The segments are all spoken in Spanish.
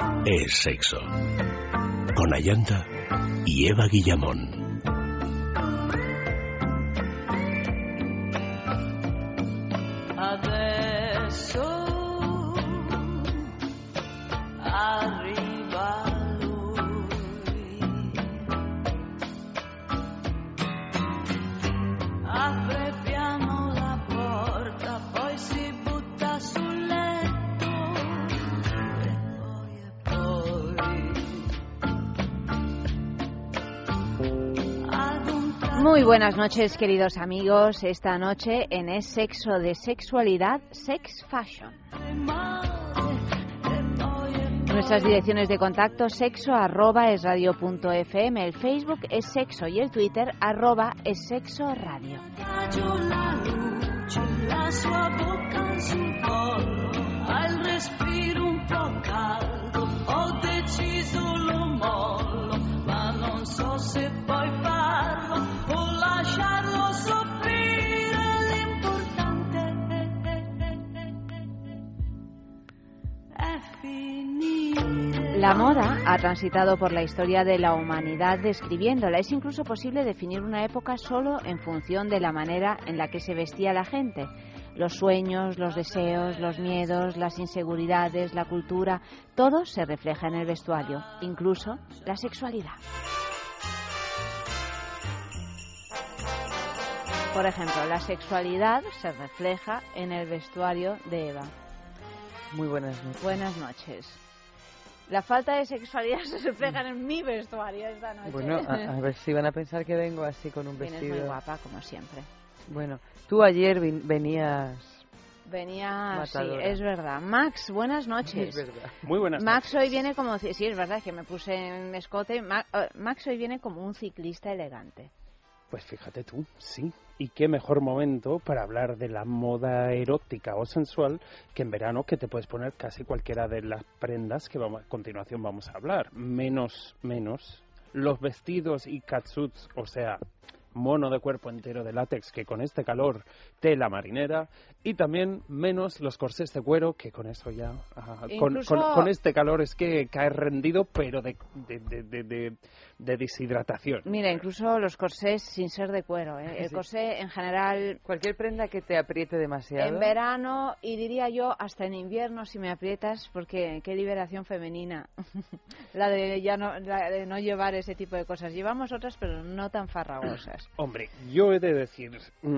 es sexo. Con Ayanta y Eva Guillamón. Muy buenas noches, queridos amigos. Esta noche en Es Sexo de Sexualidad, Sex Fashion. Nuestras direcciones de contacto: sexo@esradio.fm, el Facebook es Sexo y el Twitter @esexoradio. Al respiro un po' caldo, ho deciso lo mollo, ma non so se poi farlo o lasciarlo soffrire. L'importante è finire. La moda ha transitado por la historia de la humanidad describiéndola. Es incluso posible definir una época solo en función de la manera en la que se vestía la gente. Los sueños, los deseos, los miedos, las inseguridades, la cultura, todo se refleja en el vestuario, incluso la sexualidad. Por ejemplo, la sexualidad se refleja en el vestuario de Eva. Muy buenas noches. Buenas noches. La falta de sexualidad se refleja en mi vestuario esta noche. Bueno, a ver si van a pensar que vengo así con un Vienes vestido. muy guapa, como siempre. Bueno, tú ayer venías... Venía, sí, matadora. es verdad. Max, buenas noches. Es verdad. Muy buenas Max noches. hoy viene como... Sí, es verdad que me puse en escote. Max hoy viene como un ciclista elegante. Pues fíjate tú, sí. Y qué mejor momento para hablar de la moda erótica o sensual que en verano, que te puedes poner casi cualquiera de las prendas que a continuación vamos a hablar. Menos los vestidos y catsuits, o sea, mono de cuerpo entero de látex, que con este calor tela marinera, y también menos los corsés de cuero, que con eso ya con este calor es que cae rendido, pero de deshidratación. Mira, incluso los corsés sin ser de cuero, ¿eh? El corsé en general... Cualquier prenda que te apriete demasiado. En verano, y diría yo hasta en invierno si me aprietas, porque qué liberación femenina la de no llevar ese tipo de cosas. Llevamos otras, pero no tan farragosas. Hombre, yo he de decir,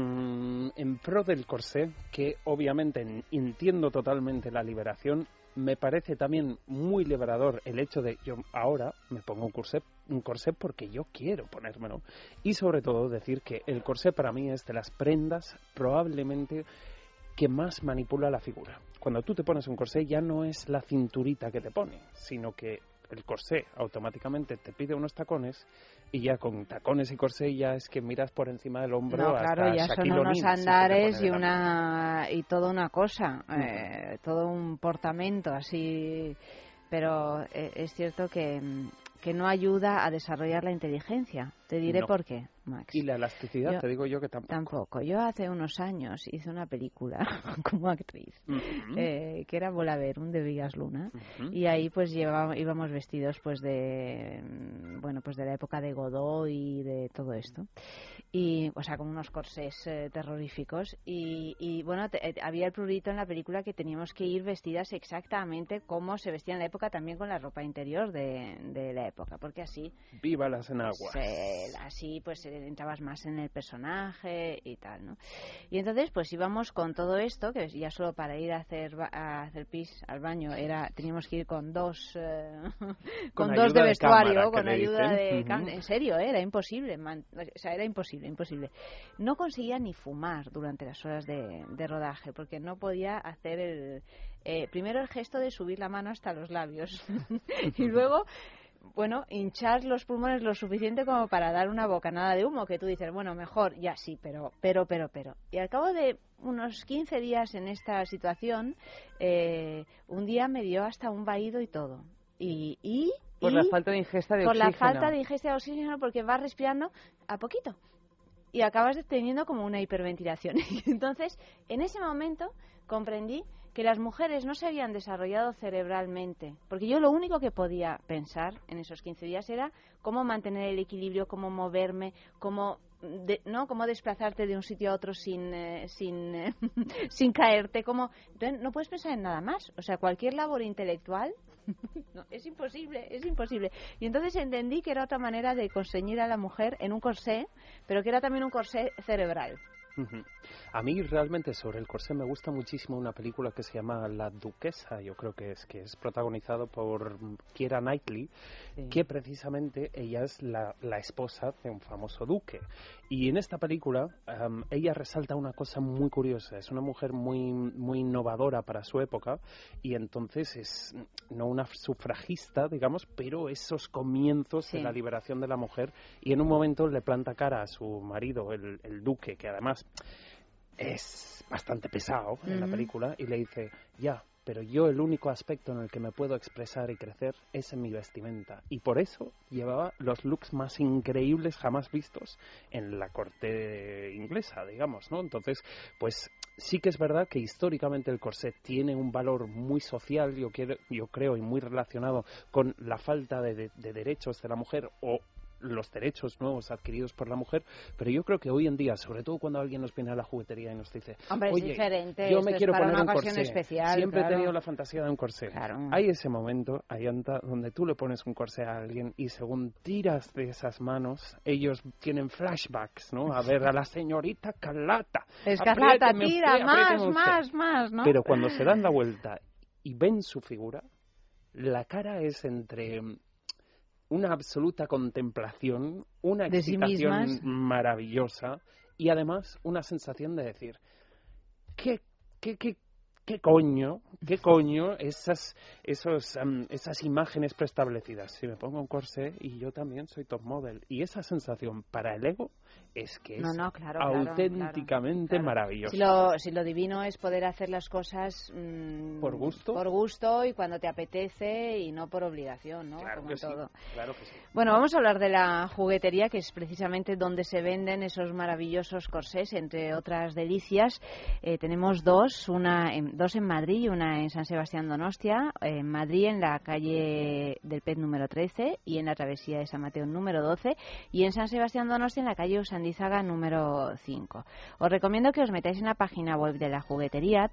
en pro del corsé, que obviamente entiendo totalmente la liberación, me parece también muy liberador el hecho de yo ahora me pongo un corsé porque yo quiero ponérmelo. Y sobre todo decir que el corsé para mí es de las prendas probablemente que más manipula la figura. Cuando tú te pones un corsé ya no es la cinturita que te pone, sino que el corsé automáticamente te pide unos tacones, y ya con tacones y corsé ya es que miras por encima del hombro. No, hasta claro, ya Shaquille son unos O'Neal, andares si y toda una cosa, todo un portamento así, pero es cierto que no ayuda a desarrollar la inteligencia. Te diré por qué, Max. Y la elasticidad, te digo yo que tampoco. Tampoco. Yo hace unos años hice una película como actriz, que era Volaverum de Vigas Luna, y ahí pues íbamos vestidos pues de la época de Godot y de todo esto, y o sea con unos corsés terroríficos, y bueno, había el prurito en la película que teníamos que ir vestidas exactamente como se vestían en la época, también con la ropa interior de la época, porque así viva las enaguas. Así pues entrabas más en el personaje y tal, ¿no? Y entonces pues íbamos con todo esto, que ya solo para ir a hacer pis al baño teníamos que ir con dos con dos de vestuario, cámara, con ayuda de en serio, era imposible, o sea, era imposible. No conseguía ni fumar durante las horas de rodaje, porque no podía hacer primero el gesto de subir la mano hasta los labios y luego hinchar los pulmones lo suficiente como para dar una bocanada de humo, que tú dices, bueno, mejor, ya sí, pero. Y al cabo de unos 15 días en esta situación, un día me dio hasta un vaído y todo. Por la falta de ingesta de oxígeno. Por la falta de ingesta de oxígeno, porque vas respirando a poquito. Y acabas teniendo como una hiperventilación. Y entonces, en ese momento, comprendí que las mujeres no se habían desarrollado cerebralmente, porque yo lo único que podía pensar en esos 15 días era cómo mantener el equilibrio, cómo moverme, cómo desplazarte de un sitio a otro sin caerte, entonces no puedes pensar en nada más, o sea, cualquier labor intelectual no, es imposible. Y entonces entendí que era otra manera de constreñir a la mujer en un corsé, pero que era también un corsé cerebral. A mí realmente sobre el corsé me gusta muchísimo una película que se llama La Duquesa, yo creo que es protagonizado por Keira Knightley, sí, que precisamente ella es la esposa de un famoso duque. Y en esta película ella resalta una cosa muy curiosa, es una mujer muy, muy innovadora para su época y entonces es no una sufragista, digamos, pero esos comienzos, sí, de la liberación de la mujer, y en un momento le planta cara a su marido, el duque, que además es bastante pesado en la película, y le dice, ya, pero yo el único aspecto en el que me puedo expresar y crecer es en mi vestimenta. Y por eso llevaba los looks más increíbles jamás vistos en la corte inglesa, digamos, ¿no? Entonces, pues sí que es verdad que históricamente el corset tiene un valor muy social, yo creo, y muy relacionado con la falta de derechos de la mujer o los derechos nuevos adquiridos por la mujer, pero yo creo que hoy en día, sobre todo cuando alguien nos viene a la juguetería y nos dice, hombre, oye, es diferente, yo me quiero poner un corsé, especial, siempre claro, he tenido la fantasía de un corsé. Claro. Hay ese momento, Ayanta, donde tú le pones un corsé a alguien y según tiras de esas manos, ellos tienen flashbacks, ¿no? A ver, a la señorita Escarlata. Escarlata, tira, más, ¿no? Pero cuando se dan la vuelta y ven su figura, la cara es entre una absoluta contemplación, una excitación maravillosa y además una sensación de decir, ¿qué coño esas imágenes preestablecidas? Si me pongo un corsé y yo también soy top model. Y esa sensación para el ego es que es auténticamente maravillosa. Si lo divino es poder hacer las cosas por gusto y cuando te apetece y no por obligación, ¿no? Claro, como que todo. Sí, claro que sí. Bueno, vamos a hablar de la juguetería, que es precisamente donde se venden esos maravillosos corsés, entre otras delicias. Tenemos dos en Madrid y una en San Sebastián Donostia. En Madrid, en la calle del Pez número 13 y en la travesía de San Mateo número 12, y en San Sebastián Donostia en la calle Usandizaga número 5. Os recomiendo que os metáis en la página web de la juguetería,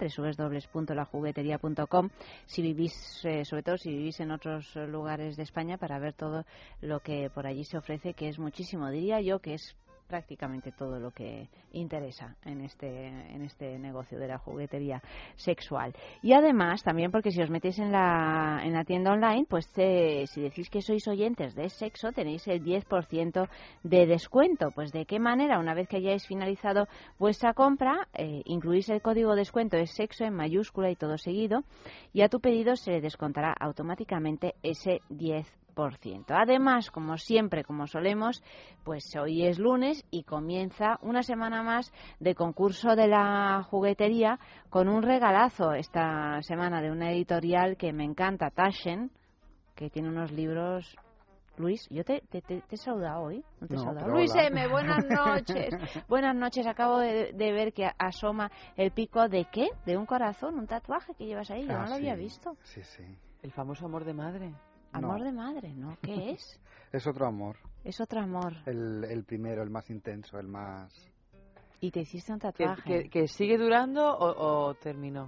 www.lajugueteria.com, si vivís, sobre todo si vivís en otros lugares de España, para ver todo lo que por allí se ofrece, que es muchísimo, diría yo, que es prácticamente todo lo que interesa en este negocio de la juguetería sexual. Y además, también porque si os metéis en la tienda online, pues si decís que sois oyentes de sexo, tenéis el 10% de descuento. Pues de qué manera, una vez que hayáis finalizado vuestra compra, incluís el código de descuento, es sexo en mayúscula y todo seguido, y a tu pedido se le descontará automáticamente ese 10%. Además, como siempre, como solemos, pues hoy es lunes y comienza una semana más de concurso de la juguetería con un regalazo esta semana de una editorial que me encanta, Taschen, que tiene unos libros. Luis, yo te he saludado hoy. ¿No te he saludado? Luis M., buenas noches. Buenas noches, acabo de ver que asoma el pico de ¿qué? De un corazón, un tatuaje que llevas ahí, yo no lo había visto. Sí. El famoso amor de madre. Amor de madre, ¿no? ¿Qué es? Es otro amor. Es otro amor. El primero, el más intenso, el más... ¿Y te hiciste un tatuaje? ¿Que sigue durando o terminó?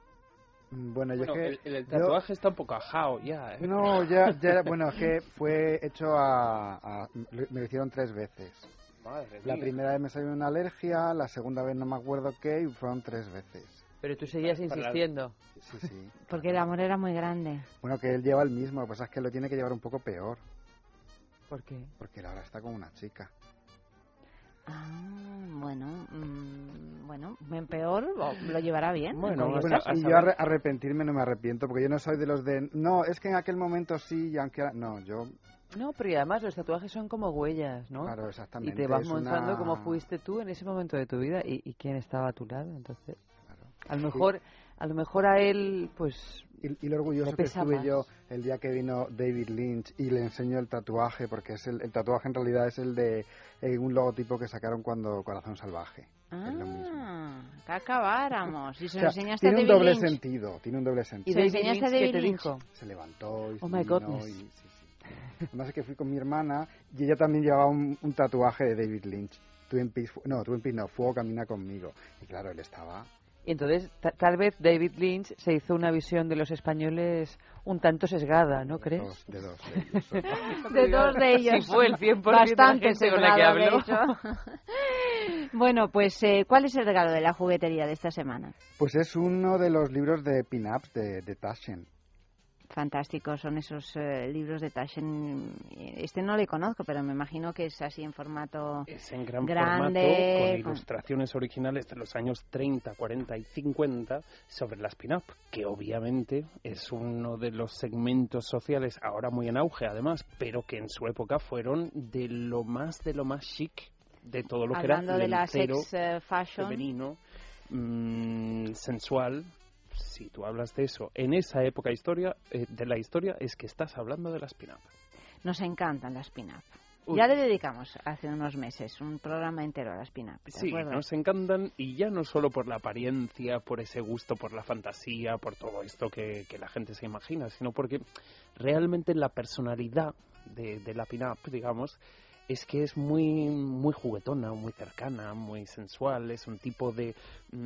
Bueno, el tatuaje está un poco ajao ya, ¿eh? No, ya bueno, es que fue hecho me lo hicieron 3 veces. Madre la mía. Primera vez me salió una alergia, la segunda vez no me acuerdo qué, y fueron 3 veces. Pero tú seguías insistiendo. Sí. Porque el amor era muy grande. Bueno, que él lleva el mismo, lo que pasa es que lo tiene que llevar un poco peor. ¿Por qué? Porque él ahora está con una chica. Bueno, peor lo llevará bien. Bueno, y yo arrepentirme no me arrepiento, porque yo no soy de los de... No, es que en aquel momento sí, y aunque... No, yo... No, pero además los tatuajes son como huellas, ¿no? Claro, exactamente. Y te vas mostrando cómo fuiste tú en ese momento de tu vida y quién estaba a tu lado, entonces... Claro. A lo mejor a él, pues Y lo orgulloso Me que pesa estuve más. yo el día que vino David Lynch y le enseñó el tatuaje, porque es el tatuaje en realidad es el de un logotipo que sacaron cuando Corazón Salvaje. Es lo mismo. Que acabáramos. Y se O lo sea, enseñaste a tiene un David doble Lynch. sentido, tiene un doble ¿Y sentido. Se lo David enseñaste a Lynch qué David te Lynch. dijo? Se levantó y Oh my vino goodness. y sí. Además es que fui con mi hermana y ella también llevaba un tatuaje de David Lynch. Twin Peaks no, Fuego camina conmigo. Y claro, él estaba... Y entonces, tal vez David Lynch se hizo una visión de los españoles un tanto sesgada, ¿no crees? De dos de ellos. De dos de ellos. Sí, fue el 100% Bastante de la gente con la que sesgado, de habló. hecho. Bueno, pues, ¿cuál es el regalo de la juguetería de esta semana? Pues es uno de los libros de pin-ups de Taschen. Fantásticos son esos libros de Taschen. Este no le conozco, pero me imagino que es así en formato Es en gran grande, formato, con con- ilustraciones originales de los años 30, 40 y 50 sobre las pin-up, que obviamente es uno de los segmentos sociales ahora muy en auge, además, pero que en su época fueron de lo más chic de todo lo que era hablando de la lencero, sex fashion. femenino, sensual. Si tú hablas de eso en esa época de la historia, es que estás hablando de las pin-up. Nos encantan las pin-up. Uy. Ya le dedicamos hace unos meses un programa entero a las pin-up. ¿Te Sí, acuerdas? nos encantan, y ya no solo por la apariencia, por ese gusto, por la fantasía, por todo esto que la gente se imagina, sino porque realmente la personalidad de la pin-up, digamos, es que es muy juguetona, muy cercana, muy sensual, es un tipo de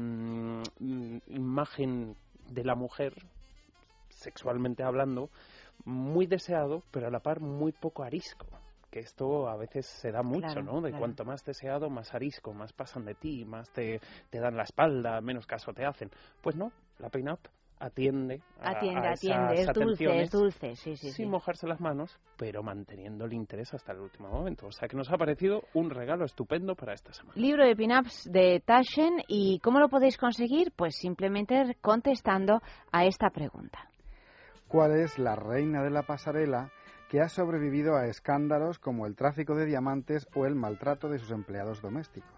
imagen de la mujer, sexualmente hablando, muy deseado, pero a la par muy poco arisco. Que esto a veces se da mucho, Claro, ¿no? De claro. cuanto más deseado, más arisco, más pasan de ti, más te dan la espalda, menos caso te hacen. Pues no, la pin-up atiende a Atiende, esas es atenciones dulce, sí. sin mojarse las manos, pero manteniendo el interés hasta el último momento. O sea que nos ha parecido un regalo estupendo para esta semana. Libro de pin-ups de Taschen. ¿Y cómo lo podéis conseguir? Pues simplemente contestando a esta pregunta. ¿Cuál es la reina de la pasarela que ha sobrevivido a escándalos como el tráfico de diamantes o el maltrato de sus empleados domésticos?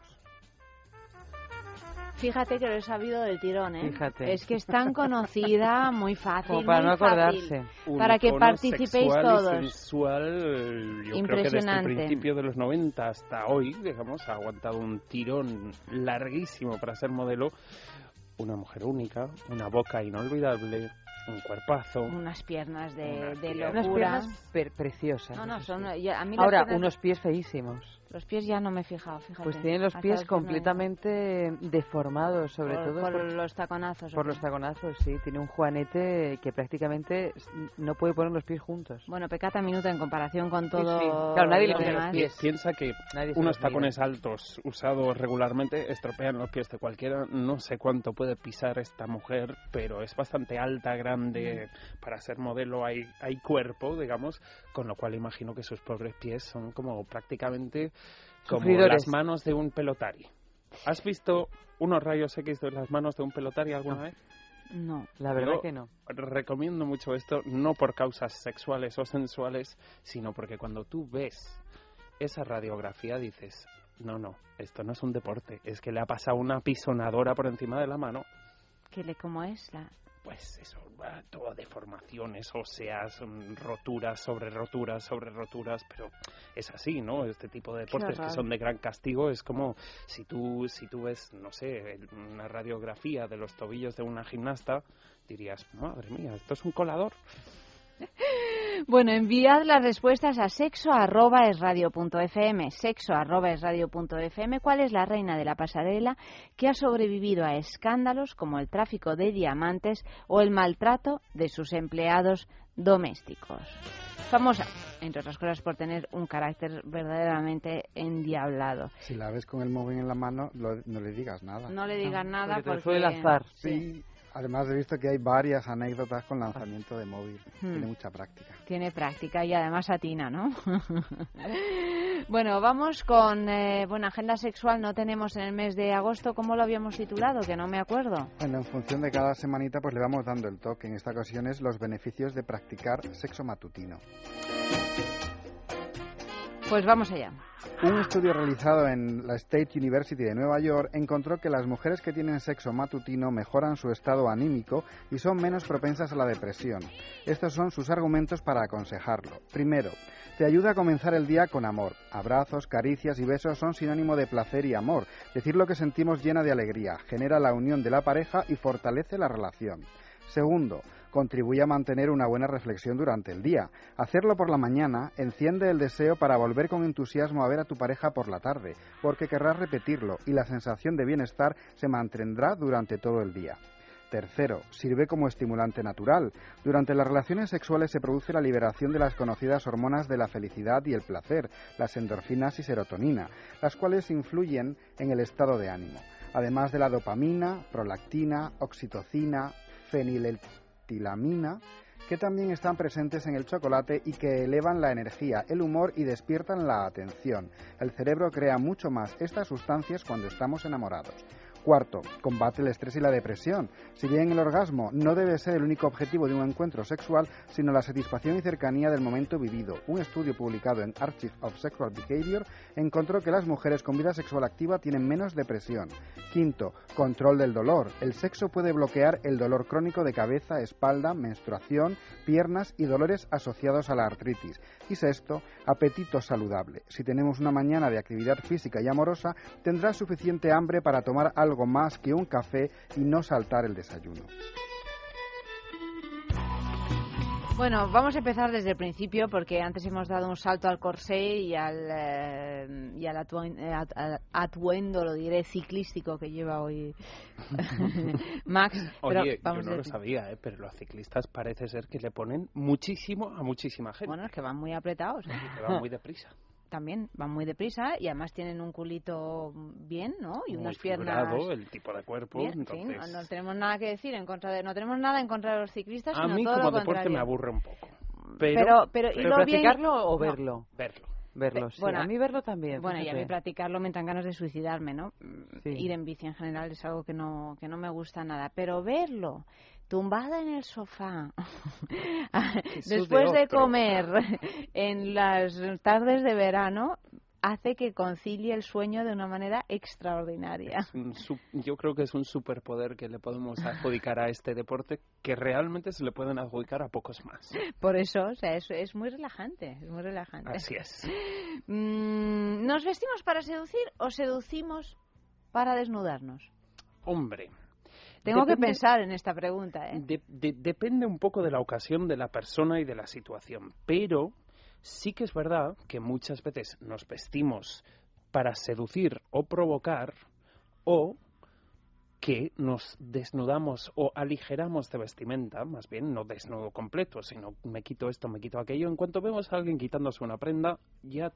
Fíjate que lo he sabido del tirón, ¿eh? Fíjate. Es que es tan conocida, muy fácil, Como para muy no acordarse. Un Para que icono participéis sexual todos. Y sensual, yo creo que desde el Impresionante. principio de los 90 hasta hoy, digamos, ha aguantado un tirón larguísimo para ser modelo. Una mujer única, una boca inolvidable, un cuerpazo. Unas piernas de Unas Unas locura. piernas preciosas. No, eso son... sí. A mí las Ahora, piernas- unos pies feísimos. Los pies ya no me he fijado, fíjate. Pues tienen los Hasta pies no he fijado. completamente deformados, sobre todo por por los taconazos. por ¿o los qué? taconazos, sí. Tiene un juanete que prácticamente no puede poner los pies juntos. Bueno, pecata minuta en comparación con todo sí. Claro, nadie le lo mira demás. los pies. Piensa que Nadie se unos los mira. tacones altos usados regularmente estropean los pies de cualquiera. No sé cuánto puede pisar esta mujer, pero es bastante alta, grande. Para ser modelo hay cuerpo, digamos, con lo cual imagino que sus pobres pies son como prácticamente como Sufridores. las manos de un pelotari. ¿Has visto unos rayos X de las manos de un pelotari alguna vez? No. La verdad Yo que no. recomiendo mucho esto, no por causas sexuales o sensuales, sino porque cuando tú ves esa radiografía dices, no, esto no es un deporte, es que le ha pasado una pisonadora por encima de la mano. ¿Cómo es? Pues eso, todo deformaciones óseas, roturas sobre roturas sobre roturas, pero es así, ¿no? Este tipo de deportes que horror. son de gran castigo es como si tú ves, no sé, una radiografía de los tobillos de una gimnasta, dirías, madre mía, esto es un colador. Bueno, enviad las respuestas a sexo@esradio.fm. Sexo@esradio.fm. ¿Cuál es la reina de la pasarela que ha sobrevivido a escándalos como el tráfico de diamantes o el maltrato de sus empleados domésticos? Famosa, entre otras cosas, por tener un carácter verdaderamente endiablado. Si la ves con el móvil en la mano, no le digas nada. No le digan nada porque te lo porque... suele lanzar. Sí. Además he visto que hay varias anécdotas con lanzamiento de móvil. Hmm. Tiene mucha práctica. Tiene práctica y además atina, ¿no? Bueno, vamos con... agenda sexual no tenemos en el mes de agosto. ¿Cómo lo habíamos titulado? Que no me acuerdo. Bueno, en función de cada semanita pues le vamos dando el toque. En esta ocasión es los beneficios de practicar sexo matutino. Pues vamos allá. Un estudio realizado en la State University de Nueva York encontró que las mujeres que tienen sexo matutino mejoran su estado anímico y son menos propensas a la depresión. Estos son sus argumentos para aconsejarlo. Primero, te ayuda a comenzar el día con amor. Abrazos, caricias y besos son sinónimo de placer y amor. Decir lo que sentimos llena de alegría, genera la unión de la pareja y fortalece la relación. Segundo, contribuye a mantener una buena reflexión durante el día. Hacerlo por la mañana enciende el deseo para volver con entusiasmo a ver a tu pareja por la tarde, porque querrás repetirlo y la sensación de bienestar se mantendrá durante todo el día. Tercero, sirve como estimulante natural. Durante las relaciones sexuales se produce la liberación de las conocidas hormonas de la felicidad y el placer, las endorfinas y serotonina, las cuales influyen en el estado de ánimo, además de la dopamina, prolactina, oxitocina, feniletilamina, que también están presentes en el chocolate y que elevan la energía, el humor y despiertan la atención. El cerebro crea mucho más estas sustancias cuando estamos enamorados. Cuarto, combate el estrés y la depresión. Si bien el orgasmo no debe ser el único objetivo de un encuentro sexual, sino la satisfacción y cercanía del momento vivido. Un estudio publicado en Archive of Sexual Behavior encontró que las mujeres con vida sexual activa tienen menos depresión. Quinto, control del dolor. El sexo puede bloquear el dolor crónico de cabeza, espalda, menstruación, piernas y dolores asociados a la artritis. Y sexto, apetito saludable. Si tenemos una mañana de actividad física y amorosa, tendrás suficiente hambre para tomar algo más que un café y no saltar el desayuno. Bueno, vamos a empezar desde el principio porque antes hemos dado un salto al corsé y al atuendo, lo diré, ciclístico que lleva hoy Max. Pero oye, yo no lo sabía, pero los ciclistas parece ser que le ponen muchísimo a muchísima gente. Bueno, es que van muy apretados. Y que van muy deprisa. También van muy deprisa y además tienen un culito bien, ¿no? Y muy unas piernas. Figurado, el tipo de cuerpo. Bien, entonces... sí, no tenemos nada que decir en contra de, no tenemos nada en contra de los ciclistas, a sino mí todo como lo deporte contrario. me aburre un poco. Pero practicarlo bien... o verlo. No, verlo. Verlo, sí. Bueno, a mí verlo también. Bueno, y a mí fíjate. practicarlo me dan ganas de suicidarme, ¿no? Sí. Ir en bici en general es algo que no me gusta nada. Pero verlo, tumbada en el sofá, después de comer, en las tardes de verano, hace que concilie el sueño de una manera extraordinaria. Yo creo que es un superpoder que le podemos adjudicar a este deporte que realmente se le pueden adjudicar a pocos más. Por eso, o sea, es muy relajante, es muy relajante. Así es. ¿Nos vestimos para seducir o seducimos para desnudarnos? Hombre. Tengo que pensar en esta pregunta, ¿eh? Depende un poco de la ocasión, de la persona y de la situación, pero sí que es verdad que muchas veces nos vestimos para seducir o provocar, o que nos desnudamos o aligeramos de vestimenta, más bien no desnudo completo, sino me quito esto, me quito aquello. En cuanto vemos a alguien quitándose una prenda, ya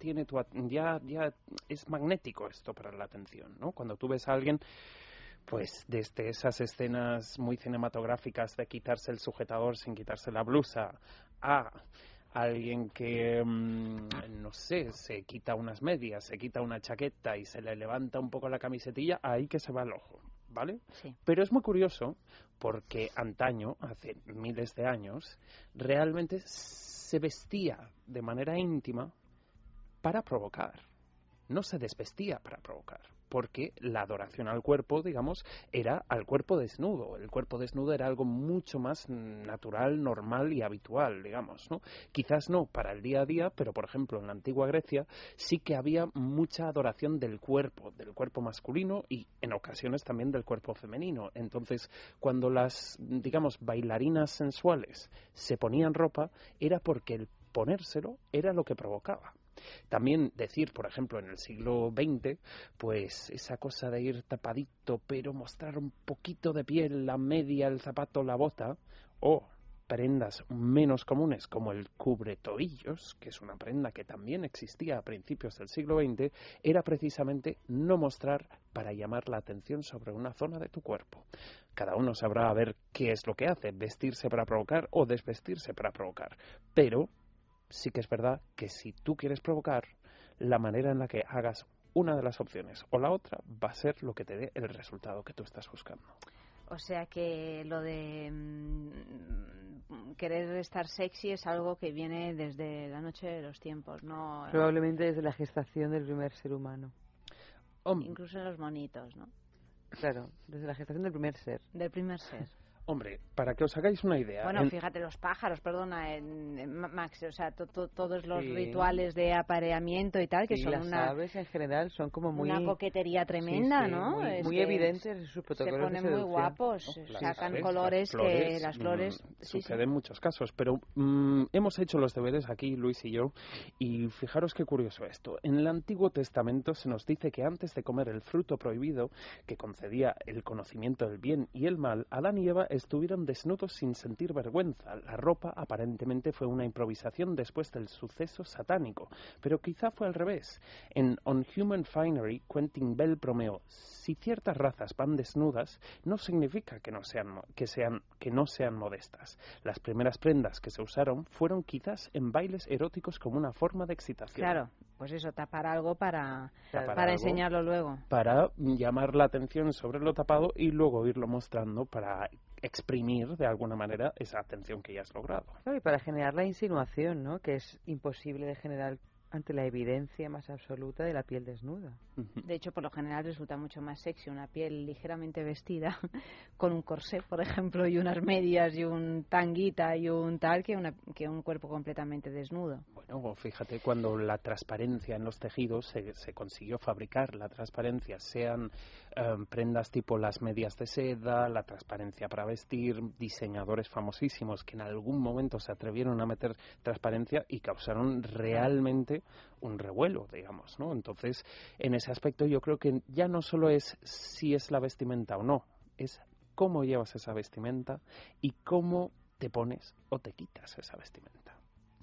es magnético esto para la atención, ¿no? Cuando tú ves a alguien, pues desde esas escenas muy cinematográficas de quitarse el sujetador sin quitarse la blusa, a alguien que, no sé, se quita unas medias, se quita una chaqueta y se le levanta un poco la camisetilla, ahí que se va el ojo, ¿vale? Sí. Pero es muy curioso porque antaño, hace miles de años, realmente se vestía de manera íntima para provocar. No se desvestía para provocar, porque la adoración al cuerpo, digamos, era al cuerpo desnudo. El cuerpo desnudo era algo mucho más natural, normal y habitual, digamos, ¿no? Quizás no para el día a día, pero, por ejemplo, en la antigua Grecia sí que había mucha adoración del cuerpo masculino y, en ocasiones, también del cuerpo femenino. Entonces, cuando las, digamos, bailarinas sensuales se ponían ropa, era porque el ponérselo era lo que provocaba. También decir, por ejemplo, en el siglo XX, pues esa cosa de ir tapadito, pero mostrar un poquito de piel, la media, el zapato, la bota, o prendas menos comunes como el cubretobillos, que es una prenda que también existía a principios del siglo XX, era precisamente no mostrar para llamar la atención sobre una zona de tu cuerpo. Cada uno sabrá a ver qué es lo que hace, vestirse para provocar o desvestirse para provocar, pero sí que es verdad que si tú quieres provocar, la manera en la que hagas una de las opciones o la otra va a ser lo que te dé el resultado que tú estás buscando. O sea que lo de querer estar sexy es algo que viene desde la noche de los tiempos, ¿no? Probablemente desde la gestación del primer ser humano. Incluso en los monitos, ¿no? Claro, desde la gestación del primer ser. Del primer ser. Hombre, para que os hagáis una idea... Bueno, fíjate, los pájaros, perdona, Max, o sea, todos los rituales de apareamiento y tal, que son las aves en general son como muy... Una coquetería tremenda, ¿no? Muy evidentes en sus protocolos de seducción. Se ponen muy guapos, sacan colores que las flores... Sucede en muchos casos, pero hemos hecho los deberes aquí, Luis y yo, y fijaros qué curioso esto. En el Antiguo Testamento se nos dice que antes de comer el fruto prohibido, que concedía el conocimiento del bien y el mal, Adán y Eva estuvieron desnudos sin sentir vergüenza. La ropa aparentemente fue una improvisación después del suceso satánico, pero quizá fue al revés. En On Human Finery, Quentin Bell bromeó: si ciertas razas van desnudas, no significa que no sean modestas. Las primeras prendas que se usaron fueron quizás en bailes eróticos como una forma de excitación. Claro, pues eso, tapar algo para enseñarlo luego. Para llamar la atención sobre lo tapado y luego irlo mostrando para exprimir de alguna manera esa atención que ya has logrado. Claro, y para generar la insinuación, ¿no? Que es imposible de generar ante la evidencia más absoluta de la piel desnuda. De hecho, por lo general resulta mucho más sexy una piel ligeramente vestida con un corsé, por ejemplo, y unas medias y un tanguita y un tal que un cuerpo completamente desnudo. Bueno, fíjate, cuando la transparencia en los tejidos se consiguió fabricar, la transparencia, sean prendas tipo las medias de seda, la transparencia para vestir, diseñadores famosísimos que en algún momento se atrevieron a meter transparencia y causaron realmente un revuelo, digamos, ¿no? Entonces, en ese aspecto yo creo que ya no solo es si es la vestimenta o no, es cómo llevas esa vestimenta y cómo te pones o te quitas esa vestimenta.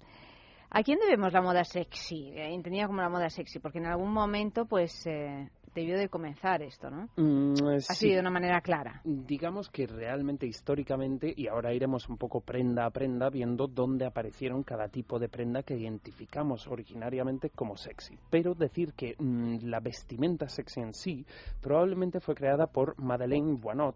¿A quién debemos la moda sexy? Entendida como la moda sexy, porque en algún momento, pues, debió de comenzar esto, ¿no? Así, de una manera clara. Digamos que realmente, históricamente, y ahora iremos un poco prenda a prenda, viendo dónde aparecieron cada tipo de prenda que identificamos originariamente como sexy. Pero decir que la vestimenta sexy en sí probablemente fue creada por Madeleine Boinot,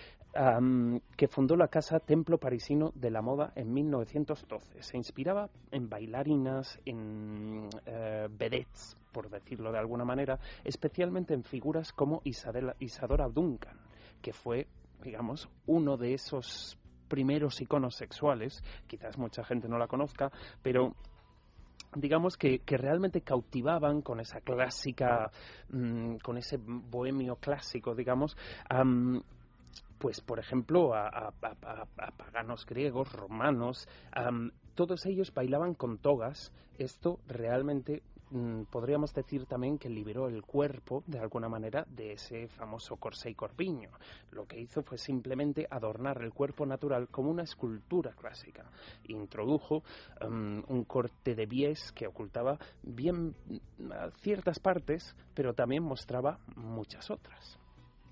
que fundó la casa Templo Parisino de la Moda en 1912. Se inspiraba en bailarinas, en vedettes, por decirlo de alguna manera, especialmente en figuras como Isadora Duncan, que fue, digamos, uno de esos primeros iconos sexuales. Quizás mucha gente no la conozca, pero digamos que realmente cautivaban con esa clásica, con ese bohemio clásico, digamos, pues por ejemplo a paganos griegos, romanos, todos ellos bailaban con togas. Esto realmente podríamos decir también que liberó el cuerpo de alguna manera de ese famoso corsé y corpiño. Lo que hizo fue simplemente adornar el cuerpo natural como una escultura clásica. Introdujo un corte de bies que ocultaba bien ciertas partes, pero también mostraba muchas otras.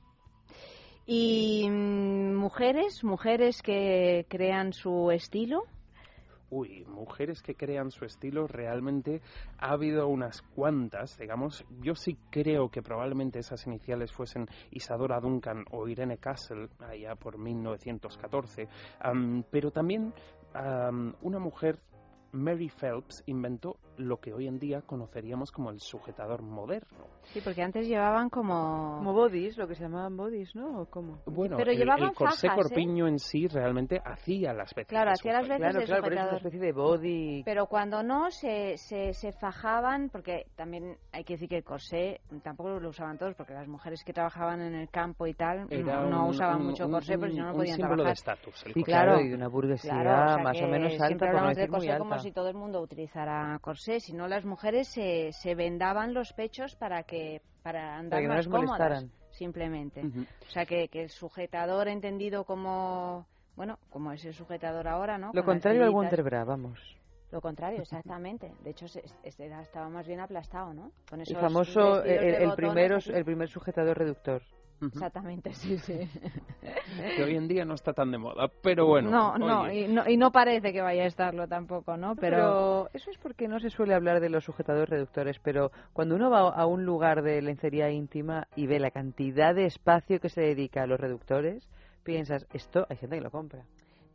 ¿Y mujeres que crean su estilo? Mujeres que crean su estilo, realmente ha habido unas cuantas, digamos. Yo sí creo que probablemente esas iniciales fuesen Isadora Duncan o Irene Castle, allá por 1914, pero también una mujer, Mary Phelps, inventó lo que hoy en día conoceríamos como el sujetador moderno. Sí, porque antes llevaban como bodies, lo que se llamaban bodies, ¿no? ¿O cómo? Bueno, pero llevaban el corsé fajas, corpiño en sí realmente hacía las veces. Claro, hacía las veces de claro, sujetador. pero es una especie de body. Pero cuando no, se fajaban, porque también hay que decir que el corsé tampoco lo usaban todos, porque las mujeres que trabajaban en el campo y tal no usaban mucho corsé, porque si no podían trabajar. Un símbolo de estatus. Sí, claro, y de una burguesía más o menos alta, siempre por no hablamos de decir muy corsé alta. como si todo el mundo utilizara corsé, si no las mujeres se vendaban los pechos para andar que no más les cómodas, molestaran. simplemente. O sea que el sujetador entendido como es el sujetador ahora, ¿no? Lo Con contrario al las tiritas. Wonderbra, vamos. Lo contrario, exactamente. De hecho, estaba más bien aplastado, ¿no? Con esos El famoso, vestidos de botones, el primer sujetador reductor. Exactamente, sí. Que hoy en día no está tan de moda, pero bueno. Y no parece que vaya a estarlo tampoco, ¿no? Pero eso es porque no se suele hablar de los sujetadores reductores, pero cuando uno va a un lugar de lencería íntima y ve la cantidad de espacio que se dedica a los reductores, piensas, esto hay gente que lo compra.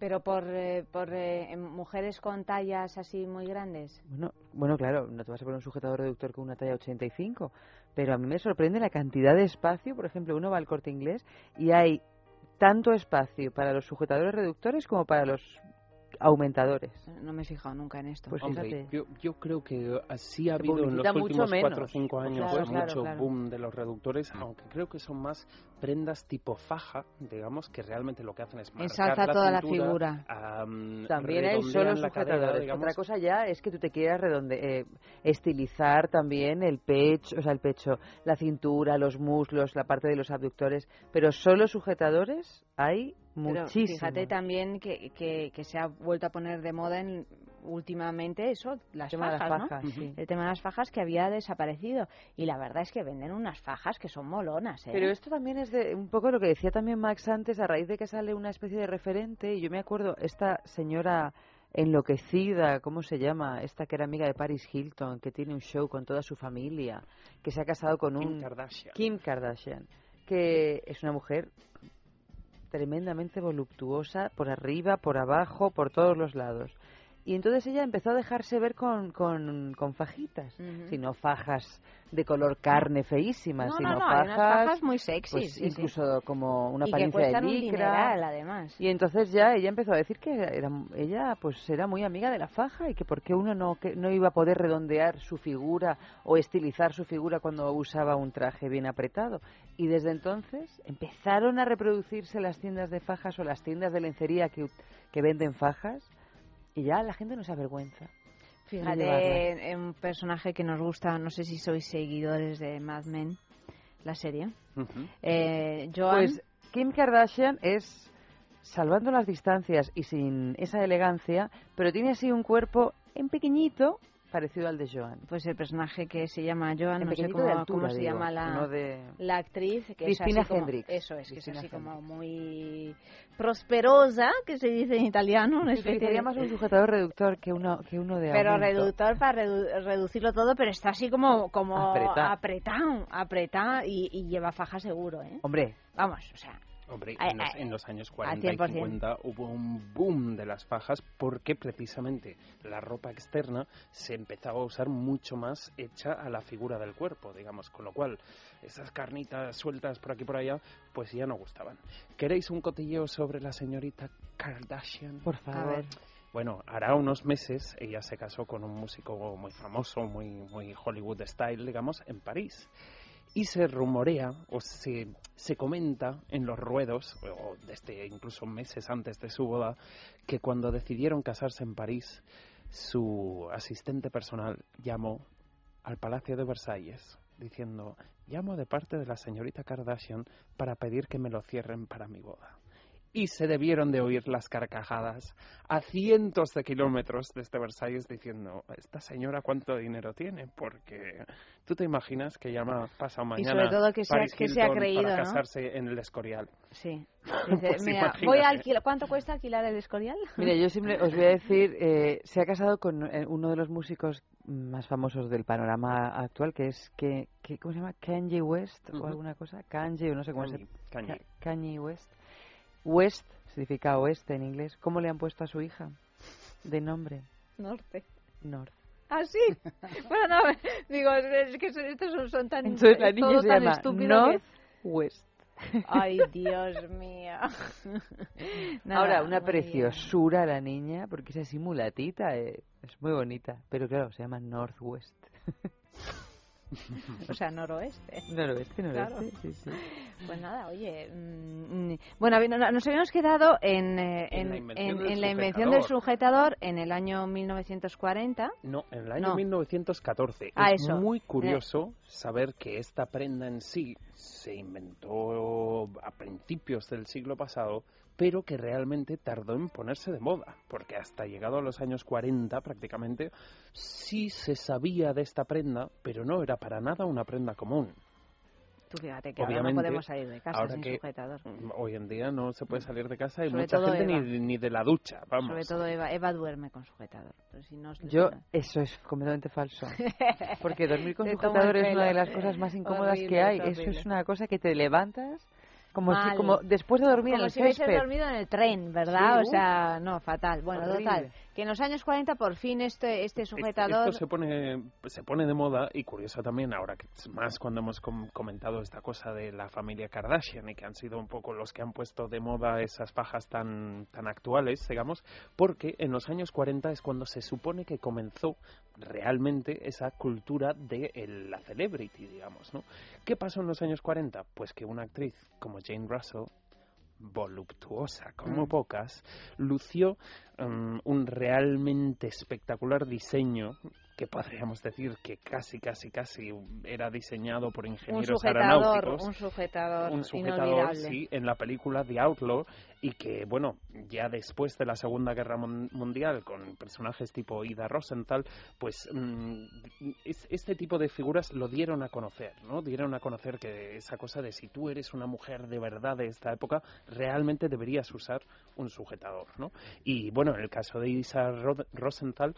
Pero por mujeres con tallas así muy grandes. Bueno, claro, no te vas a poner un sujetador reductor con una talla 85, pero a mí me sorprende la cantidad de espacio. Por ejemplo, uno va al Corte Inglés y hay tanto espacio para los sujetadores reductores como para los aumentadores. No me he fijado nunca en esto. Pues Hombre, fíjate. yo creo que así ha Se habido en los publicita últimos mucho 4 o 5 menos. años Claro, mucho claro. boom de los reductores, aunque creo que son más prendas tipo faja, digamos, que realmente lo que hacen es marcar Ensalza toda la cintura, figura. También hay redondean solo la cadera, sujetadores. digamos. Otra cosa ya es que tú te quieras estilizar también el pecho, la cintura, los muslos, la parte de los abductores, pero solo sujetadores hay Pero muchísimos. fíjate también que se ha vuelto a poner de moda últimamente eso, las El tema de fajas, las fajas, ¿no? sí. El tema de las fajas que había desaparecido. Y la verdad es que venden unas fajas que son molonas, ¿eh? Pero esto también es de un poco lo que decía también Max antes, a raíz de que sale una especie de referente, y yo me acuerdo, esta señora enloquecida, ¿cómo se llama? Esta que era amiga de Paris Hilton, que tiene un show con toda su familia, que se ha casado con Kim Kardashian, que es una mujer tremendamente voluptuosa, por arriba, por abajo, por todos los lados. Y entonces ella empezó a dejarse ver con fajitas, sino fajas de color carne feísas, sino hay fajas, unas fajas muy sexys, pues, sí, incluso como una y que apariencia de cuestan un licra. dineral, además. Y entonces ya ella empezó a decir que ella pues era muy amiga de la faja y que por qué uno no iba a poder redondear su figura o estilizar su figura cuando usaba un traje bien apretado. Y desde entonces empezaron a reproducirse las tiendas de fajas o las tiendas de lencería que venden fajas. Y ya la gente no se avergüenza. Fíjate, un personaje que nos gusta, no sé si sois seguidores de Mad Men, la serie. Joan. Pues Kim Kardashian es, salvando las distancias y sin esa elegancia, pero tiene así un cuerpo en pequeñito, parecido al de Joan. Pues el personaje que se llama Joan, En no sé pequeñito de altura, cómo se digo, llama no de... la actriz, que Cristina es así como, Hendricks. eso es, que Cristina es así como Hendricks. muy prosperosa, que se dice en italiano. Una especie Utilizaría más un sujetador reductor que uno de pero aumento. reductor para reducirlo todo, pero está así como apretado y lleva faja seguro, ¿eh? Hombre, Vamos, o sea... Hombre, en los años 40 y 100%. 50 hubo un boom de las fajas porque precisamente la ropa externa se empezaba a usar mucho más hecha a la figura del cuerpo, digamos, con lo cual esas carnitas sueltas por aquí y por allá pues ya no gustaban. ¿Queréis un cotilleo sobre la señorita Kardashian? por favor. A ver. Bueno, hará unos meses ella se casó con un músico muy famoso, muy Hollywood style, digamos, en París. Y se rumorea o se comenta en los ruedos, o desde incluso meses antes de su boda, que cuando decidieron casarse en París, su asistente personal llamó al Palacio de Versalles diciendo: llamo de parte de la señorita Kardashian para pedir que me lo cierren para mi boda. Y se debieron de oír las carcajadas a cientos de kilómetros desde Versalles diciendo: esta señora cuánto dinero tiene, porque tú te imaginas que llama pasado mañana Y sobre todo que Paris se ha Hilton creído, para ¿no? casarse en el Escorial. Sí. Pues Dice, mira, imagínate. voy a alquilar. ¿Cuánto cuesta alquilar el Escorial? Mira, yo siempre os voy a decir, se ha casado con uno de los músicos más famosos del panorama actual, que es ¿cómo se llama? Kanye West o alguna cosa, Kanye o no sé cómo Kanye West. West significa oeste en inglés. ¿Cómo le han puesto a su hija de nombre? Norte. North. ¿Ah, sí? Bueno, no, digo, es que estos son tan... Entonces la niña todo se tan llama estúpido North West. Ay, Dios mío. Nada, Ahora, una muy preciosura la niña, porque es así mulatita, es muy bonita. Pero claro, se llama Northwest. bien. O sea, noroeste. Noroeste, Claro. sí, sí. Pues nada, oye. Bueno, nos habíamos quedado en la invención del sujetador en el año 1940. No, en el año No. 1914. Ah, es eso. muy curioso saber que esta prenda en sí se inventó a principios del siglo pasado, pero que realmente tardó en ponerse de moda, porque hasta llegado a los años 40 prácticamente sí se sabía de esta prenda, pero no era para nada una prenda común. Tú fíjate que ahora no Obviamente, podemos salir de casa ahora sin que sujetador. hoy en día no se puede salir de casa y Sobre mucha todo gente Eva. ni de la ducha, vamos. Sobre todo Eva duerme con sujetador. Pero si no, Eso es completamente falso. Porque dormir con Te toma sujetador el es una de pelo. las cosas más incómodas Horrible, que hay. es Eso horrible. es una cosa que te levantas Como, mal. como después de dormir Como en el si hubieses césped. dormido en el tren, ¿verdad? Sí, O sea, no, fatal. Bueno, horrible. total, que en los años 40 por fin este sujetador... Esto se pone de moda y curioso también ahora, que es más cuando hemos comentado esta cosa de la familia Kardashian y que han sido un poco los que han puesto de moda esas fajas tan actuales, digamos, porque en los años 40 es cuando se supone que comenzó realmente esa cultura de la celebrity, digamos, ¿no? ¿Qué pasó en los años 40? Pues que una actriz como Jane Russell, voluptuosa como pocas, lució un realmente espectacular diseño que podríamos decir que casi era diseñado por ingenieros aeronáuticos. Un sujetador inolvidable. Sí, en la película The Outlaw, y que, bueno, ya después de la Segunda Guerra Mundial, con personajes tipo Ida Rosenthal, pues este tipo de figuras lo dieron a conocer, ¿no? Dieron a conocer que esa cosa de si tú eres una mujer de verdad de esta época, realmente deberías usar un sujetador, ¿no? Y, bueno, en el caso de Ida Rosenthal,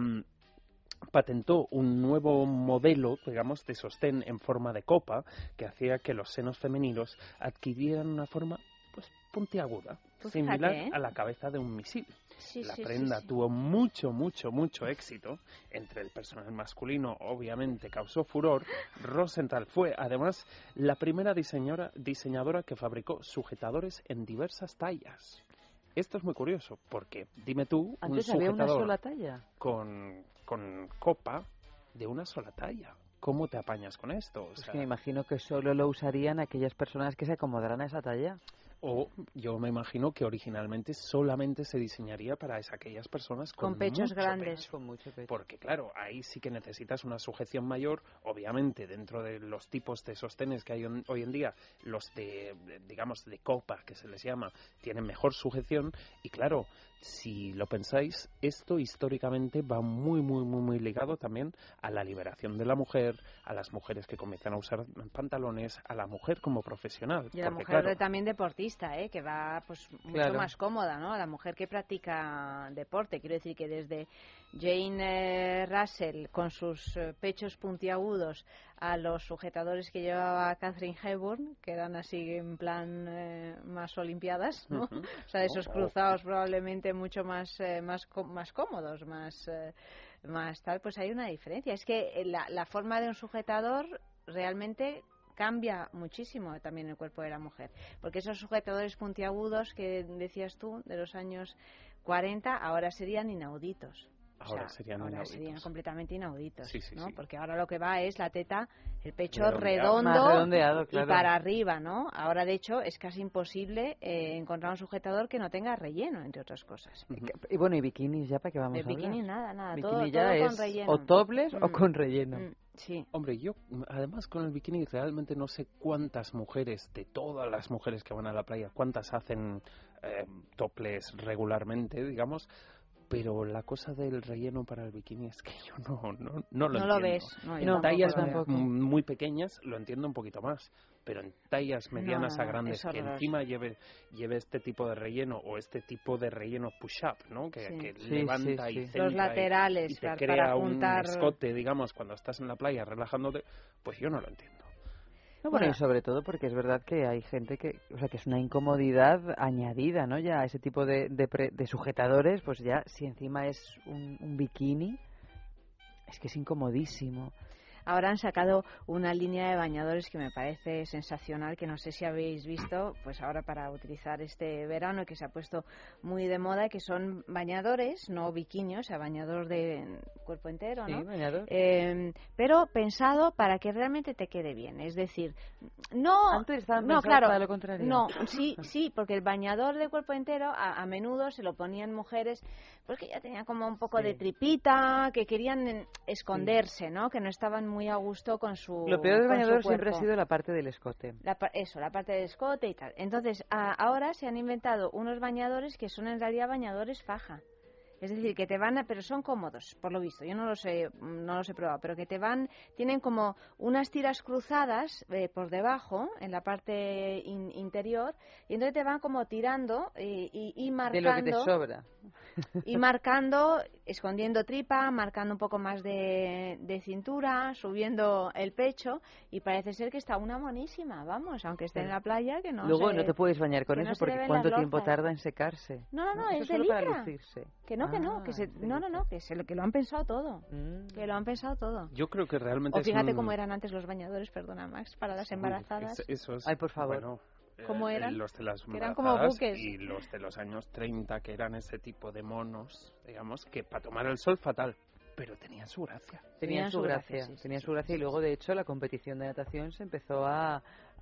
patentó un nuevo modelo, digamos, de sostén en forma de copa que hacía que los senos femeninos adquirieran una forma, pues, puntiaguda, Pues similar fíjate, ¿eh? a la cabeza de un misil. Sí, La sí, prenda sí. tuvo mucho éxito entre el personal masculino, obviamente causó furor. Rosenthal fue, además, la primera diseñadora que fabricó sujetadores en diversas tallas. Esto es muy curioso, porque, dime tú, Antes un había una sujetador sola talla. con copa de una sola talla. ¿Cómo te apañas con esto? O Pues sea, que me imagino que solo lo usarían aquellas personas que se acomodaran a esa talla. o yo me imagino que originalmente solamente se diseñaría para aquellas personas Con pechos mucho grandes. pecho. Con mucho pecho. Porque claro, ahí sí que necesitas una sujeción mayor, obviamente dentro de los tipos de sostenes que hay hoy en día, los digamos, de copa, que se les llama, tienen mejor sujeción, y claro, si lo pensáis, esto históricamente va muy ligado también a la liberación de la mujer, a las mujeres que comienzan a usar pantalones, a la mujer como profesional. Y a la porque, mujer claro, también deportista, que va pues mucho Claro. más cómoda, ¿no? La mujer que practica deporte. Quiero decir que desde Jane Russell con sus pechos puntiagudos a los sujetadores que llevaba Katharine Hepburn, que eran así en plan más olimpiadas, ¿no? Ujú. O sea, de esos cruzados probablemente mucho más cómodos, más tal, pues hay una diferencia. Es que la forma de un sujetador realmente cambia muchísimo también el cuerpo de la mujer, porque esos sujetadores puntiagudos que decías tú de los años 40 ahora serían inauditos. Ahora serían inauditos. Serían completamente inauditos, Sí, sí, ¿no? sí. Porque ahora lo que va es la teta, el pecho Redondeado. Más redondo redondeado, claro. y para arriba, ¿no? Ahora, de hecho, es casi imposible encontrar un sujetador que no tenga relleno, entre otras cosas. Ujú. Y bueno, y bikinis ya, ¿para qué vamos De a hablar? bikini nada, Bikini todo ya con es relleno. o topless o Mm. con relleno. Sí. Hombre, yo además con el bikini realmente no sé cuántas mujeres, de todas las mujeres que van a la playa, cuántas hacen topless regularmente, digamos, pero la cosa del relleno para el bikini es que yo no lo entiendo. Lo ves. No, yo No, En tallas tampoco lo veo. muy pequeñas lo entiendo un poquito más, pero en tallas medianas a grandes es que horroroso. encima lleve este tipo de relleno o este tipo de relleno push-up, ¿no? Que Sí, levanta sí, y sí. centra Los laterales y te para crea juntar. un escote, digamos, cuando estás en la playa relajándote, pues yo no lo entiendo. No, bueno, Bueno. y sobre todo porque es verdad que hay gente que, o sea, que es una incomodidad añadida, ¿no? Ya ese tipo de sujetadores, pues ya si encima es un bikini, es que es incomodísimo. Ahora han sacado una línea de bañadores que me parece sensacional, que no sé si habéis visto, pues ahora para utilizar este verano, que se ha puesto muy de moda, que son bañadores, no bikini, o sea, bañador de cuerpo entero, ¿no? Sí, bañador. Pero pensado para que realmente te quede bien, es decir, no, Antes estaban no, pensados claro, para lo contrario. no, sí, porque el bañador de cuerpo entero a menudo se lo ponían mujeres, pues que ya tenían como un poco Sí. de tripita, que querían esconderse, ¿no? Que no estaban muy a gusto con su Lo peor del con su bañador siempre ha cuerpo. sido la parte del escote. La parte del escote y tal. Entonces, ahora se han inventado unos bañadores que son en realidad bañadores faja. Es decir, que te van pero son cómodos, por lo visto. Yo no los he probado, pero que tienen como unas tiras cruzadas por debajo, en la parte interior, y entonces te van como tirando y marcando. De lo que te sobra. Y marcando, escondiendo tripa, marcando un poco más de cintura, subiendo el pecho, y parece ser que está una monísima, vamos, aunque esté en la playa, que no Luego se, no te puedes bañar con que eso no se porque le ven ¿cuánto las tiempo lorzas. tarda en secarse? No, Eso es de solo para licra. lucirse. Que no, que se, es de no, licra. que lo han pensado todo. Mm. Que lo han pensado todo. Yo creo que realmente O fíjate es un... cómo eran antes los bañadores, perdona Max, para las embarazadas. Esos, Ay, por favor. bueno, ¿Cómo eran? los de las Que eran como embarazadas buques. y los de los años 30, que eran ese tipo de monos, digamos, que para tomar el sol fatal, pero tenían su gracia. Tenían su gracia, sí, tenían sí, su gracia y luego de hecho la competición de natación se empezó a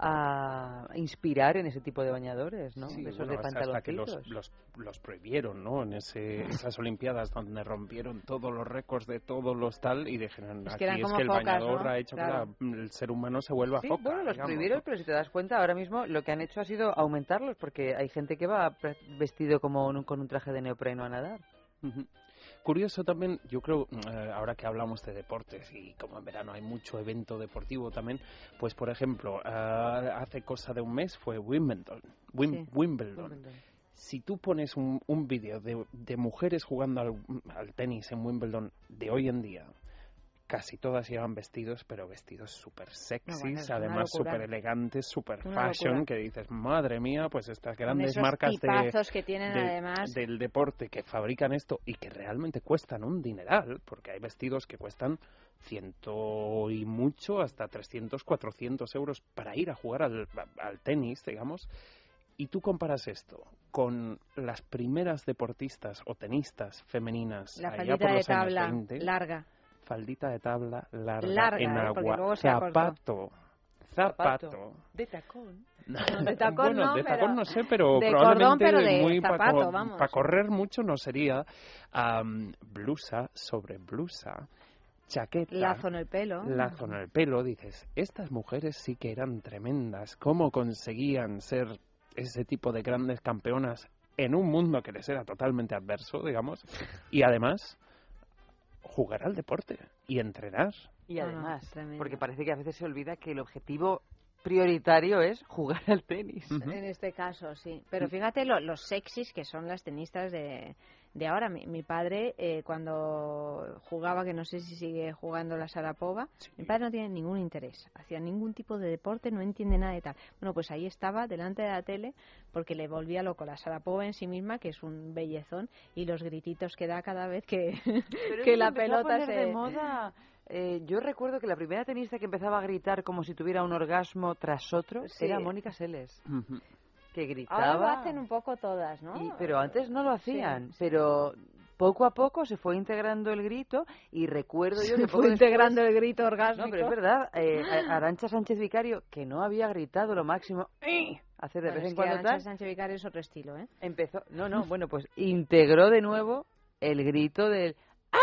inspirar en ese tipo de bañadores, ¿no? Sí, De esos bueno, de hasta que pantaloncitos. los prohibieron, ¿no? En esas Olimpiadas donde rompieron todos los récords de todos los tal y dijeron, Es aquí que eran es como que el focas, bañador ¿no? ha hecho Claro. que el ser humano se vuelva Sí, foca. bueno, los digamos, prohibieron, ¿no? pero si te das cuenta, ahora mismo lo que han hecho ha sido aumentarlos, porque hay gente que va vestido como con un traje de neopreno a nadar. Ujú. Curioso también, yo creo, ahora que hablamos de deportes y como en verano hay mucho evento deportivo también, pues por ejemplo, hace cosa de un mes fue Wimbledon. Wimbledon. Si tú pones un vídeo de mujeres jugando al tenis en Wimbledon de hoy en día, casi todas llevan vestidos, pero vestidos súper sexys, No, bueno, es una además locura. súper elegantes, súper Una fashion, locura. que dices, madre mía, pues estas Con grandes esos marcas tipazos que tienen además. del deporte que fabrican esto y que realmente cuestan un dineral, porque hay vestidos que cuestan 100 y mucho, hasta 300, 400 euros para ir a jugar al tenis, digamos. Y tú comparas esto con las primeras deportistas o tenistas femeninas La allá por faldita de los años tabla 20, larga. faldita de tabla larga, Larga, en porque agua, luego se acortó. zapato. De tacón. De tacón bueno, no, de pero- tacón no sé, pero de probablemente cordón, pero de muy zapato, vamos. para correr mucho no sería. Blusa sobre blusa, chaqueta, Lazo en el pelo. lazo en el pelo. Dices, estas mujeres sí que eran tremendas. ¿Cómo conseguían ser ese tipo de grandes campeonas en un mundo que les era totalmente adverso, digamos? Y además, jugar al deporte y entrenar. Y además, tremendo. porque parece que a veces se olvida que el objetivo prioritario es jugar al tenis. En este caso, sí. Pero fíjate los sexys que son las tenistas de ahora. Mi padre, cuando jugaba, que no sé si sigue jugando la Sharapova, mi padre no tiene ningún interés hacia ningún tipo de deporte, no entiende nada de tal. Bueno, pues ahí estaba, delante de la tele, porque le volvía loco la Sharapova en sí misma, que es un bellezón, y los grititos que da cada vez que, Pero que eso la se empezó a pelota poner de moda. Yo recuerdo que la primera tenista que empezaba a gritar como si tuviera un orgasmo tras otro Sí. era Mónica Seles, Ujú. que gritaba. Ahora lo hacen un poco todas, ¿no? Pero antes no lo hacían, Sí, sí. pero poco a poco se fue integrando el grito y recuerdo yo que Se poco fue después- integrando el grito orgásmico. No, pero es verdad, Arantxa Sánchez Vicario, que no había gritado lo máximo, hace de Bueno, vez es en que cuando Arantxa tal, Sánchez Vicario es otro estilo, ¿eh? empezó, bueno, pues integró de nuevo el grito del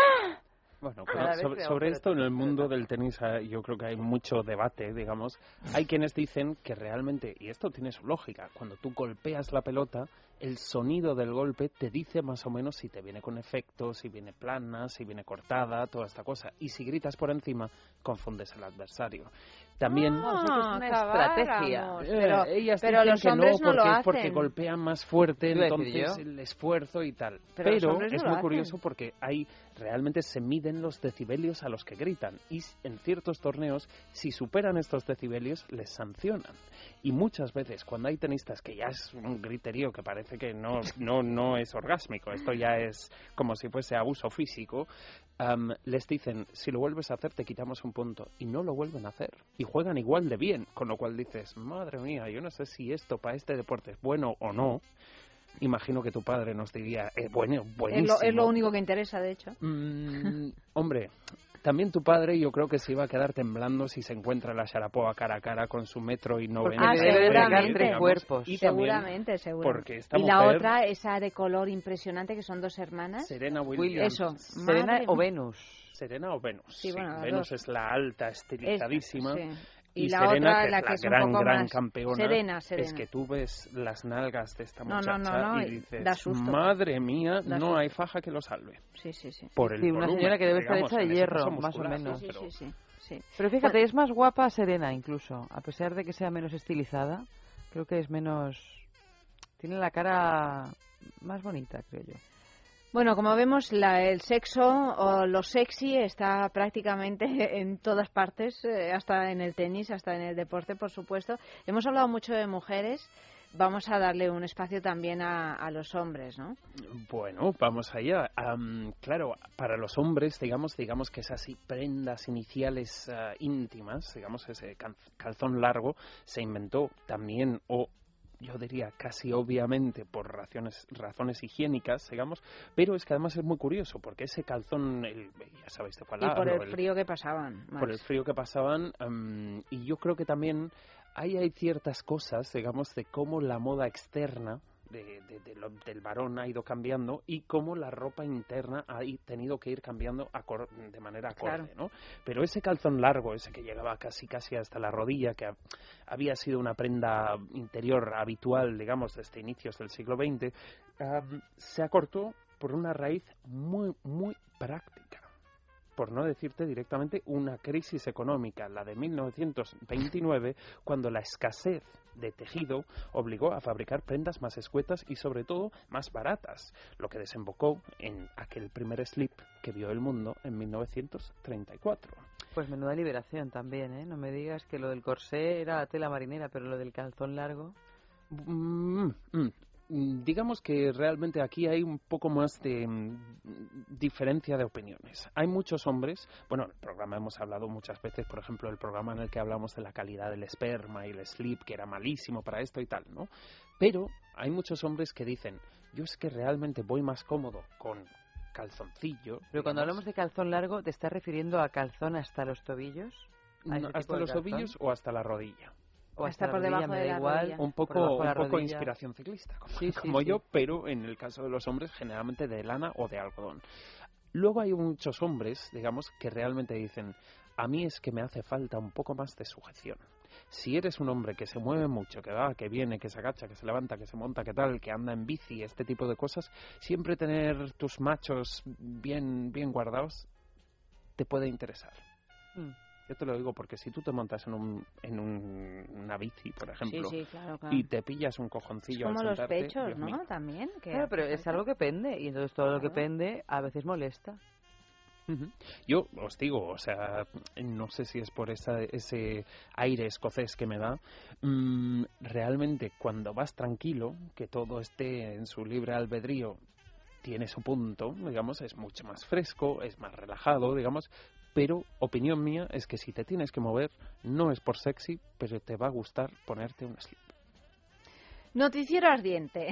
Bueno, Cada vez pero creo, sobre pero esto en el pero mundo tanto. del tenis yo creo que hay mucho debate, digamos. Hay quienes dicen que realmente, y esto tiene su lógica, cuando tú golpeas la pelota, el sonido del golpe te dice más o menos si te viene con efectos, si viene plana, si viene cortada, toda esta cosa. Y si gritas por encima, confundes al adversario. También... o sea que es una estrategia. acabáramos. ellas pero dicen los que hombres no lo porque, hacen. porque golpean más fuerte, Iba a decir entonces yo. el esfuerzo y tal. Pero los Pero hombres no es lo muy hacen. curioso porque realmente se miden los decibelios a los que gritan y en ciertos torneos, si superan estos decibelios, les sancionan. Y muchas veces, cuando hay tenistas que ya es un griterío que parece que no es orgásmico, esto ya es como si fuese abuso físico, les dicen, si lo vuelves a hacer te quitamos un punto, y no lo vuelven a hacer, y juegan igual de bien, con lo cual dices, madre mía, yo no sé si esto para este deporte es bueno o no. Imagino que tu padre nos diría, buenísimo. Es lo único que interesa, de hecho. Hombre, también tu padre yo creo que se iba a quedar temblando si se encuentra la Sharapova cara a cara con su 1,90 Porque Ah, le debe de pegar seguramente. entre cuerpos. Y también Seguramente. porque esta Y la mujer, otra, esa de color impresionante, que son dos hermanas. Serena Williams. Eso. Serena Madre o mía. Venus. Serena o Venus. Sí, bueno, las Venus dos. es la alta, estilizadísima. Sí. Y la Serena, otra, que la es que la es un gran, poco gran más campeona, Serena. es que tú ves las nalgas de esta No, muchacha no, y dices, da susto. madre mía, Da no susto. hay faja que lo salve. Sí. Por el Sí, una volumen, señora que debe estar digamos, hecha de en ese hierro, caso más o muscular, menos. pero- Sí. Pero fíjate, es más guapa Serena incluso, a pesar de que sea menos estilizada, creo que es menos... Tiene la cara más bonita, creo yo. Bueno, como vemos, el sexo o lo sexy está prácticamente en todas partes, hasta en el tenis, hasta en el deporte, por supuesto. Hemos hablado mucho de mujeres, vamos a darle un espacio también a los hombres, ¿no? Bueno, vamos allá. Claro, para los hombres, digamos que esas prendas iniciales íntimas, digamos, ese calzón largo, se inventó también, o yo diría casi obviamente por razones higiénicas, digamos, pero es que además es muy curioso, porque ese calzón, ya sabéis de cuál Y por hablo, el frío que pasaban. Max. Por el frío que pasaban, y yo creo que también hay ciertas cosas, digamos, de cómo la moda externa del varón ha ido cambiando y cómo la ropa interna ha tenido que ir cambiando de manera acorde, claro, ¿no? Pero ese calzón largo, ese que llegaba casi hasta la rodilla, que había sido una prenda interior habitual, digamos, desde inicios del siglo XX, se acortó por una raíz muy, muy práctica. Por no decirte directamente una crisis económica, la de 1929, cuando la escasez de tejido obligó a fabricar prendas más escuetas y sobre todo más baratas, lo que desembocó en aquel primer slip que vio el mundo en 1934. Pues menuda liberación también, ¿eh? No me digas que lo del corsé era tela marinera, pero lo del calzón largo... Digamos que realmente aquí hay un poco más de diferencia de opiniones. Hay muchos hombres, bueno, en el programa hemos hablado muchas veces, por ejemplo, el programa en el que hablamos de la calidad del esperma y el slip, que era malísimo para esto y tal, ¿no? Pero hay muchos hombres que dicen, yo es que realmente voy más cómodo con calzoncillo. Pero cuando hablamos de calzón largo, ¿te estás refiriendo a calzón hasta los tobillos? ¿Hasta los tobillos o hasta la rodilla? O hasta por debajo de la rodilla. Un poco inspiración ciclista, como yo, pero en el caso de los hombres generalmente de lana o de algodón. Luego hay muchos hombres, digamos, que realmente dicen, a mí es que me hace falta un poco más de sujeción. Si eres un hombre que se mueve mucho, que va, que viene, que se agacha, que se levanta, que se monta, que tal, que anda en bici, este tipo de cosas, siempre tener tus machos bien guardados te puede interesar. Yo te lo digo porque si tú te montas en una bici, por ejemplo, claro. y te pillas un cojoncillo es como al sentarte, los pechos, Dios ¿no? mío. También. Claro, pero es algo que pende, y entonces todo lo que pende a veces molesta. Yo os digo, o sea, no sé si es por ese aire escocés que me da, realmente cuando vas tranquilo, que todo esté en su libre albedrío, tiene su punto, digamos, es mucho más fresco, es más relajado, digamos, pero opinión mía es que si te tienes que mover, no es por sexy, pero te va a gustar ponerte un slip. Noticiero ardiente.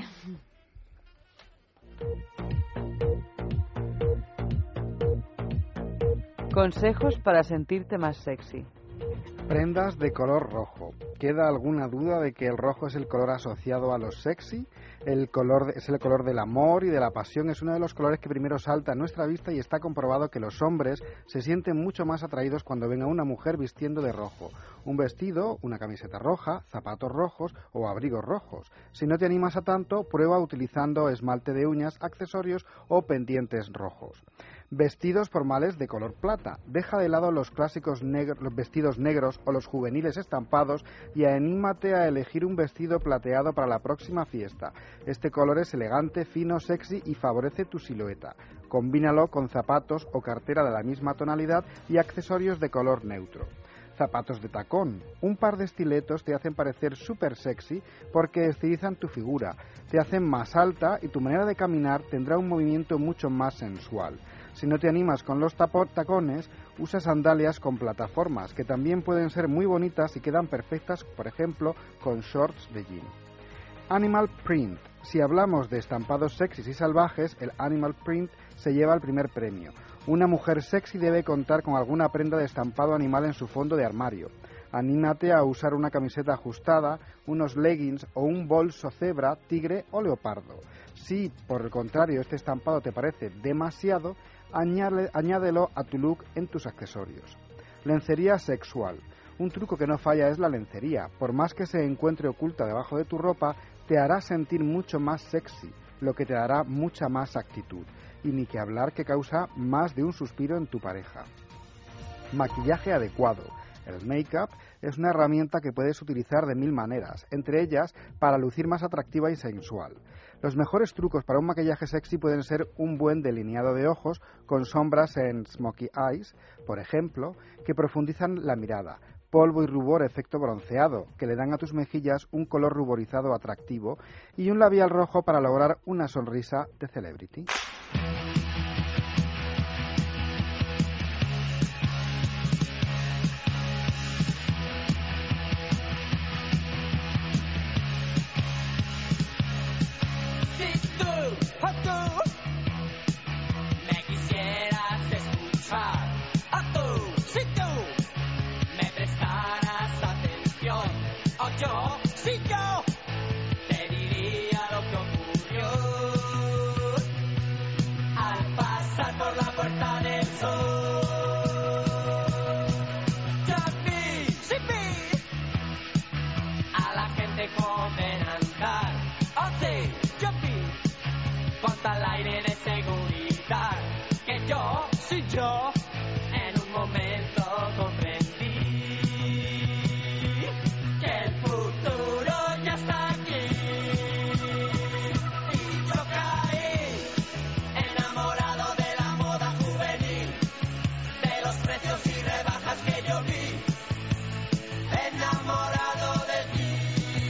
Consejos para sentirte más sexy. Prendas de color rojo. ¿Queda alguna duda de que el rojo es el color asociado a lo sexy? Es el color del amor y de la pasión. Es uno de los colores que primero salta a nuestra vista y está comprobado que los hombres se sienten mucho más atraídos cuando ven a una mujer vistiendo de rojo. Un vestido, una camiseta roja, zapatos rojos o abrigos rojos. Si no te animas a tanto, prueba utilizando esmalte de uñas, accesorios o pendientes rojos. Vestidos formales de color plata. Deja de lado los clásicos los vestidos negros o los juveniles estampados y anímate a elegir un vestido plateado para la próxima fiesta. Este color es elegante, fino, sexy y favorece tu silueta. Combínalo con zapatos o cartera de la misma tonalidad y accesorios de color neutro. Zapatos de tacón. Un par de estiletos te hacen parecer súper sexy porque estilizan tu figura, te hacen más alta y tu manera de caminar tendrá un movimiento mucho más sensual. Si no te animas con los tacones, usa sandalias con plataformas, que también pueden ser muy bonitas y quedan perfectas, por ejemplo, con shorts de jean. Animal print. Si hablamos de estampados sexys y salvajes, el animal print se lleva el primer premio. Una mujer sexy debe contar con alguna prenda de estampado animal en su fondo de armario. Anímate a usar una camiseta ajustada, unos leggings o un bolso cebra, tigre o leopardo. Si, por el contrario, este estampado te parece demasiado, añádelo a tu look en tus accesorios. Lencería sexual. Un truco que no falla es la lencería. Por más que se encuentre oculta debajo de tu ropa, te hará sentir mucho más sexy, lo que te dará mucha más actitud. Y ni que hablar que causa más de un suspiro en tu pareja. Maquillaje adecuado. El make-up es una herramienta que puedes utilizar de 1000 maneras, entre ellas para lucir más atractiva y sensual. Los mejores trucos para un maquillaje sexy pueden ser un buen delineado de ojos con sombras en smokey eyes, por ejemplo, que profundizan la mirada, polvo y rubor efecto bronceado, que le dan a tus mejillas un color ruborizado atractivo, y un labial rojo para lograr una sonrisa de celebrity. Me quisieras escuchar, si tú me prestaras atención, o yo, si yo te diría lo que ocurrió al pasar por la puerta del sol. Yo vi a la gente comentar, yo vi ponte al aire de seguridad, que yo, si yo, en un momento comprendí que el futuro ya está aquí. Y yo caí, enamorado de la moda juvenil, de los precios y rebajas que yo vi, enamorado de ti.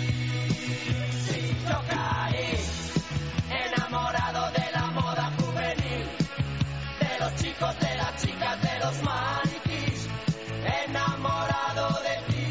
Sí, yo caí, enamorado de la moda juvenil, de los chicos, de las chicas, de los maniquís, enamorado de ti.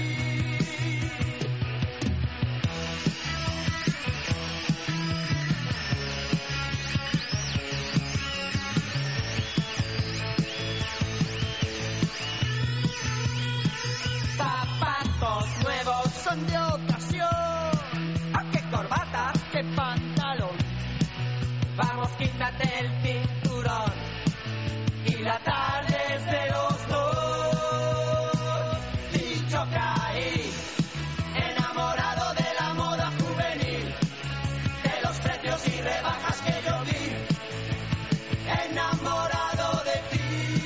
Zapatos nuevos son de ocasión, ¿a qué corbata, qué pantalón? Vamos, quítate el cinturón y la tarde es de los dos. Y yo caí, enamorado de la moda juvenil, de los precios y rebajas que yo vi, enamorado de ti.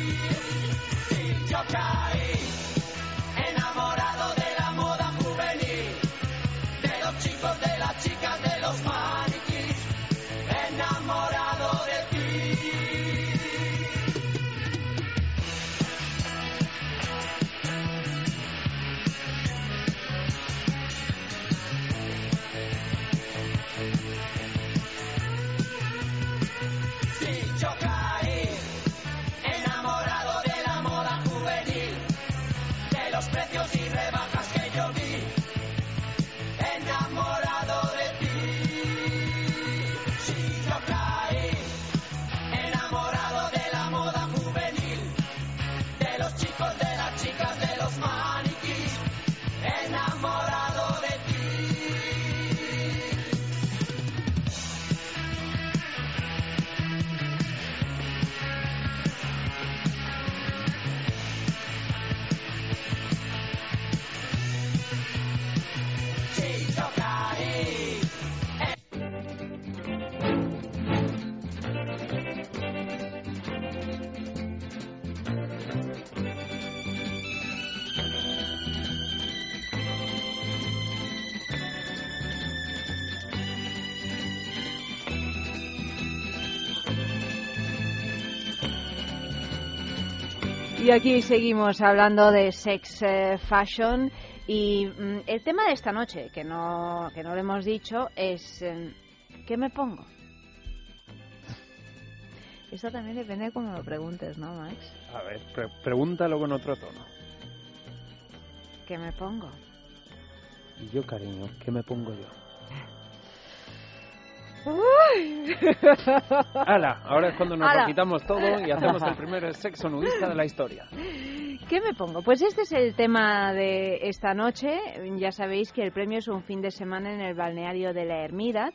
Y yo caí, enamorado de la moda juvenil, de los chicos, de las chicas, de los maniquís, enamorado de ti. Sí, yo caí, enamorado de la moda juvenil, de los precios y rebajas que yo vi, enamorado de ti. Sí, yo caí, enamorado de la moda juvenil, de los chicos, de las chicas, de los maniquís, enamorado de ti. Sí, yo caí. Y aquí seguimos hablando de sex fashion y el tema de esta noche, que no lo hemos dicho, es ¿qué me pongo? Esto también depende de cómo lo preguntes, ¿no, Max? A ver, pregúntalo con otro tono. ¿Qué me pongo? Y yo, cariño, ¿qué me pongo yo? ¡Hala! Ahora es cuando nos lo quitamos todo y hacemos el primer sexo nudista de la historia. ¿Qué me pongo? Pues este es el tema de esta noche. Ya sabéis que el premio es un fin de semana en el balneario de La Ermida,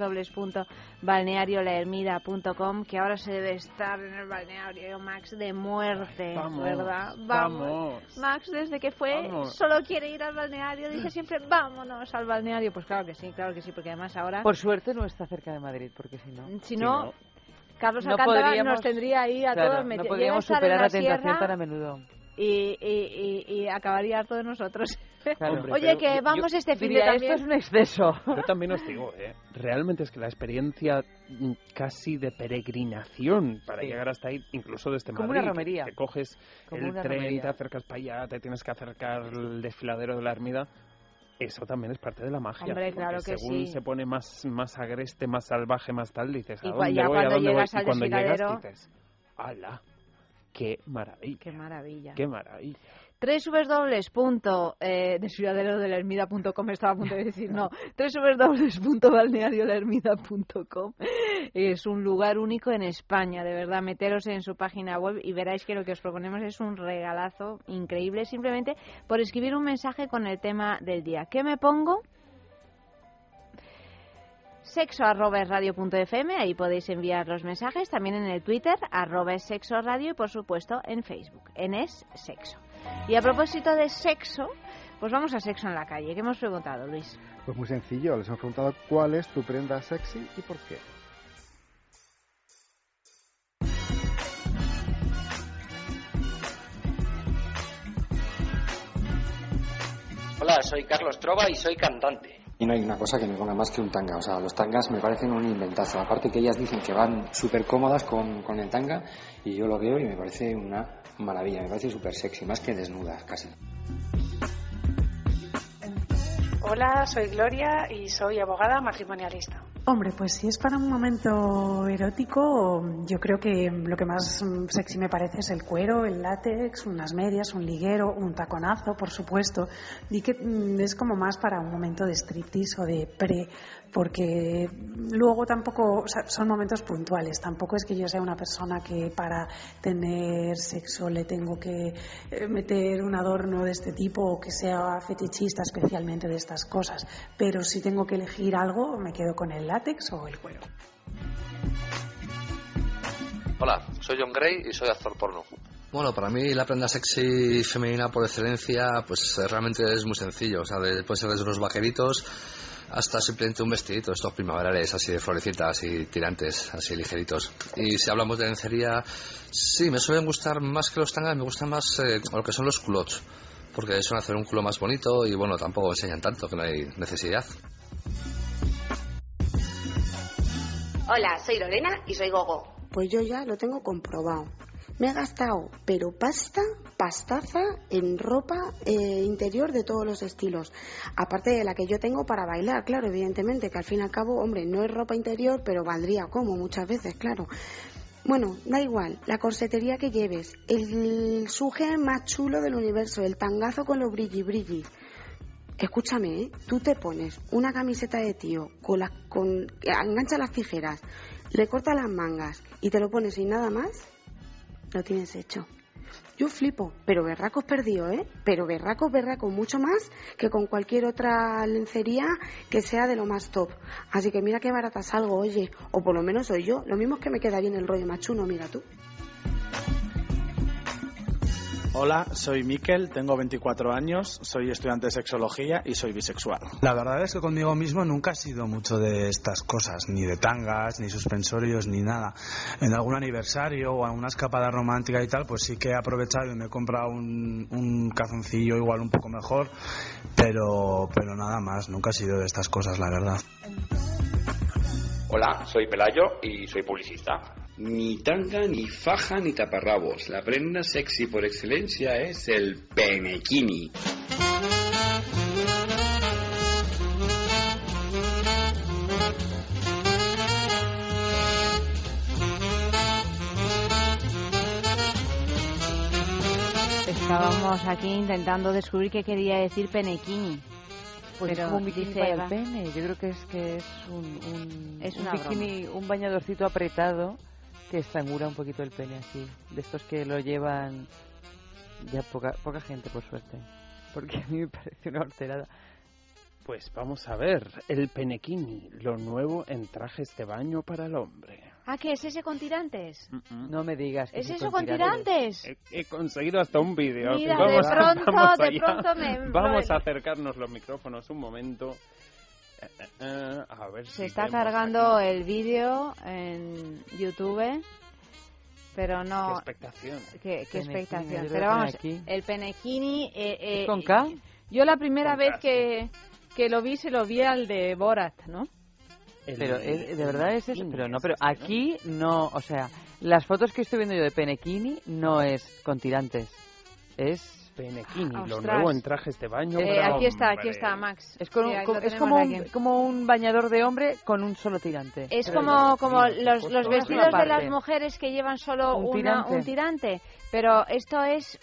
www.balneariolahermida.com, que ahora se debe estar en el balneario Max de muerte, Vamos, ¿verdad? Vamos. Max, desde que fue, solo quiere ir al balneario, dice siempre, vámonos al balneario. Pues claro que sí, porque además ahora... Por suerte no está cerca de Madrid, porque si no... Carlos no Alcántara nos tendría ahí a todos metidos. No podríamos superar la tentación tan a menudo. y acabaría harto de nosotros. Claro. Hombre, Oye, pero que vamos este fin de Diría, también. esto es un exceso. Yo también os digo, realmente es que la experiencia casi de peregrinación para Sí. llegar hasta ahí, incluso desde Como Madrid, una romería. te coges Como el una tren, romería. te acercas para allá, te tienes que acercar al desfiladero de la Ermida. Eso también es parte de la magia. Hombre, porque claro que según sí. se pone más agreste, más salvaje, más tal, dices, ¿a Y dónde ya voy? ¿A cuando dónde voy? llegas Y al cuando llegas desfiladero- dices, ¡hala! ¡Qué maravilla! Qué maravilla. ¡Qué maravilla! www.desfiladerodelermida.com estaba a punto de decir, no, www.balneariolermida.com es un lugar único en España, de verdad, meteros en su página web y veráis que lo que os proponemos es un regalazo increíble, simplemente por escribir un mensaje con el tema del día. ¿Qué me pongo? sexo@radio.fm, ahí podéis enviar los mensajes, también en el Twitter @sexoradio y por supuesto en Facebook, en Es Sexo. Y a propósito de sexo, pues vamos a Sexo en la Calle. ¿Qué hemos preguntado, Luis? Pues muy sencillo, les hemos preguntado cuál es tu prenda sexy y por qué. Hola, soy Carlos Trova y soy cantante. Y no hay una cosa que me ponga más que un tanga. O sea, los tangas me parecen un inventazo. Aparte que ellas dicen que van súper cómodas con el tanga y yo lo veo y me parece una maravilla. Me parece súper sexy, más que desnudas casi. Hola, soy Gloria y soy abogada matrimonialista. Hombre, pues si es para un momento erótico, yo creo que lo que más sexy me parece es el cuero, el látex, unas medias, un liguero, un taconazo, por supuesto. Y que es como más para un momento de striptease o de pre, porque luego tampoco, o sea, son momentos puntuales. Tampoco es que yo sea una persona que para tener sexo le tengo que meter un adorno de este tipo o que sea fetichista especialmente de estas cosas. Pero si tengo que elegir algo, me quedo con el látex o el cuero. Hola, soy John Gray y soy actor porno. Bueno, para mí la prenda sexy femenina por excelencia pues realmente es muy sencillo. O sea, puede ser desde unos vaqueritos hasta simplemente un vestidito, estos primaverales así de florecitas y tirantes, así ligeritos. Y si hablamos de lencería, sí, me suelen gustar más que los tangas, me gustan más lo que son los culots, porque suelen hacer un culo más bonito y bueno, tampoco enseñan tanto, que no hay necesidad. Hola, soy Lorena y soy Gogo. Pues yo ya lo tengo comprobado. Me he gastado, pero pastaza en ropa interior de todos los estilos. Aparte de la que yo tengo para bailar, claro, evidentemente, que al fin y al cabo, hombre, no es ropa interior, pero valdría como muchas veces, claro. Bueno, da igual, la corsetería que lleves, el suje más chulo del universo, el tangazo con los brilli. Escúchame, ¿eh? Tú te pones una camiseta de tío, engancha las tijeras, le corta las mangas y te lo pones sin nada más, lo tienes hecho. Yo flipo, pero berracos perdido, ¿eh? Pero berracos, mucho más que con cualquier otra lencería que sea de lo más top. Así que mira qué barata salgo, oye, o por lo menos soy yo. Lo mismo es que me queda bien el rollo machuno, mira tú. Hola, soy Miquel, tengo 24 años, soy estudiante de sexología y soy bisexual. La verdad es que conmigo mismo nunca he sido mucho de estas cosas, ni de tangas, ni suspensorios, ni nada. En algún aniversario o alguna escapada romántica y tal, pues sí que he aprovechado y me he comprado un calzoncillo igual un poco mejor, pero nada más, nunca he sido de estas cosas, la verdad. Hola, soy Pelayo y soy publicista. Ni tanga, ni faja, ni taparrabos. La prenda sexy por excelencia es el penekini. Estábamos aquí intentando descubrir qué quería decir penekini. Pues pero es como un bikini dice para Eva, el pene. Yo creo que es un una bikini, un bañadorcito apretado que estrangula un poquito el pene así. De estos que lo llevan ya poca gente, por suerte. Porque a mí me parece una horterada. Pues vamos a ver, el penekini, lo nuevo en trajes de baño para el hombre. ¿Ah, qué es ese con tirantes? No me digas que ¿Es eso con tirantes? He conseguido hasta un vídeo. Mira, Vamos, de pronto vamos a acercarnos los micrófonos un momento. A ver si se está vemos cargando aquí el vídeo en YouTube. pero no... ¡Qué expectación! ¡Qué expectación! Pero Pero vamos, aquí. el penekini... ¿Es con K? Yo la primera Con vez K, sí. que lo vi, se lo vi al de Borat, ¿no? Pero de verdad es eso, pero no, pero aquí no, o sea, las fotos que estoy viendo yo de penekini no es con tirantes, es Penekini, lo Ostras. nuevo en trajes de baño. Aquí hombre. está, Max. es, con Sí, un- ahí co- lo es tenemos como aquí. un bañador de hombre con un solo tirante. Es Pero como sí, los por supuesto. vestidos de Aparte. las mujeres que llevan solo Un tirante. un tirante, pero esto es...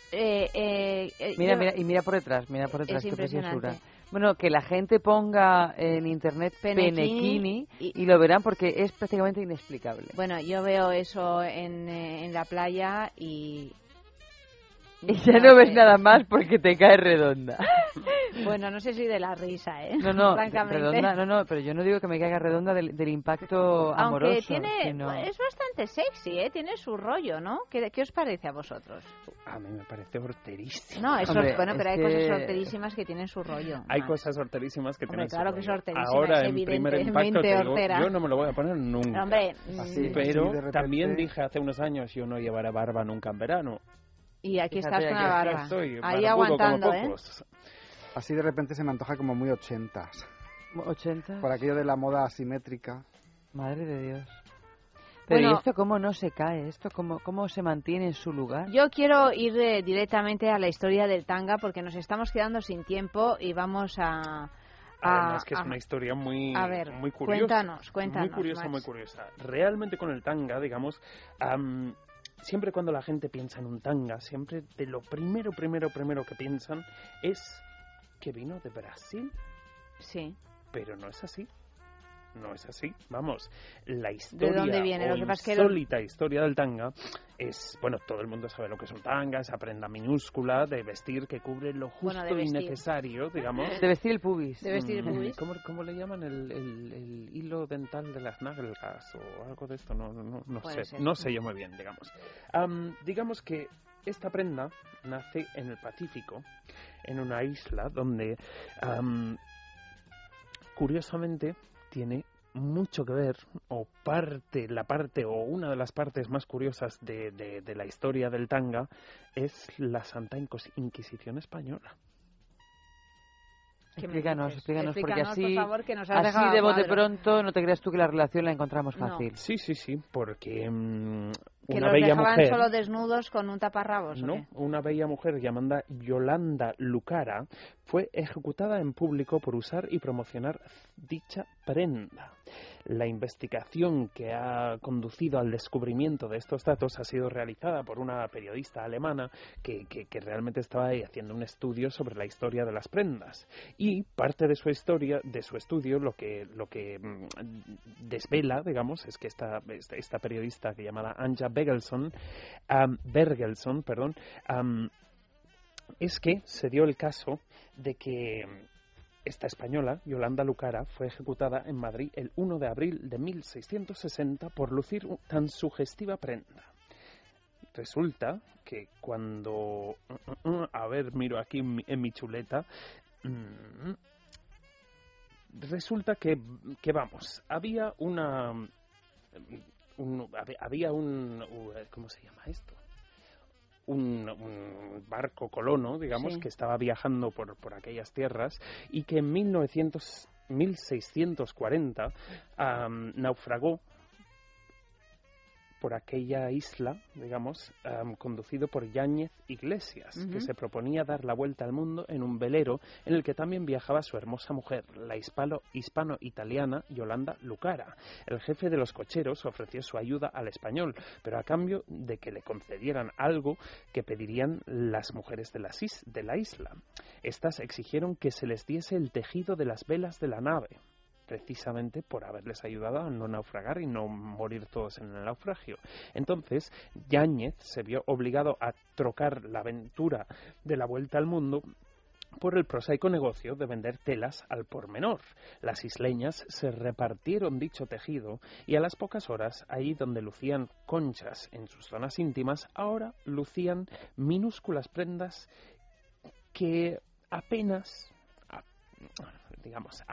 Mira por detrás, Es qué preciosura. impresionante. Bueno, que la gente ponga en internet Penekini penekini y lo verán porque es prácticamente inexplicable. Bueno, yo veo eso en la playa y... Y ya no ves nada más porque te cae redonda. Bueno, no sé si de la risa, ¿eh? No, Francamente. redonda, no, pero yo no digo que me caiga redonda del impacto amoroso. Aunque tiene, sino- es bastante sexy, ¿eh? Tiene su rollo, ¿no? ¿Qué os parece a vosotros? A mí me parece horterísimo. No, eso, Hombre, bueno, pero es hay cosas que- horterísimas que tienen su rollo. Hay Max. cosas horterísimas que Hombre, tienen su claro que es rollo. horterísima, Ahora, es en primer impacto, evidentemente te digo, hortera. yo no me lo voy a poner nunca. Hombre, Así, Pero así de repente- también dije hace unos años, yo no llevaré barba nunca en verano. y aquí Fíjate, estás con aquí la Ya barba. estoy, Ahí barbudo aguantando, como ¿eh? pocos. Así de repente se me antoja como muy 80s. 80. Por aquello de la moda asimétrica. Madre de Dios. Pero Bueno, ¿y esto cómo no se cae? ¿Esto cómo se mantiene en su lugar? Yo quiero ir directamente a la historia del tanga porque nos estamos quedando sin tiempo y vamos a... Además que es una historia muy, a ver, muy curiosa. cuéntanos, Muy curiosa, Max. muy curiosa. Realmente con el tanga, digamos, siempre cuando la gente piensa en un tanga, siempre de lo primero que piensan es que vino de Brasil. Sí. Pero no es así. No es así. Vamos, la historia, ¿De dónde viene? o Lo que pasa es que insólita historia del tanga es, bueno, todo el mundo sabe lo que es un tanga, esa prenda minúscula de vestir que cubre lo justo Bueno, de y vestir. necesario, digamos. De vestir el pubis. De vestir el pubis. ¿Cómo le llaman el hilo dental de las nalgas o algo de esto? No Puede sé. ser. No sé yo muy bien, digamos. Digamos que esta prenda nace en el Pacífico, en una isla donde, curiosamente, tiene mucho que ver, o una de las partes más curiosas de la historia del tanga es la Santa Inquisición española. Explícanos, porque Explícanos, así, por favor, que nos has dejado así de a bote cuadro. pronto no te creas tú que la relación la encontramos No. fácil. Sí, porque Que una los bella dejaban mujer... solo desnudos con un taparrabos, ¿o No, qué? una bella mujer llamada Yolanda Lucara fue ejecutada en público por usar y promocionar dicha prenda. La investigación que ha conducido al descubrimiento de estos datos ha sido realizada por una periodista alemana que realmente estaba ahí haciendo un estudio sobre la historia de las prendas. Y parte de su estudio, lo que desvela, digamos, es que esta periodista que llamada Anja Bergelson, es que se dio el caso de que esta española, Yolanda Lucara, fue ejecutada en Madrid el 1 de abril de 1660 por lucir tan sugestiva prenda. Resulta que cuando... a ver, miro aquí en mi chuleta... resulta que vamos, había había un ¿cómo se llama esto? Un barco colono, digamos, Sí. que estaba viajando por aquellas tierras y que en 1640 naufragó por aquella isla, digamos, conducido por Yáñez Iglesias, que se proponía dar la vuelta al mundo en un velero en el que también viajaba su hermosa mujer, la hispano-italiana Yolanda Lucara. El jefe de los cocheros ofreció su ayuda al español, pero a cambio de que le concedieran algo que pedirían las mujeres de la isla. Estas exigieron que se les diese el tejido de las velas de la nave, precisamente por haberles ayudado a no naufragar y no morir todos en el naufragio. Entonces, Yáñez se vio obligado a trocar la aventura de la vuelta al mundo por el prosaico negocio de vender telas al por menor. Las isleñas se repartieron dicho tejido y a las pocas horas, ahí donde lucían conchas en sus zonas íntimas, ahora lucían minúsculas prendas que apenas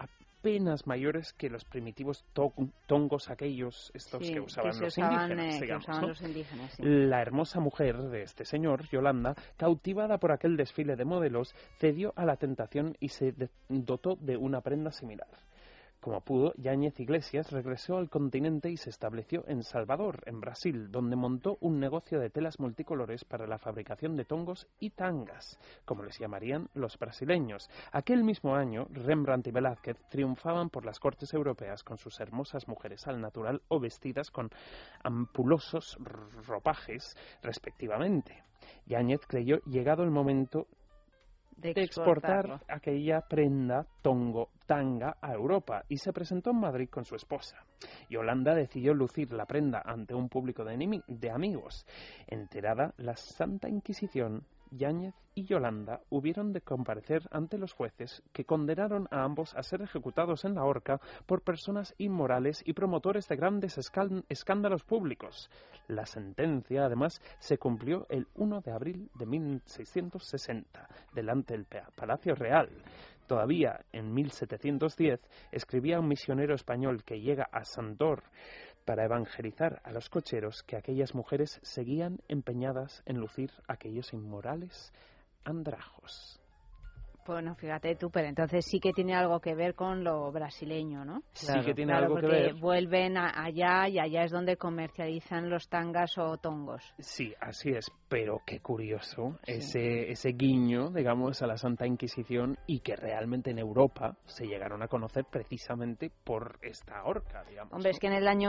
apenas mayores que los primitivos tongos aquellos, estos que usaban los indígenas, digamos, ¿no? los indígenas, sí. La hermosa mujer de este señor, Yolanda, cautivada por aquel desfile de modelos, cedió a la tentación y se dotó de una prenda similar. Como pudo, Yáñez Iglesias regresó al continente y se estableció en Salvador, en Brasil, donde montó un negocio de telas multicolores para la fabricación de tongos y tangas, como les llamarían los brasileños. Aquel mismo año, Rembrandt y Velázquez triunfaban por las cortes europeas con sus hermosas mujeres al natural o vestidas con ampulosos ropajes, respectivamente. Yáñez creyó llegado el momento de exportar aquella prenda tanga a Europa y se presentó en Madrid con su esposa. Yolanda decidió lucir la prenda ante un público de amigos. Enterada la Santa Inquisición, Yáñez y Yolanda hubieron de comparecer ante los jueces que condenaron a ambos a ser ejecutados en la horca por personas inmorales y promotores de grandes escándalos públicos. La sentencia, además, se cumplió el 1 de abril de 1660, delante del Palacio Real. Todavía en 1710 escribía un misionero español que llega a Santor para evangelizar a los cocheros que aquellas mujeres seguían empeñadas en lucir aquellos inmorales andrajos. Bueno, fíjate tú, pero entonces sí que tiene algo que ver con lo brasileño, ¿no? Claro, sí que tiene algo que ver. Porque vuelven allá y allá es donde comercializan los tangas o tongos. Sí, así es, pero qué curioso ese guiño, digamos, a la Santa Inquisición y que realmente en Europa se llegaron a conocer precisamente por esta horca, digamos. Hombre, es que en el año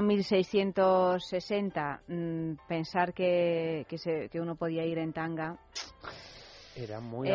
1660 pensar que uno podía ir en tanga... Era muy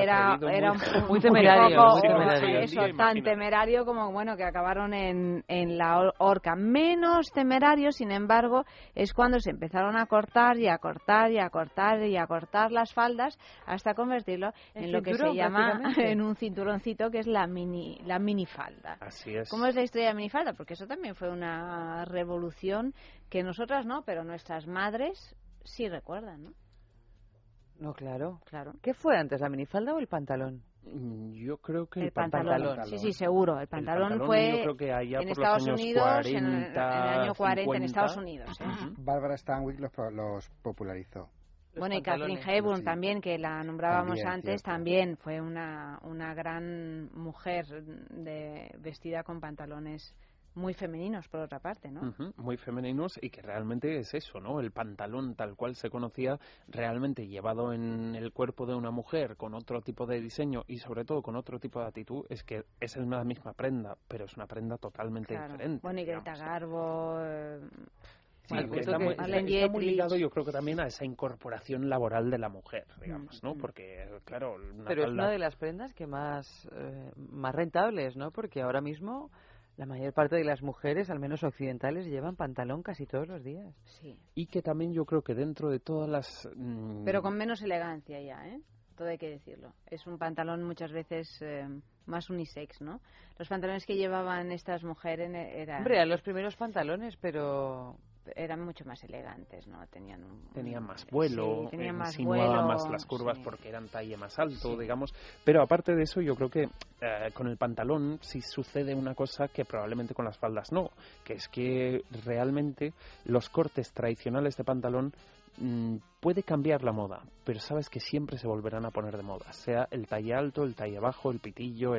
temerario. Eso, tan temerario como, bueno, que acabaron en la horca. Menos temerario, sin embargo, es cuando se empezaron a cortar y a cortar y a cortar y a cortar las faldas hasta convertirlo en lo que se llama en un cinturoncito, que es la minifalda. Así es. ¿Cómo es la historia de la minifalda? Porque eso también fue una revolución que nosotras no, pero nuestras madres sí recuerdan, ¿no? No, claro. ¿Qué fue antes, la minifalda o el pantalón? Yo creo que el pantalón. Sí, seguro. El pantalón fue yo creo que allá en por Estados los años Unidos, 40, en el año 40 50. en Estados Unidos. Barbara Stanwyck los popularizó. Bueno, y Katharine Hepburn también, que la nombrábamos antes, también fue una gran mujer vestida con pantalones muy femeninos, por otra parte, ¿no? Muy femeninos, y que realmente es eso, ¿no? El pantalón tal cual se conocía, realmente llevado en el cuerpo de una mujer con otro tipo de diseño y sobre todo con otro tipo de actitud, es que es la misma prenda, pero es una prenda totalmente diferente. Bueno, y Greta Garbo... Sí, está muy ligado, yo creo que también a esa incorporación laboral de la mujer, digamos, ¿no? Porque, claro... Pero es una de las prendas que más rentables, ¿no? Porque ahora mismo... La mayor parte de las mujeres, al menos occidentales, llevan pantalón casi todos los días. Sí. Y que también yo creo que dentro de todas las... Pero con menos elegancia ya, ¿eh? Todo hay que decirlo. Es un pantalón muchas veces más unisex, ¿no? Los pantalones que llevaban estas mujeres eran... Hombre, eran los primeros pantalones, pero... eran mucho más elegantes, ¿no? Tenían más vuelo, insinuaban más las curvas porque eran talle más alto, digamos. Pero aparte de eso, yo creo que con el pantalón sí sucede una cosa que probablemente con las faldas no, que es que realmente los cortes tradicionales de pantalón puede cambiar la moda, pero sabes que siempre se volverán a poner de moda, sea el talle alto, el talle bajo, el pitillo,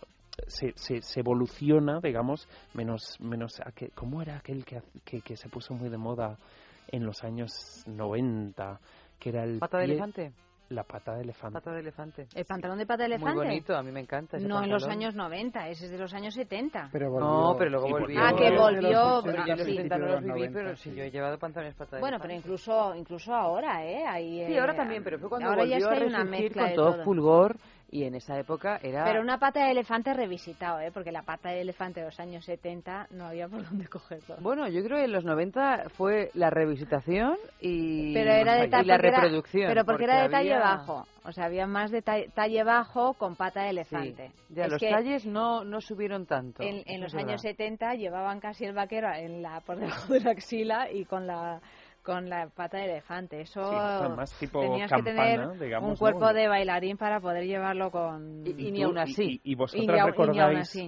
se evoluciona, digamos, menos ¿cómo era aquel que se puso muy de moda en los años 90? Que era el ¿Pata de elefante? La pata de elefante. Pata de elefante. ¿El pantalón de pata de elefante? Muy bonito, a mí me encanta ese No, pantalón. en los años 90, ese es de los años 70. Pero volvió. No, pero luego volvió. Ah, que volvió. Pero yo los sí. 70 no los viví, pero sí, yo he llevado pantalones pata de Bueno, elefante. pero incluso ahora, ¿eh? Sí, ahora también, pero fue cuando ahora volvió ya a hay una resurgir mezcla con de todo fulgor. Y en esa época era... Pero una pata de elefante revisitado, ¿eh? Porque la pata de elefante de los años 70 no había por dónde cogerlo. Bueno, yo creo que en los 90 fue la revisitación y la reproducción. Pero porque era de talle bajo. O sea, había más de talle bajo con pata de elefante. Sí. Ya, los talles no subieron tanto. En los años 70 llevaban casi el vaquero por debajo de la axila y con la pata de elefante. Eso más tipo tenías campana, que tener digamos, un cuerpo de bailarín para poder llevarlo con... Y ni aún así. Y vosotras recordáis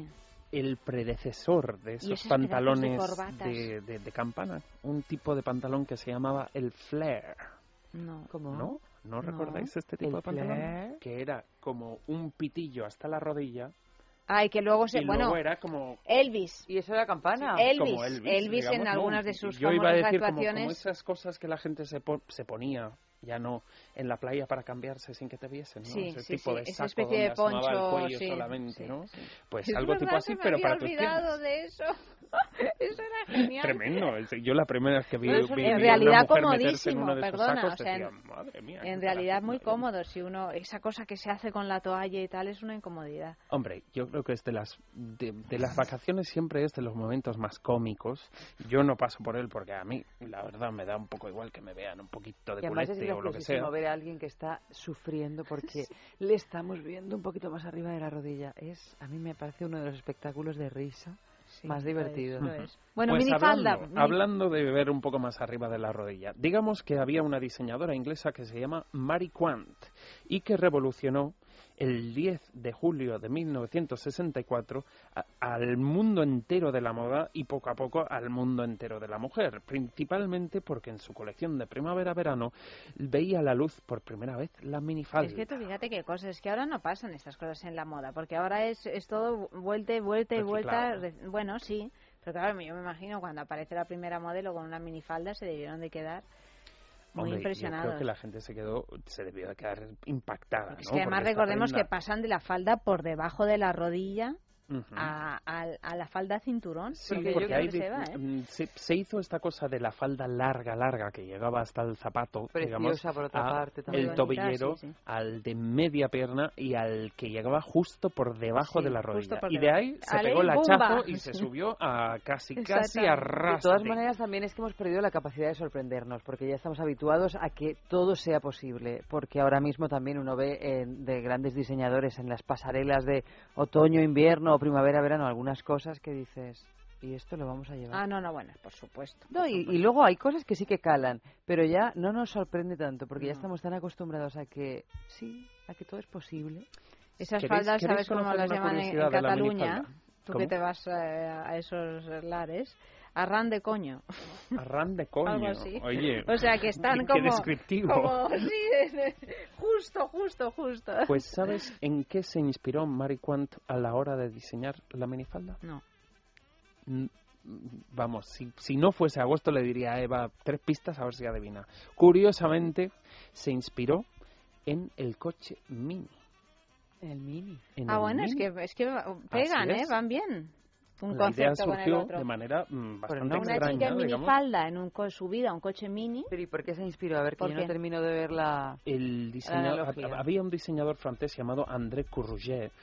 el predecesor de esos pantalones de campana, un tipo de pantalón que se llamaba el flare. No. ¿No? ¿No recordáis este tipo de pantalón? Flare. Que era como un pitillo hasta la rodilla. Ay, que luego luego era como Elvis. ¿Y eso era campana? Sí, Elvis digamos, en algunas de sus yo iba a decir actuaciones. como esas cosas que la gente se ponía, ya no en la playa para cambiarse sin que te viesen, ¿no? Sí, ese tipo de esa saco especie de donde asomaba poncho, el cuello solamente, ¿no? Pues algo tipo así, pero para tus piernas. Me había olvidado de eso. Eso era genial. Tremendo. Yo la primera vez que vi en realidad una mujer meterse en uno de esos perdona, sacos, o sea, decía, madre mía. En realidad muy cómodo. Si uno, esa cosa que se hace con la toalla y tal, es una incomodidad. Hombre, yo creo que es de las vacaciones siempre es de los momentos más cómicos. Yo no paso por él porque a mí, la verdad, me da un poco igual que me vean un poquito de culete o lo que sea. Ver a alguien que está sufriendo porque le estamos viendo un poquito más arriba de la rodilla. A mí me parece uno de los espectáculos de risa más divertidos. Bueno, pues minifalda. Hablando de ver un poco más arriba de la rodilla, digamos que había una diseñadora inglesa que se llama Mary Quant y que revolucionó el 10 de julio de 1964 al mundo entero de la moda y poco a poco al mundo entero de la mujer, principalmente porque en su colección de primavera-verano veía a la luz por primera vez la minifalda. Es que tú fíjate qué cosas, es que ahora no pasan estas cosas en la moda, porque ahora es todo vuelta y vuelta y vuelta. Bueno, sí, pero claro, yo me imagino cuando aparece la primera modelo con una minifalda se debieron de quedar muy impresionados. Yo creo que la gente se debió de quedar impactada. Es que además recordemos que pasan de la falda por debajo de la rodilla a la falda cinturón. Sí, porque se hizo esta cosa de la falda larga que llegaba hasta el zapato, digamos, por otra parte, también el tobillero, al de media pierna y al que llegaba justo por debajo de la rodilla. Y de ahí se pegó el hachazo y se subió a casi a ras. De todas maneras, también es que hemos perdido la capacidad de sorprendernos, porque ya estamos habituados a que todo sea posible, porque ahora mismo también uno ve de grandes diseñadores en las pasarelas de otoño, invierno, primavera, verano, algunas cosas que dices, ¿y esto lo vamos a llevar? Bueno, por supuesto. Y luego hay cosas que sí que calan, pero ya no nos sorprende tanto, porque ya estamos tan acostumbrados a que todo es posible. Esas faldas, ¿sabes cómo las llaman en Cataluña? Tú que te vas a esos lares. Arran de coño. Arran de coño. Algo así. Oye, o sea que están qué descriptivo. Justo. Pues ¿sabes en qué se inspiró Mary Quant a la hora de diseñar la minifalda? No. Vamos, si no fuese agosto le diría a Eva 3 pistas a ver si adivina. Curiosamente se inspiró en el coche Mini. El Mini. Bueno, es que pegan, van bien. La idea surgió de manera bastante extraña. Una chica en minifalda subida a un coche Mini. Pero ¿y por qué se inspiró? A ver, que yo no termino de ver la había un diseñador francés llamado André Courrèges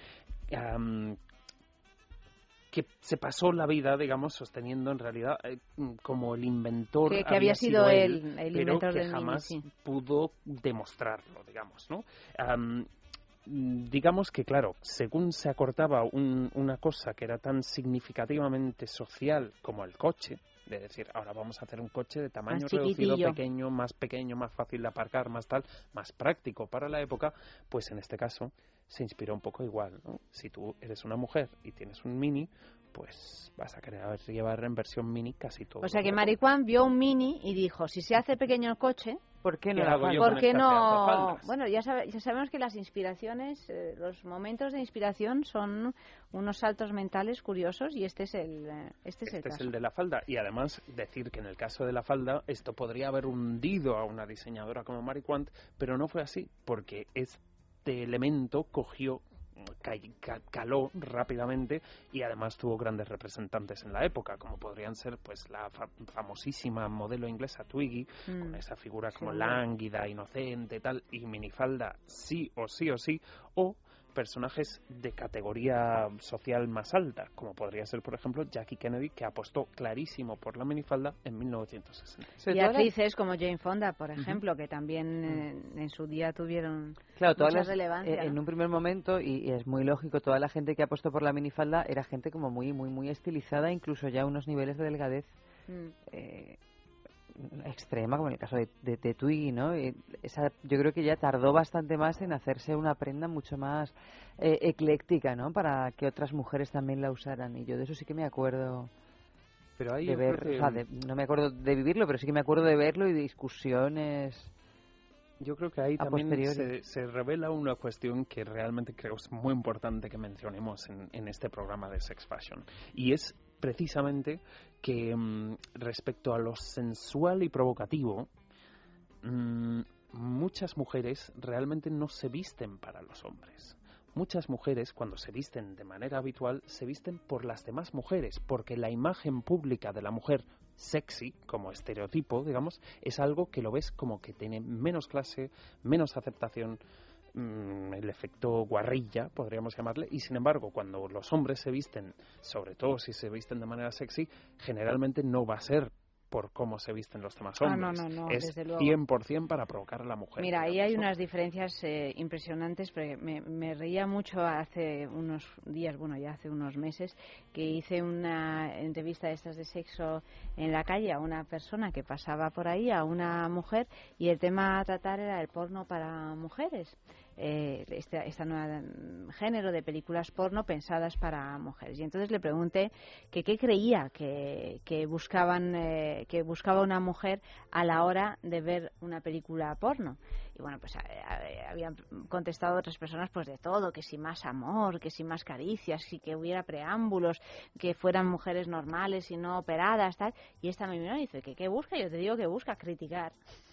que se pasó la vida, digamos, sosteniendo en realidad como el inventor que había sido él, el pero inventor que del jamás Mini, sí. pudo demostrarlo, digamos, ¿no? Digamos que, claro, según se acortaba una cosa que era tan significativamente social como el coche, de decir, ahora vamos a hacer un coche de tamaño reducido, pequeño, más fácil de aparcar, más práctico para la época, pues en este caso se inspiró un poco igual, ¿no? Si tú eres una mujer y tienes un Mini, pues vas a querer llevar en versión Mini casi todo. O sea que Mary Quant vio un Mini y dijo, si se hace pequeño el coche, ¿por qué no? Bueno, ya sabemos que las inspiraciones, los momentos de inspiración son unos saltos mentales curiosos y este es el caso. Es el de la falda. Y además decir que en el caso de la falda esto podría haber hundido a una diseñadora como Mary Quant, pero no fue así, porque este elemento caló rápidamente y además tuvo grandes representantes en la época, como podrían ser pues la famosísima modelo inglesa Twiggy, con esa figura como lánguida, inocente, tal, y minifalda sí o sí, o personajes de categoría social más alta, como podría ser, por ejemplo, Jackie Kennedy, que apostó clarísimo por la minifalda en 1960. Y actrices como Jane Fonda, por ejemplo, que también en su día tuvieron mucha relevancia. En un primer momento, y es muy lógico, toda la gente que apostó por la minifalda era gente como muy estilizada, incluso ya a unos niveles de delgadez extrema, como en el caso de Twiggy, ¿no? Yo creo que ella tardó bastante más en hacerse una prenda mucho más ecléctica, ¿no? Para que otras mujeres también la usaran. Y yo de eso sí que me acuerdo. Pero ahí de ver, o sea, no me acuerdo de vivirlo, pero sí que me acuerdo de verlo y de discusiones. Yo creo que ahí también se revela una cuestión que realmente creo es muy importante que mencionemos en este programa de Sex Fashion. Y es precisamente que respecto a lo sensual y provocativo, muchas mujeres realmente no se visten para los hombres. Muchas mujeres, cuando se visten de manera habitual, se visten por las demás mujeres, porque la imagen pública de la mujer sexy, como estereotipo, digamos, es algo que lo ves como que tiene menos clase, menos aceptación, el efecto guarrilla, podríamos llamarle, y sin embargo, cuando los hombres se visten, sobre todo si se visten de manera sexy, generalmente no va a ser por cómo se visten los demás hombres. No, es desde luego. 100% para provocar a la mujer. Mira, ahí hay unas diferencias impresionantes, porque me reía mucho hace unos días, bueno, ya hace unos meses, que hice una entrevista de estas de sexo en la calle a una persona que pasaba por ahí, a una mujer, y el tema a tratar era el porno para mujeres. Este nuevo género de películas porno pensadas para mujeres. Y entonces le pregunté que qué creía que buscaba una mujer a la hora de ver una película porno. Y bueno, pues habían contestado otras personas pues de todo, que si más amor, que si más caricias, que hubiera preámbulos, que fueran mujeres normales y no operadas, tal. Y esta me miró y dice, ¿qué busca? Yo te digo que busca criticar.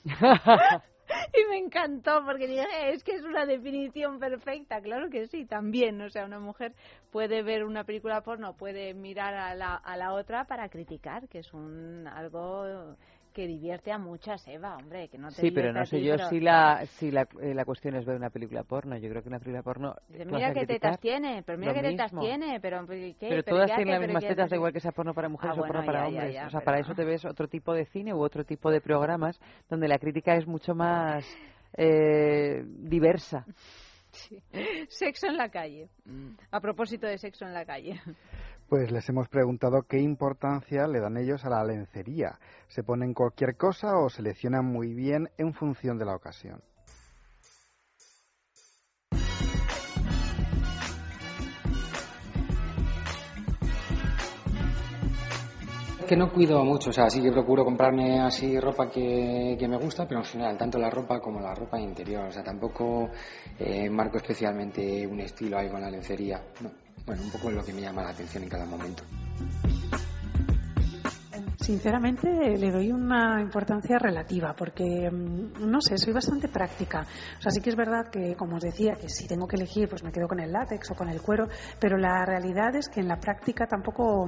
Y me encantó porque dije, es que es una definición perfecta. Claro que sí, también. O sea, una mujer puede ver una película porno, puede mirar a la otra para criticar, que es algo que divierte a muchas, Eva, hombre, que no te sí, pero no sé yo si la cuestión es ver una película porno. Yo creo que una película porno... Mira qué tetas tiene, pero mira qué tetas tiene, pero ¿qué? Pero todas tienen las mismas tetas, da igual que sea porno para mujeres o porno para hombres. O sea, para eso te ves otro tipo de cine u otro tipo de programas donde la crítica es mucho más diversa. Sí. Sexo en la calle. A propósito de sexo en la calle. Pues les hemos preguntado qué importancia le dan ellos a la lencería. ¿Se ponen cualquier cosa o seleccionan muy bien en función de la ocasión? Que no cuido mucho, o sea, sí que procuro comprarme así ropa que me gusta, pero en general, tanto la ropa como la ropa interior, o sea, tampoco marco especialmente un estilo ahí con la lencería, no. Bueno, un poco es lo que me llama la atención en cada momento. Sinceramente le doy una importancia relativa porque, no sé, soy bastante práctica. O sea, sí que es verdad que, como os decía, que si tengo que elegir, pues me quedo con el látex o con el cuero, pero la realidad es que en la práctica tampoco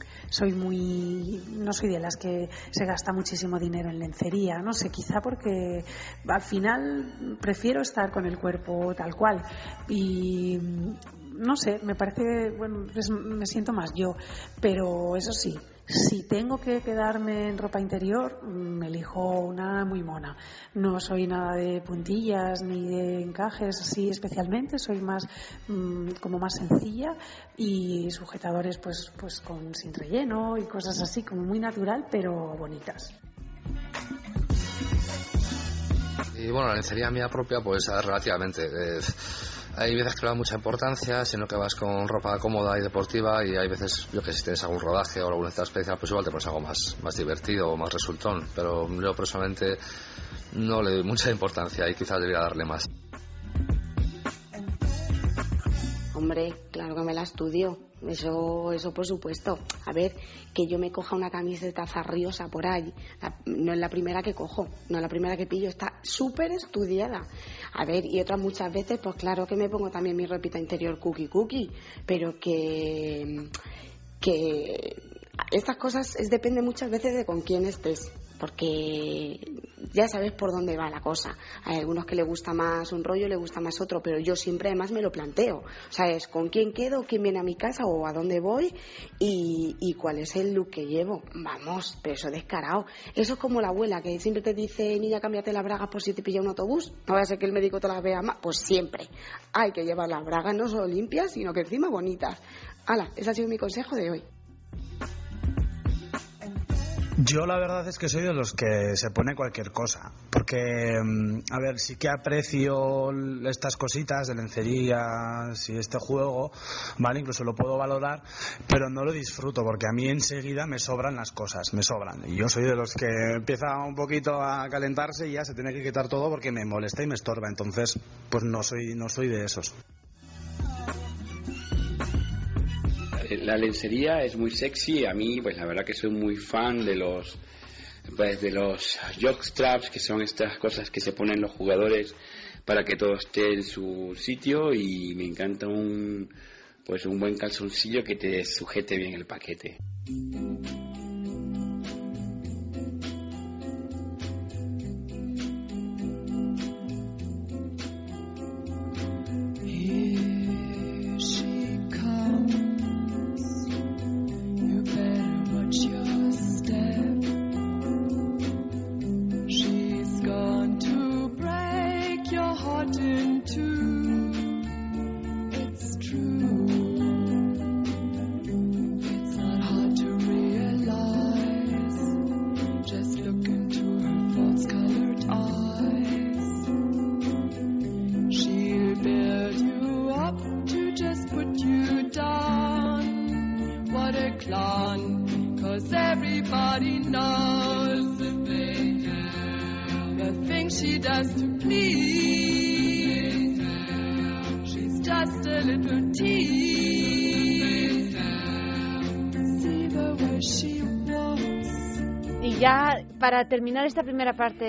no soy de las que se gasta muchísimo dinero en lencería. No sé, quizá porque al final prefiero estar con el cuerpo tal cual y... No sé, me parece, bueno, me siento más yo, pero eso sí, si tengo que quedarme en ropa interior, me elijo una muy mona. No soy nada de puntillas ni de encajes así especialmente, soy más como más sencilla y sujetadores pues sin relleno y cosas así, como muy natural pero bonitas. Y bueno, la lencería mía propia pues relativamente... Hay veces que le da mucha importancia, sino que vas con ropa cómoda y deportiva, y hay veces, yo que si tienes algún rodaje o alguna cita especial, pues igual te pones algo más divertido o más resultón, pero yo personalmente no le doy mucha importancia y quizás debería darle más. Hombre, claro que me la estudio, eso por supuesto. A ver, que yo me coja una camiseta zarriosa por ahí, no es la primera que cojo, no es la primera que pillo, está súper estudiada. A ver, y otras muchas veces, pues claro que me pongo también mi ropita interior cookie, pero que estas cosas depende muchas veces de con quién estés, porque ya sabes por dónde va la cosa. Hay algunos que le gusta más un rollo, le gusta más otro, pero yo siempre además me lo planteo. O sea, es con quién quedo, quién viene a mi casa o a dónde voy y cuál es el look que llevo. Vamos, pero eso descarado. Eso es como la abuela que siempre te dice, niña, cámbiate las bragas por si te pilla un autobús. No vaya a ser que el médico te las vea más. Pues siempre hay que llevar las bragas no solo limpias, sino que encima bonitas. Hala, ese ha sido mi consejo de hoy. Yo la verdad es que soy de los que se pone cualquier cosa, porque, a ver, sí que aprecio estas cositas de lencerías y este juego, ¿vale? Incluso lo puedo valorar, pero no lo disfruto, porque a mí enseguida me sobran las cosas, me sobran. Y yo soy de los que empieza un poquito a calentarse y ya se tiene que quitar todo porque me molesta y me estorba, entonces pues no soy de esos. La lencería es muy sexy. A mí, pues la verdad que soy muy fan de los jockstraps, que son estas cosas que se ponen los jugadores para que todo esté en su sitio, y me encanta un buen calzoncillo que te sujete bien el paquete. Y ya para terminar esta primera parte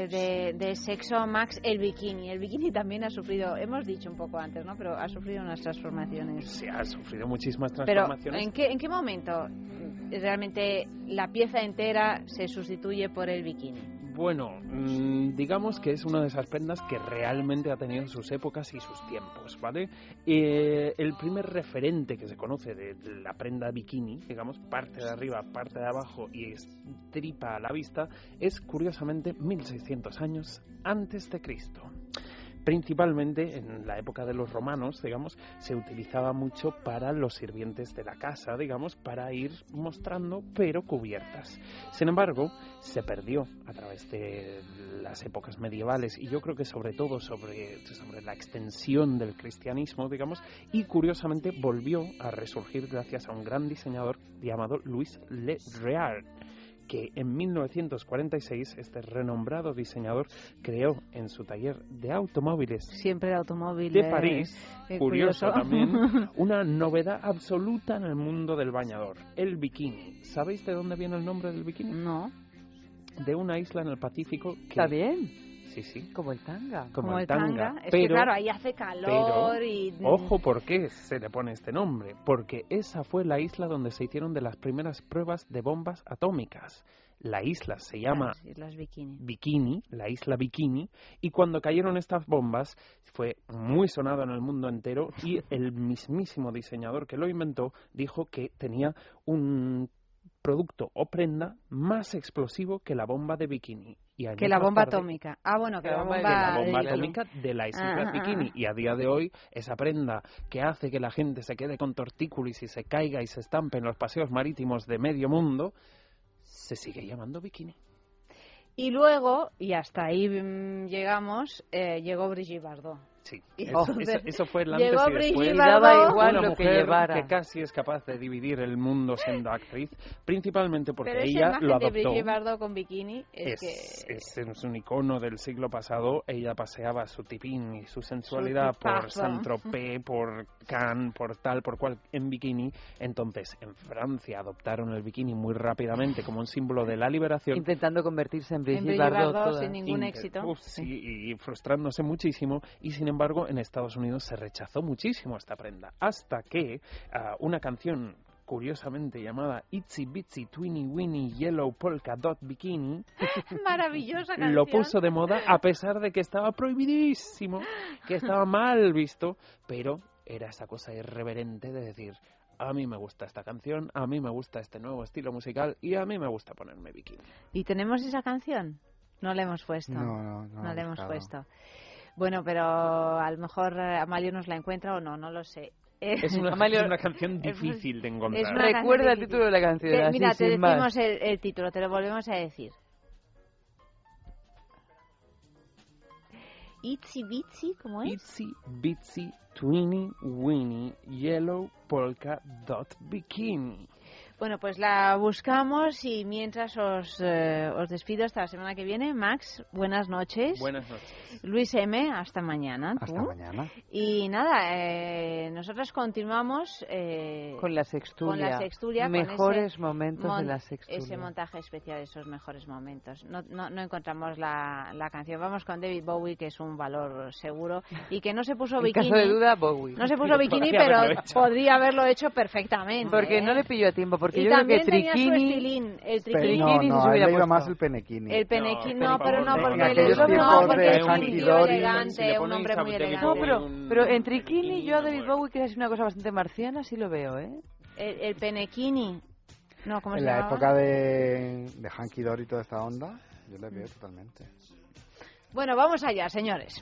de Sexo, Max, el bikini. El bikini también ha sufrido, hemos dicho un poco antes, ¿no? Pero ha sufrido unas transformaciones. Sí, ha sufrido muchísimas transformaciones. Pero ¿en qué momento realmente la pieza entera se sustituye por el bikini? Bueno, digamos que es una de esas prendas que realmente ha tenido sus épocas y sus tiempos, ¿vale? El primer referente que se conoce de la prenda bikini, digamos, parte de arriba, parte de abajo y estripa a la vista, es curiosamente 1600 años antes de Cristo. Principalmente en la época de los romanos, digamos, se utilizaba mucho para los sirvientes de la casa, digamos, para ir mostrando, pero cubiertas. Sin embargo, se perdió a través de las épocas medievales, y yo creo que sobre todo sobre la extensión del cristianismo, digamos, y curiosamente volvió a resurgir gracias a un gran diseñador llamado Louis Le Réard, que en 1946 este renombrado diseñador creó en su taller de automóviles, siempre el automóvil de París, curioso también, una novedad absoluta en el mundo del bañador, el bikini. ¿Sabéis de dónde viene el nombre del bikini? No. De una isla en el Pacífico que... ¿Está bien? Sí. Como el tanga. Como el tanga. Es pero, que claro, ahí hace calor y... Ojo, ¿por qué se le pone este nombre? Porque esa fue la isla donde se hicieron de las primeras pruebas de bombas atómicas. La isla se llama Bikini, la isla Bikini, y cuando cayeron estas bombas fue muy sonado en el mundo entero, y el mismísimo diseñador que lo inventó dijo que tenía un producto o prenda más explosivo que la bomba de bikini. Y que la bomba atómica. Ah, bueno, que la bomba atómica de la isla bikini. Y a día de hoy, esa prenda que hace que la gente se quede con tortícolis y se caiga y se estampe en los paseos marítimos de medio mundo, se sigue llamando bikini. Y luego, y hasta ahí llegamos, llegó Brigitte Bardot. Sí, eso fue el antes y después. Y daba igual una lo que llevara. Que casi es capaz de dividir el mundo siendo actriz, principalmente porque pero ella lo adoptó. De Brigitte Bardot con bikini es un icono del siglo pasado. Ella paseaba su tipín y su sensualidad por Saint-Tropez, por Cannes, por tal, por cual, en bikini. Entonces, en Francia adoptaron el bikini muy rápidamente como un símbolo de la liberación. Intentando convertirse en Brigitte Bardot sin ningún éxito. Sí, y frustrándose muchísimo. Y sin embargo, en Estados Unidos se rechazó muchísimo esta prenda, hasta que una canción curiosamente llamada Itsy Bitsy Twinny Winnie Yellow Polka Dot Bikini maravillosa canción, lo puso de moda, a pesar de que estaba prohibidísimo, que estaba mal visto, pero era esa cosa irreverente de decir: a mí me gusta esta canción, a mí me gusta este nuevo estilo musical y a mí me gusta ponerme bikini. ¿Y tenemos esa canción? No la hemos puesto. No la hemos puesto. Bueno, pero a lo mejor Amalio nos la encuentra o no lo sé. Es una canción difícil de encontrar. Recuerda el título de la canción. Mira, así, te sin decimos más. el título, te lo volvemos a decir. Itsy Bitsy, ¿cómo es? Itsy Bitsy Tweeny Weeny Yellow Polka Dot Bikini. Bueno, pues la buscamos y mientras os despido hasta la semana que viene. Max, buenas noches. Buenas noches. Luis M, hasta mañana. Hasta mañana. Y nada, nosotros continuamos con la sextulia. Mejores momentos de la sextulia. Ese montaje especial, esos mejores momentos. No encontramos la canción. Vamos con David Bowie, que es un valor seguro y que no se puso bikini. En caso de duda, Bowie. No se puso bikini, pero podría haberlo hecho perfectamente. Porque no le pilló a tiempo. Porque y yo también creo que tenía triquini, su estilín. El triquini no, se le iba más el penequini. El penequini, no, pero no, porque él es un tío elegante, un hombre muy elegante. No, pero en triquini yo a David Bowie, que es una cosa bastante marciana, sí lo veo, ¿eh? El penequini. No, ¿cómo se llama? En la época de Hanky Dory y toda esta onda, yo le veo totalmente. Bueno, vamos allá, señores.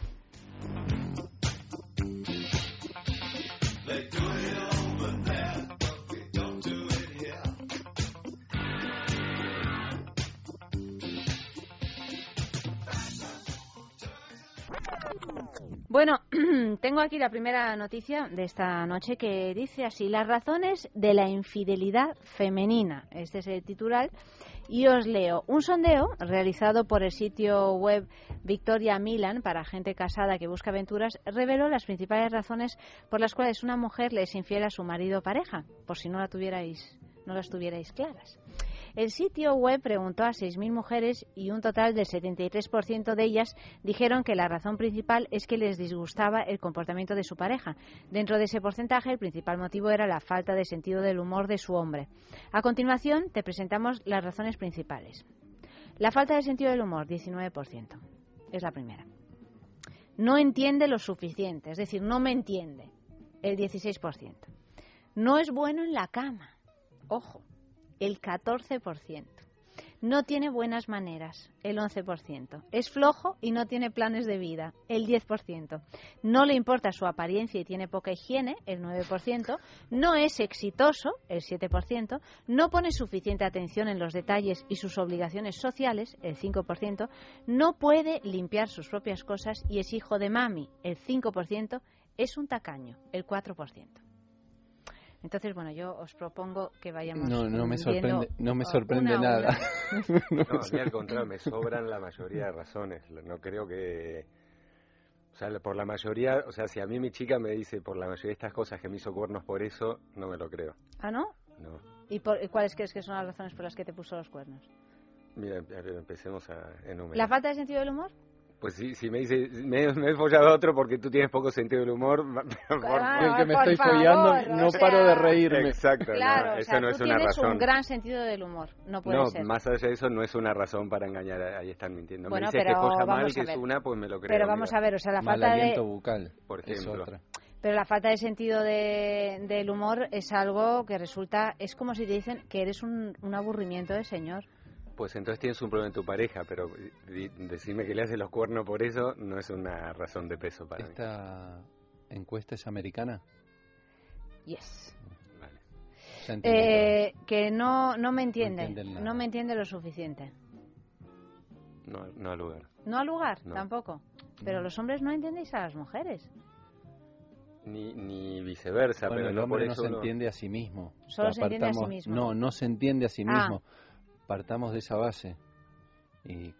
Bueno, tengo aquí la primera noticia de esta noche que dice así: las razones de la infidelidad femenina. Este es el titular y os leo. Un sondeo realizado por el sitio web Victoria Milan para gente casada que busca aventuras reveló las principales razones por las cuales una mujer le es infiel a su marido o pareja, por si no las tuvierais claras. El sitio web preguntó a 6.000 mujeres y un total del 73% de ellas dijeron que la razón principal es que les disgustaba el comportamiento de su pareja. Dentro de ese porcentaje, el principal motivo era la falta de sentido del humor de su hombre. A continuación, te presentamos las razones principales. La falta de sentido del humor, 19%. Es la primera. No entiende lo suficiente, es decir, no me entiende, el 16%. No es bueno en la cama, ojo, el 14%. No tiene buenas maneras, el 11%. Es flojo y no tiene planes de vida, el 10%. No le importa su apariencia y tiene poca higiene, el 9%. No es exitoso, el 7%. No pone suficiente atención en los detalles y sus obligaciones sociales, el 5%. No puede limpiar sus propias cosas y es hijo de mami, el 5%. Es un tacaño, el 4%. Entonces, bueno, yo os propongo que vayamos. No me sorprende nada. No, a mí al contrario, me sobran la mayoría de razones. No creo que. O sea, por la mayoría. O sea, si a mí mi chica me dice por la mayoría de estas cosas que me hizo cuernos por eso, no me lo creo. ¿Ah, no? No. ¿Y cuáles crees que son las razones por las que te puso los cuernos? Mira, empecemos a enumerar. ¿La falta de sentido del humor? Pues si me dice, me he follado a otro porque tú tienes poco sentido del humor. El que me estoy follando, no paro de reírme. Exacto, claro, no, eso no es una razón. Tienes un gran sentido del humor, no puede ser. No, más allá de eso no es una razón para engañar, ahí están mintiendo. Bueno, me dices pero que folla mal, que es una, pues me lo creo. Pero vamos a ver, o sea, la falta de... bucal, por ejemplo. Pero la falta de sentido del humor es algo que resulta, es como si te dicen que eres un aburrimiento de señor. Pues entonces tienes un problema en tu pareja, pero decirme que le haces los cuernos por eso no es una razón de peso para mí. ¿Esta encuesta es americana? Yes. Vale. Que no me entiende, no me entiende lo suficiente. No al lugar. No al lugar, no. Tampoco. Pero los hombres no entendéis a las mujeres. Ni viceversa, bueno, pero el no hombre por eso no se entiende a sí mismo. Solo se entiende a sí mismo. No se entiende a sí mismo. Partamos de esa base. Y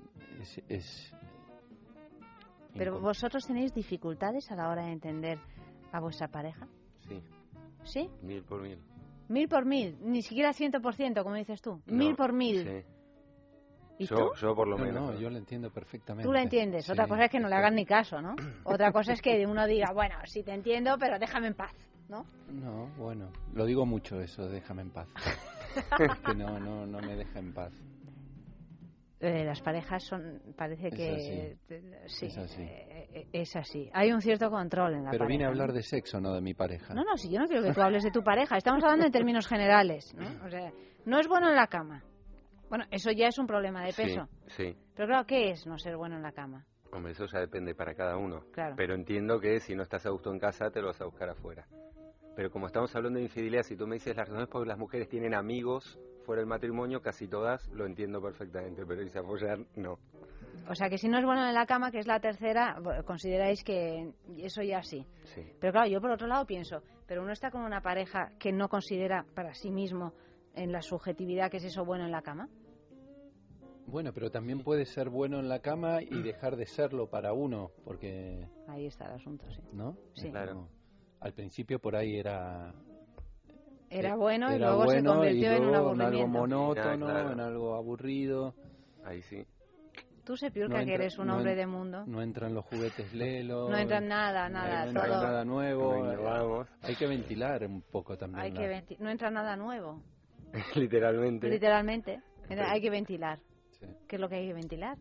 ¿Pero vosotros tenéis dificultades a la hora de entender a vuestra pareja? Sí. ¿Sí? 1000 por 1000. 1000 por 1000, ni siquiera 100%, como dices tú. 1000 por 1000. Sí. ¿Y tú? Yo por lo menos. No, yo lo entiendo perfectamente. Tú la entiendes. Otra cosa es que no le hagan ni caso, ¿no? Otra cosa es que uno diga, bueno, sí te entiendo, pero déjame en paz, ¿no? No, bueno, lo digo mucho eso, déjame en paz. Que no me deja en paz. Las parejas parece que sí, es así. Hay un cierto control en la pareja. Pero vine a hablar de sexo, no de mi pareja. No, si yo no quiero que tú hables de tu pareja. Estamos hablando en términos generales, ¿no? O sea, no es bueno en la cama. Bueno, eso ya es un problema de peso. Sí. Pero claro, ¿qué es no ser bueno en la cama? Hombre, eso ya depende para cada uno. Claro. Pero entiendo que si no estás a gusto en casa, te lo vas a buscar afuera. Pero como estamos hablando de infidelidad, si tú me dices las razones por las mujeres tienen amigos fuera del matrimonio, casi todas lo entiendo perfectamente, pero irse a follar, no. O sea, que si no es bueno en la cama, que es la tercera, consideráis que eso ya sí. Sí. Pero claro, yo por otro lado pienso, pero uno está con una pareja que no considera para sí mismo en la subjetividad que es eso bueno en la cama. Bueno, pero también puede ser bueno en la cama y dejar de serlo para uno, porque... Ahí está el asunto, sí. ¿No? Sí. Claro. Al principio por ahí era bueno y era luego bueno, se convirtió en un aburrimiento. En algo monótono, claro. En algo aburrido. Ahí sí. Tú, Sepiurca, que eres un hombre de mundo. No entran los juguetes Lelo. No entran nada, No todo. entra nada nuevo. Vamos. Hay que ventilar un poco también. No entra nada nuevo. Literalmente. Literalmente. Hay que ventilar. Sí. ¿Qué es lo que hay que ventilar?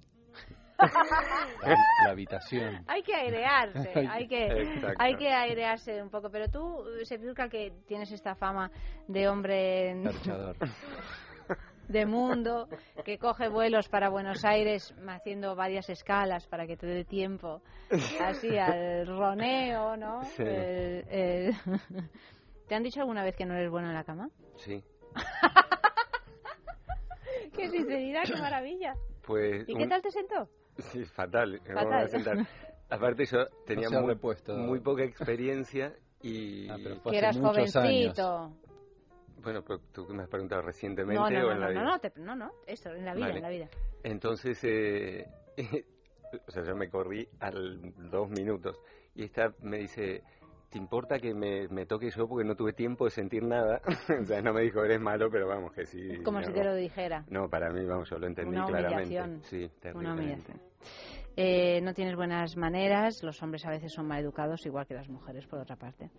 La habitación. Hay que airearse, hay que airearse un poco. Pero tú, Sepiurca, que tienes esta fama de hombre de mundo, que coge vuelos para Buenos Aires haciendo varias escalas para que te dé tiempo así al roneo, ¿no? Sí. ¿Te han dicho alguna vez que no eres bueno en la cama? Sí. ¡Qué sinceridad, qué maravilla! Pues, ¿Y qué tal te sentó? Sí, fatal. Me voy a sentar. Aparte yo tenía muy poca experiencia y... que eras jovencito. Años. Bueno, pero tú me has preguntado recientemente o en la vida. No, esto, en la vida, vale. En la vida. Entonces, o sea, yo me corrí a 2 minutos y esta me dice... ¿Te importa que me toque yo porque no tuve tiempo de sentir nada? O sea, no me dijo, eres malo, pero vamos, que sí. Como si te lo dijera. No, para mí, vamos, yo lo entendí claramente. Sí, una humillación. No tienes buenas maneras, los hombres a veces son maleducados, igual que las mujeres, por otra parte.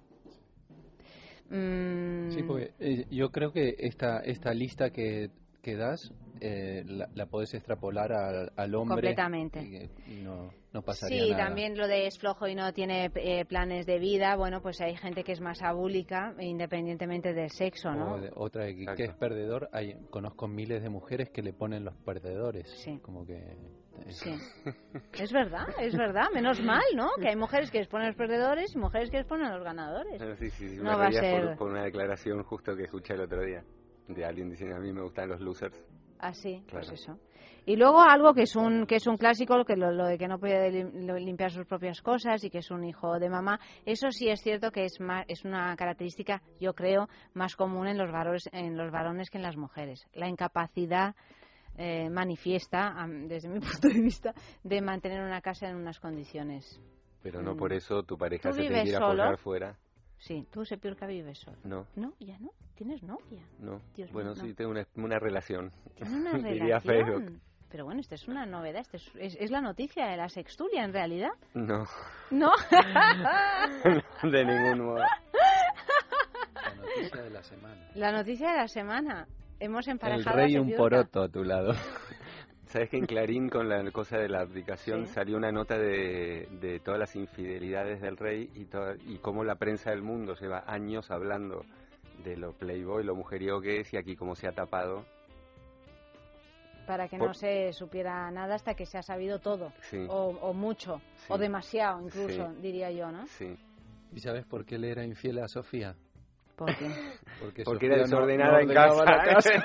Sí, porque yo creo que esta lista que das la podés extrapolar al hombre. Completamente. Y no pasaría nada. Sí, también lo de es flojo y no tiene planes de vida. Bueno, pues hay gente que es más abúlica independientemente del sexo, ¿no? Otra que es perdedor. Conozco miles de mujeres que le ponen los perdedores. Sí. Como que... Sí. Es verdad. Menos mal, ¿no? Que hay mujeres que les ponen los perdedores y mujeres que les ponen los ganadores. Sí. No va a ser... por una declaración justo que escuché el otro día. De alguien diciendo a mí me gustan los losers. Ah, sí, claro. Pues eso. Y luego algo que es un clásico, que lo de que no puede limpiar sus propias cosas y que es un hijo de mamá, eso sí es cierto que es una característica, yo creo, más común en los varones que en las mujeres. La incapacidad manifiesta, desde mi punto de vista, de mantener una casa en unas condiciones. Pero no por eso tu pareja se tiene que ir a follar fuera. Sí, tú, Sepiurca, vives solo. No. No, ya no. ¿Tienes novia? No. Dios bueno, mío, sí, tengo una relación. ¿Tiene una Diría relación? Facebook. Pero bueno, esta es una novedad. Es la noticia de la sextulia, en realidad. No. ¿No? De ningún modo. La noticia de la semana. La noticia de la semana. Hemos emparejado El rey a un poroto a tu lado. ¿Sabes que en Clarín, con la cosa de la abdicación, salió una nota de todas las infidelidades del rey y cómo la prensa del mundo lleva años hablando de lo playboy, lo mujeriego que es, y aquí cómo se ha tapado? Para que no se supiera nada hasta que se ha sabido todo, o mucho, o demasiado incluso, diría yo, ¿no? Sí. ¿Y sabes por qué le era infiel a Sofía? ¿Por qué? Porque era desordenada en casa.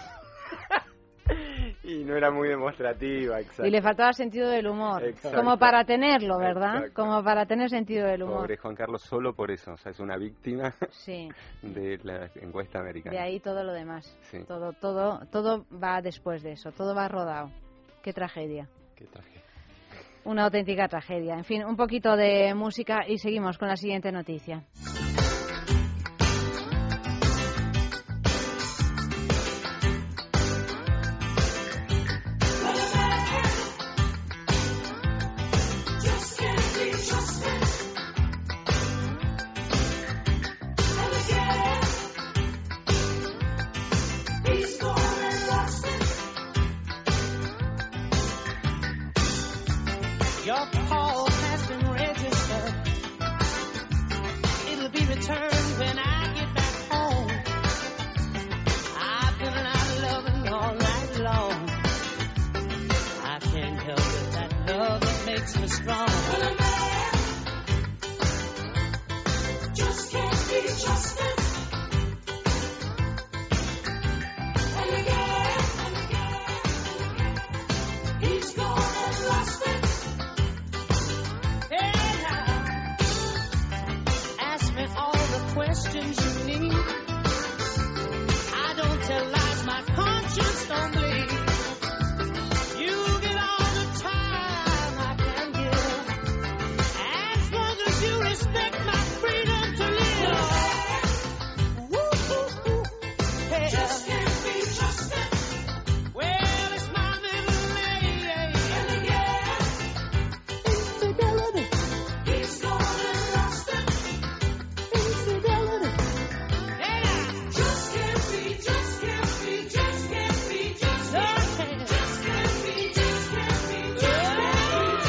Y no era muy demostrativa, exacto. Y le faltaba sentido del humor, exacto. Como para tenerlo, ¿verdad? Exacto. Como para tener sentido del humor. Pobre Juan Carlos, solo por eso, o sea, es una víctima sí. de la encuesta americana. De ahí todo lo demás, sí. todo va después de eso, todo va rodado. Qué tragedia. Qué tragedia. Una auténtica tragedia. En fin, un poquito de música y seguimos con la siguiente noticia. questions you need. I don't tell lies, my conscience don't bleed. You get all the time I can give, as long as you respect my freedom to live. Woo-hoo-hoo. Hey, just can't be trusted. Well, it's my middle name. Infidelity. He's gone and lost it. Infidelity. Yeah. Just can't be, just can't be, just can't be, just can't be, just can't be, just can't be, just can't be.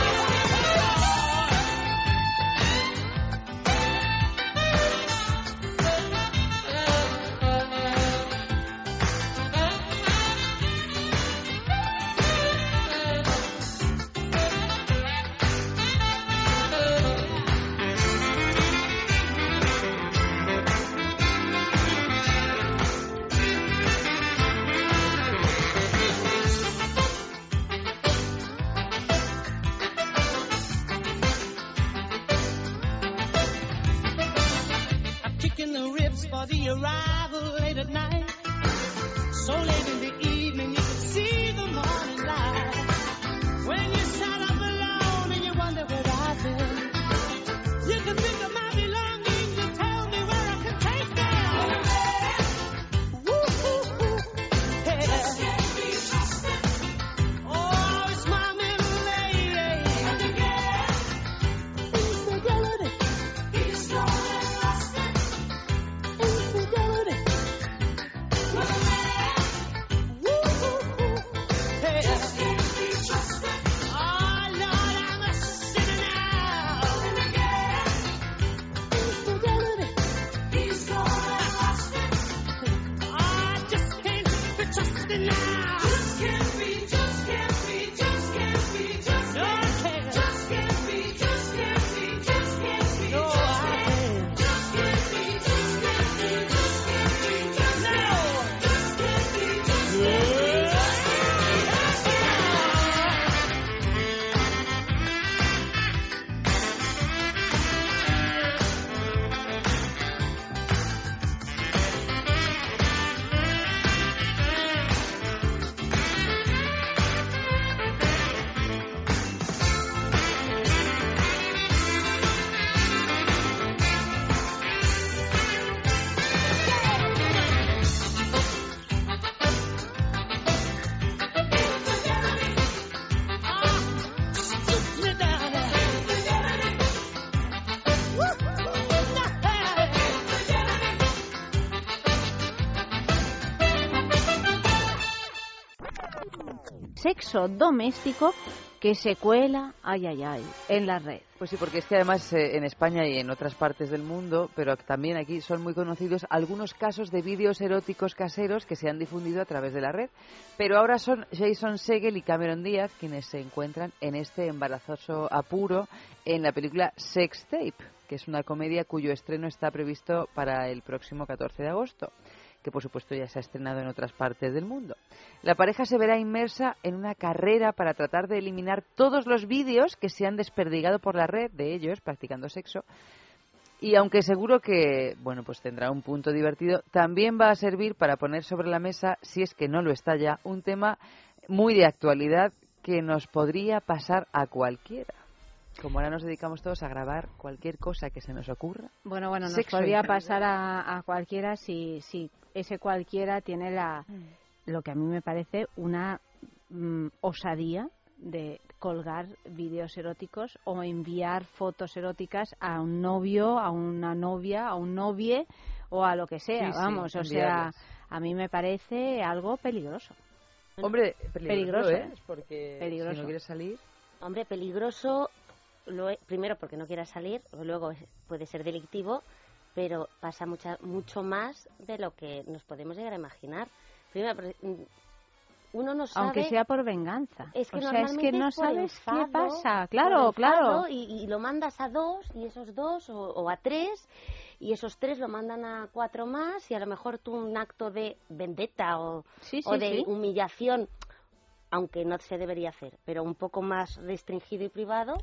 I'm kicking the ribs for the arrival late at night. So late in the evening you can see the morning light. When you sat up alone and you wonder where I've been, you can think of my belongings and tell me where I can take them. Woo-hoo-hoo. Hey. Just can't be trusted. Oh, it's my middle name. Infidelity. He's gone and lost it. Infidelity. Woo-hoo-hoo. Hey. Just can't be trusted. Oh, Lord, I'm a sinner now. Infidelity. He's gone and lost it. I just can't be trusted now. Just can't be, just can't be, just can't be, just can't be, just can't be, just can't be, just can't be, just can't be, just can't be, just can't be, just can't be, just can't be. Sexo doméstico que se cuela, ay, ay, ay, en la red. Pues sí, porque es que además en España y en otras partes del mundo, pero también aquí son muy conocidos algunos casos de vídeos eróticos caseros que se han difundido a través de la red. Pero ahora son Jason Segel y Cameron Díaz quienes se encuentran en este embarazoso apuro en la película Sex Tape, que es una comedia cuyo estreno está previsto para el próximo 14 de agosto. Que por supuesto ya se ha estrenado en otras partes del mundo. La pareja se verá inmersa en una carrera para tratar de eliminar todos los vídeos que se han desperdigado por la red de ellos practicando sexo. Y aunque seguro que, bueno, pues tendrá un punto divertido, también va a servir para poner sobre la mesa, si es que no lo está ya, un tema muy de actualidad que nos podría pasar a cualquiera. Como ahora nos dedicamos todos a grabar cualquier cosa que se nos ocurra. Bueno, nos Sexo podría y pasar a cualquiera si ese cualquiera tiene lo que a mí me parece una osadía de colgar vídeos eróticos o enviar fotos eróticas a un novio, a una novia, a un novie o a lo que sea, Sí, vamos, sí, o sea, enviarlas. a mí me parece algo peligroso. Hombre, peligroso, ¿eh? Porque Peligroso. si no quieres salir... Hombre, peligroso, primero porque no quiera salir, luego puede ser delictivo, pero pasa mucho más de lo que nos podemos llegar a imaginar. Primero, uno no sabe... Aunque sea por venganza. Es que o sea, es que no normalmente es por sabes enfado, qué pasa. por Claro, enfado, claro. Y lo mandas a 2, y esos 2, o a 3, y esos 3 lo mandan a 4 más, y a lo mejor tú un acto de vendetta o de humillación, aunque no se debería hacer, pero un poco más restringido y privado,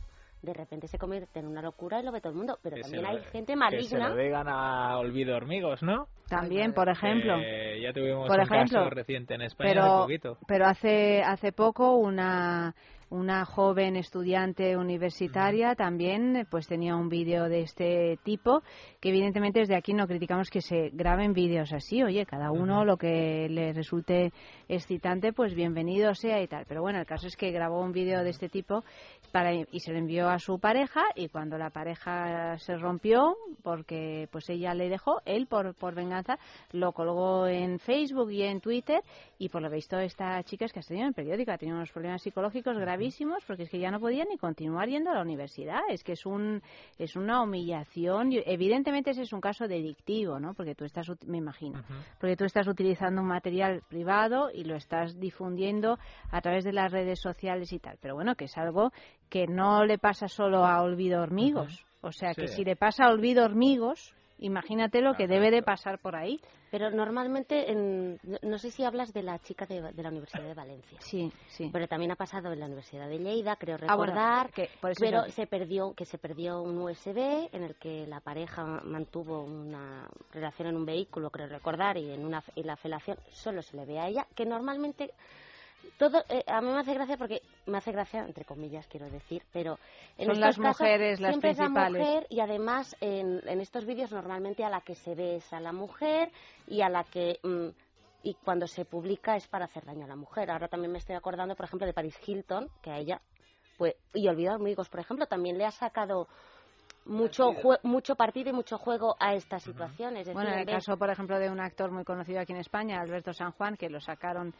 de repente se convierte en una locura y lo ve todo el mundo. Pero Que también se hay lo- gente maligna. Que se lo digan a Olvido Hormigos, ¿no? También, por ejemplo. Ya tuvimos Por un ejemplo, caso reciente en España hace poquito. Pero hace poco una joven estudiante universitaria también pues tenía un vídeo de este tipo, que evidentemente desde aquí no criticamos que se graben vídeos así, oye, cada uno lo que le resulte excitante, pues bienvenido sea y tal. Pero bueno, el caso es que grabó un vídeo de este tipo y se lo envió a su pareja, y cuando la pareja se rompió, porque pues ella le dejó, él por venganza lo colgó en Facebook y en Twitter, y por lo visto esta chica es que ha tenido en el periódico, ha tenido unos problemas psicológicos gravísimos, porque es que ya no podía ni continuar yendo a la universidad. Es que es una humillación, y evidentemente ese es un caso delictivo, ¿no? Porque tú estás, me imagino, porque tú estás utilizando un material privado y lo estás difundiendo a través de las redes sociales y tal. Pero bueno, que es algo que no le pasa solo a Olvido Hormigos. O sea, que Sí. si le pasa a Olvido Hormigos, imagínate lo que debe de pasar por ahí. Pero normalmente, no sé si hablas de la chica de la Universidad de Valencia. Sí, sí. Pero también ha pasado en la Universidad de Lleida, creo Ah, bueno, recordar. por eso pero es- se perdió un USB en el que la pareja mantuvo una relación en un vehículo, creo recordar, y en la felación solo se le ve a ella, que normalmente todo a mí me hace gracia, porque me hace gracia entre comillas, quiero decir, pero en Son estos las casos mujeres las siempre principales. es la mujer, y además en estos vídeos normalmente a la que se ve es a la mujer, y a la que y cuando se publica es para hacer daño a la mujer. Ahora también me estoy acordando, por ejemplo, de Paris Hilton, que a ella, pues, y Olvido Hormigos, por ejemplo, también le ha sacado mucho partido y mucho juego a estas situaciones. Es decir, Bueno, en el vez- caso, por ejemplo, de un actor muy conocido aquí en España, Alberto San Juan, que lo sacaron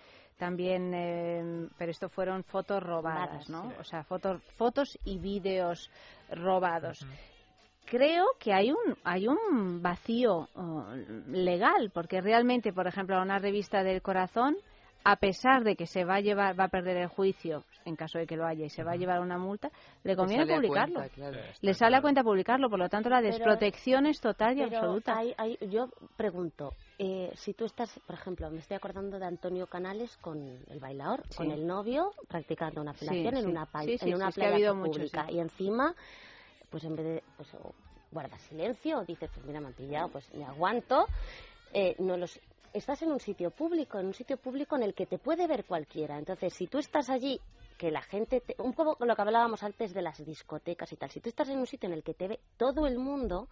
también, pero esto fueron fotos robadas, ¿no? O sea, fotos y vídeos robados. Creo que hay un vacío legal, porque realmente, por ejemplo, a una revista del Corazón, a pesar de que va a perder el juicio en caso de que lo haya y se va a llevar una multa, le conviene sale a publicarlo. cuenta, claro. Le sale a cuenta publicarlo, por lo tanto la Pero- desprotección es total y pero absoluta. yo pregunto, si tú estás, por ejemplo, me estoy acordando de Antonio Canales con el bailador, Sí. con el novio, practicando una felación Sí, en sí. una, Sí, sí, en una sí, es que ha playa habido mucho, pública, sí. y encima, pues en vez de o guarda silencio, o dices, pues mira, me han pillado, pues me aguanto, estás en un sitio público en el que te puede ver cualquiera. Entonces, si tú estás allí, que la gente, un poco lo que hablábamos antes de las discotecas y tal, si tú estás en un sitio en el que te ve todo el mundo,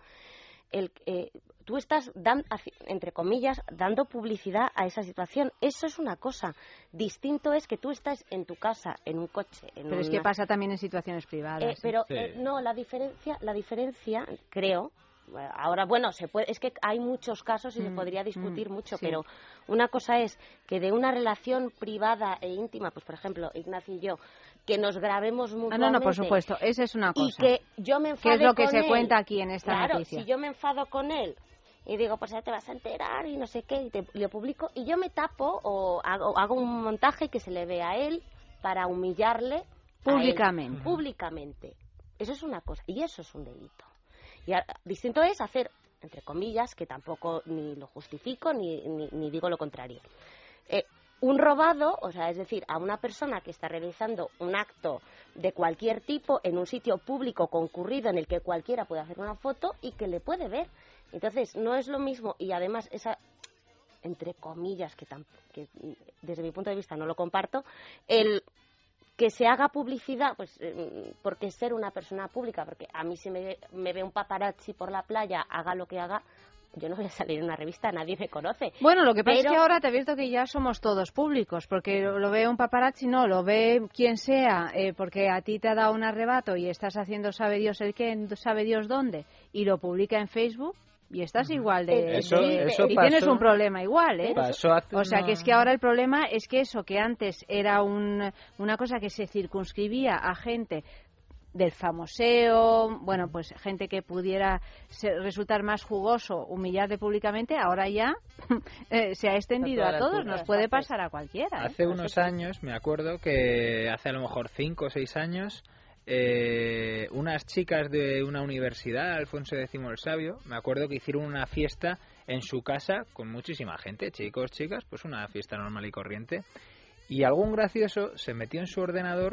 tú estás, entre comillas, dando publicidad a esa situación. Eso es una cosa. Distinto es que tú estás en tu casa, en un coche. Pero es que pasa también en situaciones privadas. Pero Sí. no, la diferencia, creo. Ahora, bueno, es que hay muchos casos y se podría discutir mucho, sí. pero una cosa es que de una relación privada e íntima, pues por ejemplo, Ignacio y yo, que nos grabemos mutuamente. No, por supuesto, esa es una cosa. Y que yo me enfade ¿Qué es lo que con se él. cuenta aquí en esta Claro, noticia? si yo me enfado con él y digo, pues ya te vas a enterar y no sé qué, y lo publico, y yo me tapo o hago un montaje que se le vea a él para humillarle a él. Públicamente. Públicamente. Eso es una cosa, y eso es un delito. Y distinto es hacer, entre comillas, que tampoco ni lo justifico ni digo lo contrario. Un robado, o sea, es decir, a una persona que está realizando un acto de cualquier tipo en un sitio público concurrido en el que cualquiera puede hacer una foto y que le puede ver. Entonces, no es lo mismo, y además esa, entre comillas, que desde mi punto de vista no lo comparto, el que se haga publicidad, pues porque ser una persona pública, porque a mí si me ve un paparazzi por la playa, haga lo que haga, yo no voy a salir en una revista, nadie me conoce. Bueno, lo que pasa es Pero- que ahora te he visto que ya somos todos públicos, porque lo ve un paparazzi, no, lo ve quien sea, porque a ti te ha dado un arrebato y estás haciendo sabe Dios el qué, sabe Dios dónde, y lo publica en Facebook, y estás igual de... Eso y pasó- tienes un problema igual, ¿eh? Pasó hace O sea, unos- que es que ahora el problema es que eso, que antes era una cosa que se circunscribía a gente del famoseo, bueno, pues gente que pudiera resultar más jugoso humillarle públicamente, ahora ya se ha extendido Está a toda la todos, altura. nos puede pasar a cualquiera. ¿eh? Hace unos años, me acuerdo que hace a lo mejor 5 o 6 años, unas chicas de una universidad, Alfonso X el Sabio, me acuerdo que hicieron una fiesta en su casa con muchísima gente, chicos, chicas, pues una fiesta normal y corriente, y algún gracioso se metió en su ordenador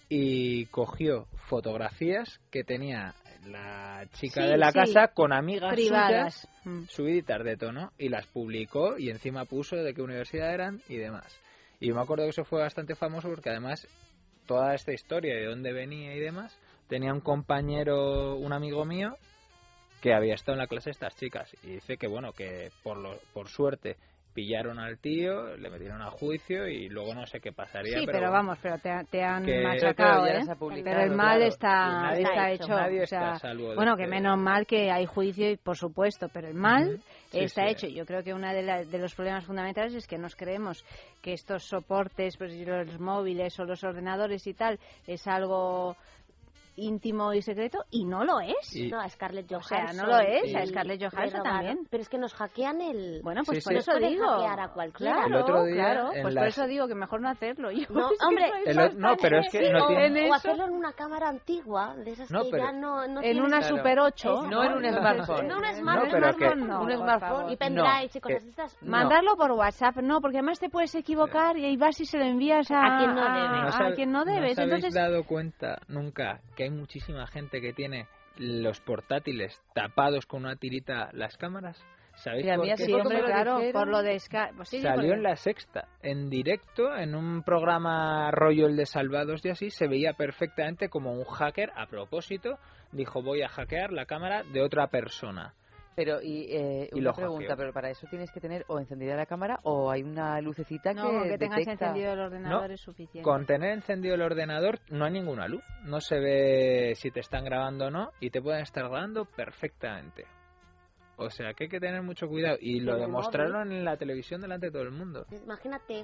y cogió fotografías que tenía la chica de la casa con amigas privadas suyas subiditas de tono y las publicó y encima puso de qué universidad eran y demás. Y me acuerdo que eso fue bastante famoso porque además toda esta historia de dónde venía y demás tenía un compañero, un amigo mío que había estado en la clase de estas chicas y dice que bueno, que por suerte pillaron al tío, le metieron a juicio y luego no sé qué pasaría. Sí, pero vamos, pero te han que machacado, ¿eh? Pero el mal claro, está hecho. Nadie o sea, está a salvo de bueno, que menos mal que hay juicio, y por supuesto, pero el mal está hecho. Yo creo que uno de los problemas fundamentales es que nos creemos que estos soportes, pues los móviles o los ordenadores y tal, es algo íntimo y secreto, y no lo es. No, a Scarlett Johansson. O sea, no lo es, a Scarlett Johansson también. Pero es que nos hackean el... Bueno, pues sí, por eso digo. Hackear a cualquiera. Claro, el otro día claro. Pues por eso digo que mejor no hacerlo. Yo, no, es hombre, no, pero es que no tiene... O hacerlo en una cámara antigua, de esas que ya no en una Super 8. No en un smartphone. No, un smartphone, un smartphone y pendrive y cosas estas. Mandarlo por WhatsApp, no, porque además te puedes equivocar y ahí vas y se lo envías a quien no debe. A quien no debes. ¿No os habéis Entonces, dado cuenta nunca que hay muchísima gente que tiene los portátiles tapados con una tirita las cámaras? ¿Sabéis por qué? Siempre, claro, por lo de Sky. Pues sí, salió en La Sexta, en directo, en un programa rollo el de Salvados y así, se veía perfectamente como un hacker, a propósito, dijo voy a hackear la cámara de otra persona. Pero, una pregunta, pero para eso tienes que tener o encendida la cámara o hay una lucecita que tengas detecta... encendido el ordenador es suficiente. Con tener encendido el ordenador no hay ninguna luz. No se ve si te están grabando o no y te pueden estar grabando perfectamente. O sea que hay que tener mucho cuidado. Y lo demostraron en la televisión delante de todo el mundo. Imagínate,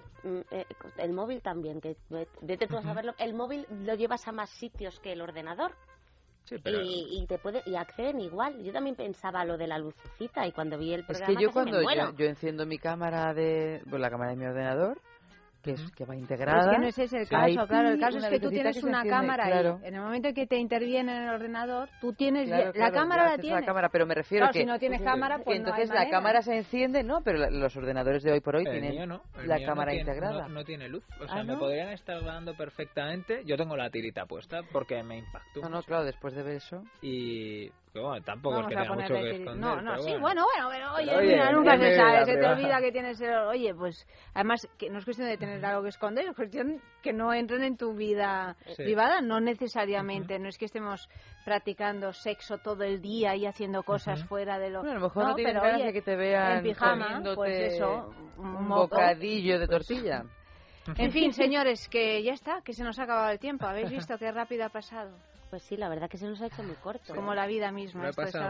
el móvil también, que vete tú a saberlo. El móvil lo llevas a más sitios que el ordenador. Sí, pero... y acceden igual. Yo también pensaba lo de la lucecita y cuando vi el programa es que yo cuando yo enciendo mi cámara la cámara de mi ordenador, que va integrada. Es que no es ese el caso, claro. El caso es que tú tienes una cámara claro. ahí. En el momento en que te interviene en el ordenador, tú tienes la cámara la tienes. La cámara, pero me refiero que si no tienes cámara, pues entonces no hay la cámara se enciende, ¿no? Pero los ordenadores de hoy por hoy tienen la cámara integrada. No tiene luz. O sea, me podrían estar grabando perfectamente. Yo tengo la tirita puesta porque me impactó. No, claro, después de ver eso. Y bueno, tampoco es que tenga mucho que esconder. No, sí, bueno, pero oye, mira, nunca se sabe, se te olvida que tienes oye, pues además que no es cuestión de tener algo que esconder, es cuestión que no entren en tu vida privada, no necesariamente, no es que estemos practicando sexo todo el día y haciendo cosas fuera de lo... Bueno, a lo mejor no tienes ganas de que te vean en pijama, pues eso, un bocadillo de tortilla. En fin, señores, que ya está, que se nos ha acabado el tiempo. ¿Habéis visto qué rápido ha pasado? Pues sí, la verdad que se nos ha hecho muy corto. Como la vida misma. Esto es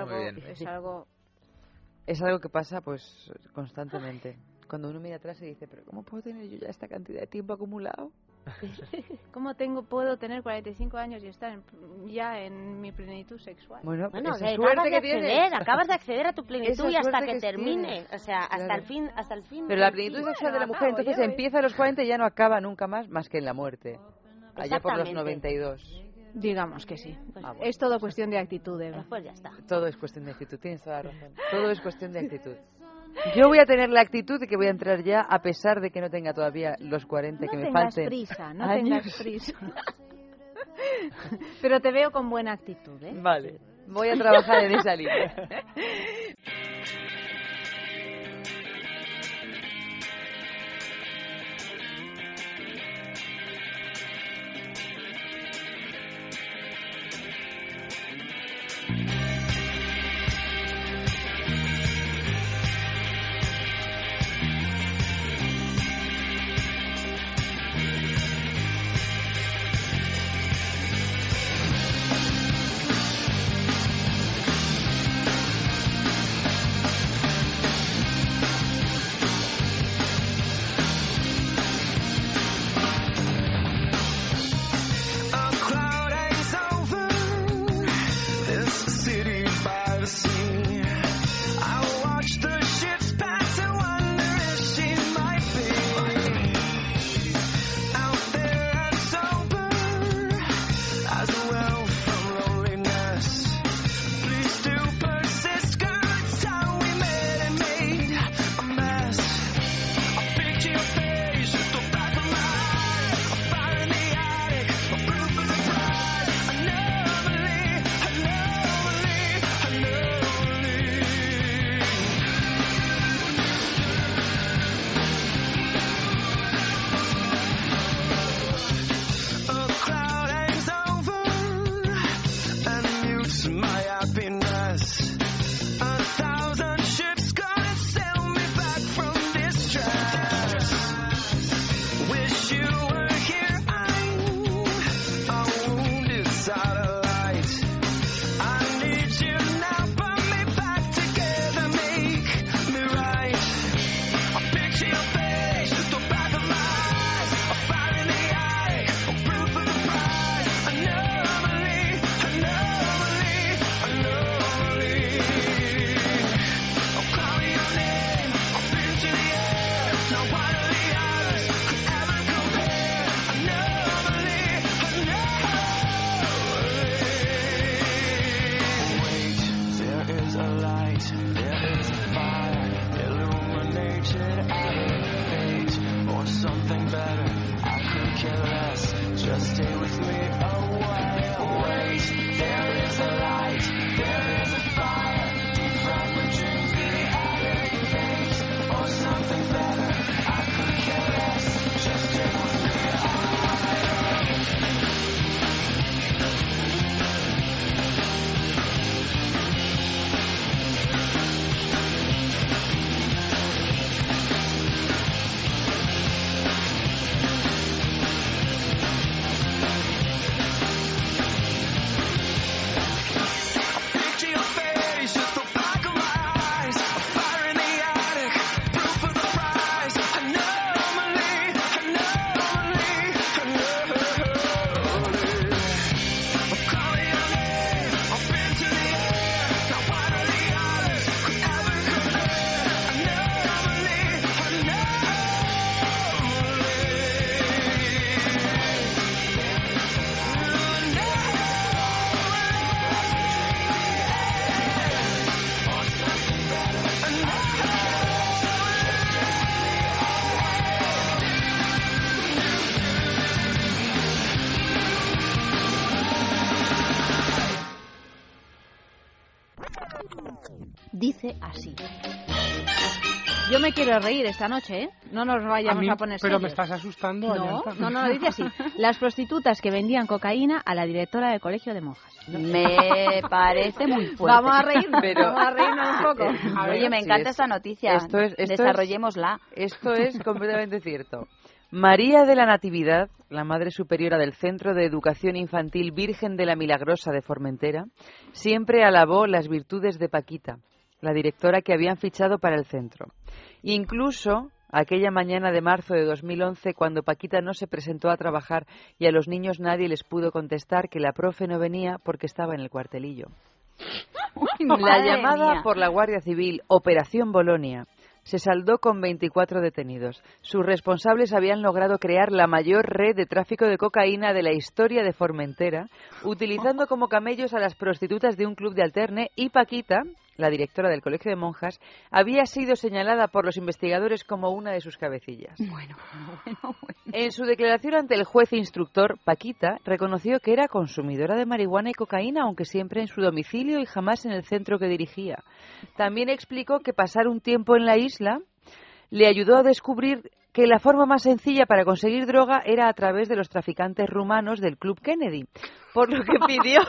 algo que pasa pues constantemente. Cuando uno mira atrás y dice, pero ¿cómo puedo tener yo ya esta cantidad de tiempo acumulado? ¿Cómo puedo tener 45 años y estar ya en mi plenitud sexual? Bueno, esa suerte que tienes. Acabas de acceder a tu plenitud y hasta que termine. O sea, hasta el fin. Pero la plenitud sexual de la mujer entonces empieza a los 40 y ya no acaba nunca más que en la muerte. Allá por los 92. Digamos que sí. Es todo cuestión de actitud, Eva. Pues ya está. Todo es cuestión de actitud, tienes toda la razón. Todo es cuestión de actitud. Yo voy a tener la actitud de que voy a entrar ya, a pesar de que no tenga todavía los 40 que me falten. No tengas prisa. Pero te veo con buena actitud, ¿eh? Vale, voy a trabajar en esa línea. wait, there is a fire illuminated outer page, or something better. I could care less. Just stay with me a while. Wait, there is a light, there is a fire, deep from within the outer page, or something better. I could care less. Just stay with me a while. Dice así. Yo me quiero reír esta noche, ¿eh? No nos vayamos a poner Pero serios. me estás asustando. No, dice así. Las prostitutas que vendían cocaína a la directora del colegio de monjas. Me parece muy fuerte. Vamos a reírnos, vamos a reírnos un poco. Oye, me encanta esta noticia. Desarrollémosla. Esto es completamente cierto. María de la Natividad, la Madre Superiora del Centro de Educación Infantil Virgen de la Milagrosa de Formentera, siempre alabó las virtudes de Paquita, la directora que habían fichado para el centro. Incluso aquella mañana de marzo de 2011, cuando Paquita no se presentó a trabajar y a los niños nadie les pudo contestar que la profe no venía porque estaba en el cuartelillo. La llamada por la Guardia Civil Operación Bolonia se saldó con 24 detenidos. Sus responsables habían logrado crear la mayor red de tráfico de cocaína de la historia de Formentera, utilizando como camellos a las prostitutas de un club de alterne, y Paquita, la directora del colegio de monjas, había sido señalada por los investigadores como una de sus cabecillas. Bueno. En su declaración ante el juez instructor, Paquita reconoció que era consumidora de marihuana y cocaína, aunque siempre en su domicilio y jamás en el centro que dirigía. También explicó que pasar un tiempo en la isla le ayudó a descubrir que la forma más sencilla para conseguir droga era a través de los traficantes rumanos del Club Kennedy, por lo que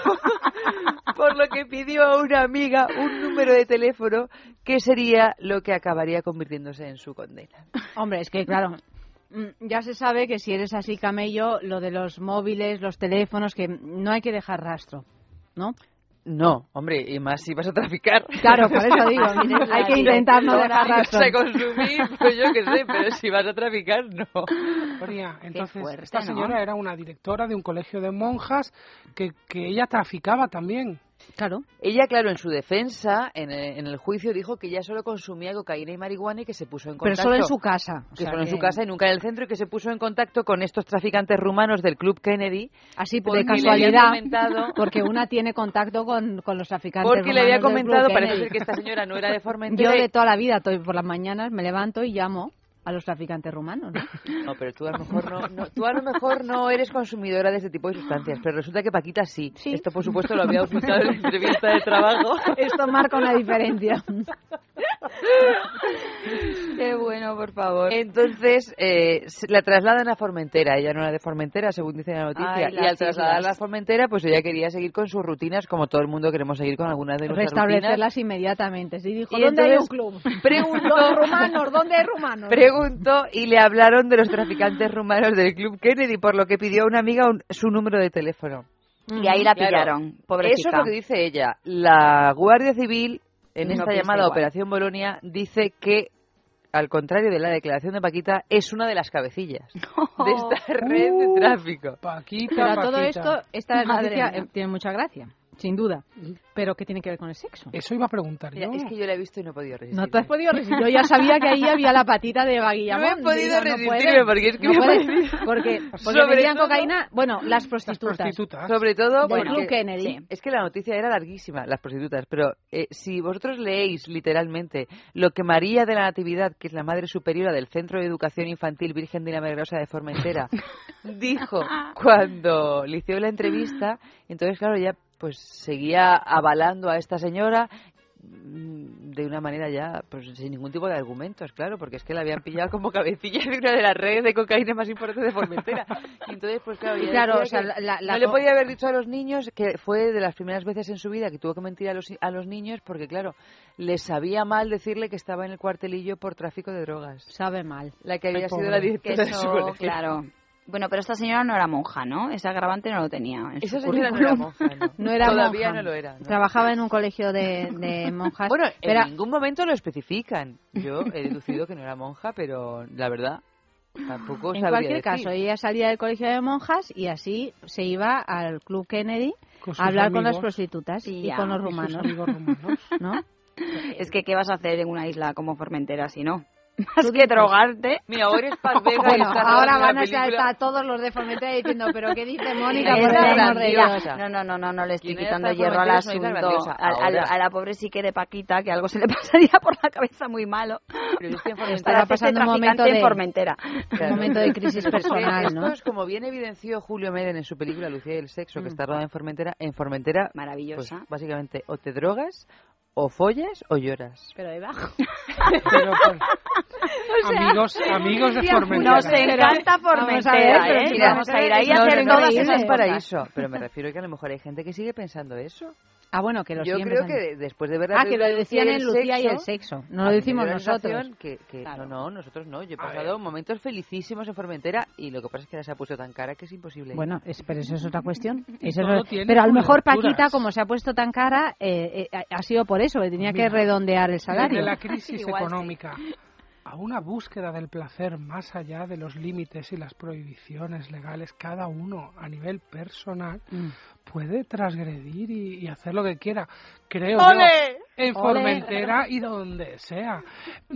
pidió a una amiga un número de teléfono que sería lo que acabaría convirtiéndose en su condena. Hombre, es que claro, ya se sabe que si eres así camello, lo de los móviles, los teléfonos, que no hay que dejar rastro, ¿no? No, hombre, y más si vas a traficar. Claro, por eso digo, hay que intentar no dejar rastro. Si vas a consumir, pues yo qué sé, pero si vas a traficar, no. Entonces, fuerte, esta señora era una directora de un colegio de monjas que ella traficaba también. Claro. Ella, claro, en su defensa, en el juicio, dijo que ella solo consumía cocaína y marihuana y que se puso en contacto. Pero solo en su casa. Que solo en su casa y nunca en el centro, y que se puso en contacto con estos traficantes rumanos del Club Kennedy. Así de casualidad, porque una tiene contacto con los traficantes rumanos. Porque le había comentado, del Club parece Kennedy. ser que esta señora no era de Formentera. Yo de toda la vida, por las mañanas, me levanto y llamo a los traficantes rumanos, ¿no? No, pero tú a lo mejor no eres consumidora de este tipo de sustancias, pero resulta que Paquita sí. Esto, por supuesto, lo había ocultado en la entrevista de trabajo. Esto marca una diferencia. Qué bueno, por favor. Entonces, la trasladan a Formentera. Ella no era de Formentera, según dice la noticia. Y al trasladarla a Formentera, pues ella quería seguir con sus rutinas, como todo el mundo queremos seguir con algunas de nuestras rutinas. Restablecerlas inmediatamente. Sí, dijo, Y ¿dónde entonces, hay un club? Preguntó, Los rumanos, ¿dónde hay rumanos? Preguntó y le hablaron de los traficantes rumanos del Club Kennedy, por lo que pidió a una amiga su número de teléfono. Y ahí la pillaron, pobrecita. Eso es lo que dice ella. La Guardia Civil, en No esta piensa llamada igual. Operación Bolonia, dice que, al contrario de la declaración de Paquita, es una de las cabecillas de esta red de tráfico. Paquita, Pero a todo Paquita. esto, esta Madre noticia mía. tiene mucha gracia. sin duda. Pero ¿qué tiene que ver con el sexo? Eso iba a preguntar yo. Es que yo la he visto y no he podido resistir. No te has podido resistir. Yo ya sabía que ahí había la patita de Eva Guillamón. No he podido resistirme porque es que no porque vendían cocaína. Bueno, las prostitutas. Sobre todo del Club Kennedy. Sí, es que la noticia era larguísima, las prostitutas. Pero si vosotros leéis literalmente lo que María de la Natividad, que es la madre superiora del Centro de Educación Infantil Virgen de la Milagrosa de Formentera, dijo cuando le hicieron la entrevista, entonces claro, ya pues seguía avalando a esta señora de una manera ya pues sin ningún tipo de argumentos, claro, porque es que la habían pillado como cabecilla de una de las redes de cocaína más importantes de Formentera. Y entonces pues claro, o sea, no le podía haber dicho a los niños, que fue de las primeras veces en su vida que tuvo que mentir a los niños, porque claro, les sabía mal decirle que estaba en el cuartelillo por tráfico de drogas. Sabe mal. La que había sido la directora de su colegio. Claro. Bueno, pero esta señora no era monja, ¿no? Ese agravante no lo tenía. Esa señora no era monja, ¿no? No era Todavía monja. no lo era, ¿no? Trabajaba en un colegio de monjas. Bueno, en ningún momento lo especifican. Yo he deducido que no era monja, pero la verdad tampoco sabría decir. En cualquier caso, ella salía del colegio de monjas y así se iba al Club Kennedy a hablar con las prostitutas y con los rumanos. ¿No? Es que, ¿qué vas a hacer en una isla como Formentera si no? Más que drogarte. Mira, ahora es Paz Vega. Bueno, ahora van a estar todos los de Formentera diciendo, pero ¿qué dice Mónica? Por el amor de Dios. No le estoy quitando hierro al asunto. A la pobre psique de Paquita, que algo se le pasaría por la cabeza muy malo. Pero yo estoy en Formentera. Estaba pasando un momento de Formentera. Un momento de crisis personal, ¿no? Esto es como bien evidenció Julio Meden en su película Lucía y el sexo, que está rodada en Formentera. En Formentera, maravillosa. Pues, básicamente, o te drogas, o follas, o lloras. Pero debajo. Amigos de Formentera. Nos encanta Formentera, ¿eh? Vamos a ir ahí a hacer todas esas paraíso. Pero me refiero que a lo mejor hay gente que sigue pensando eso. Ah, bueno, que lo yo creo que después de ver la que lo decían en Lucía y el sexo. No lo decimos nosotros. Claro. No, nosotros no. Yo he pasado momentos felicísimos en Formentera y lo que pasa es que se ha puesto tan cara que es imposible. Bueno, pero eso es otra cuestión. Pero a lo mejor Paquita, como se ha puesto tan cara, ha sido por eso, le tenía que redondear el salario. De la crisis económica a una búsqueda del placer más allá de los límites y las prohibiciones legales, cada uno a nivel personal puede transgredir y hacer lo que quiera, creo yo, en Formentera y donde sea.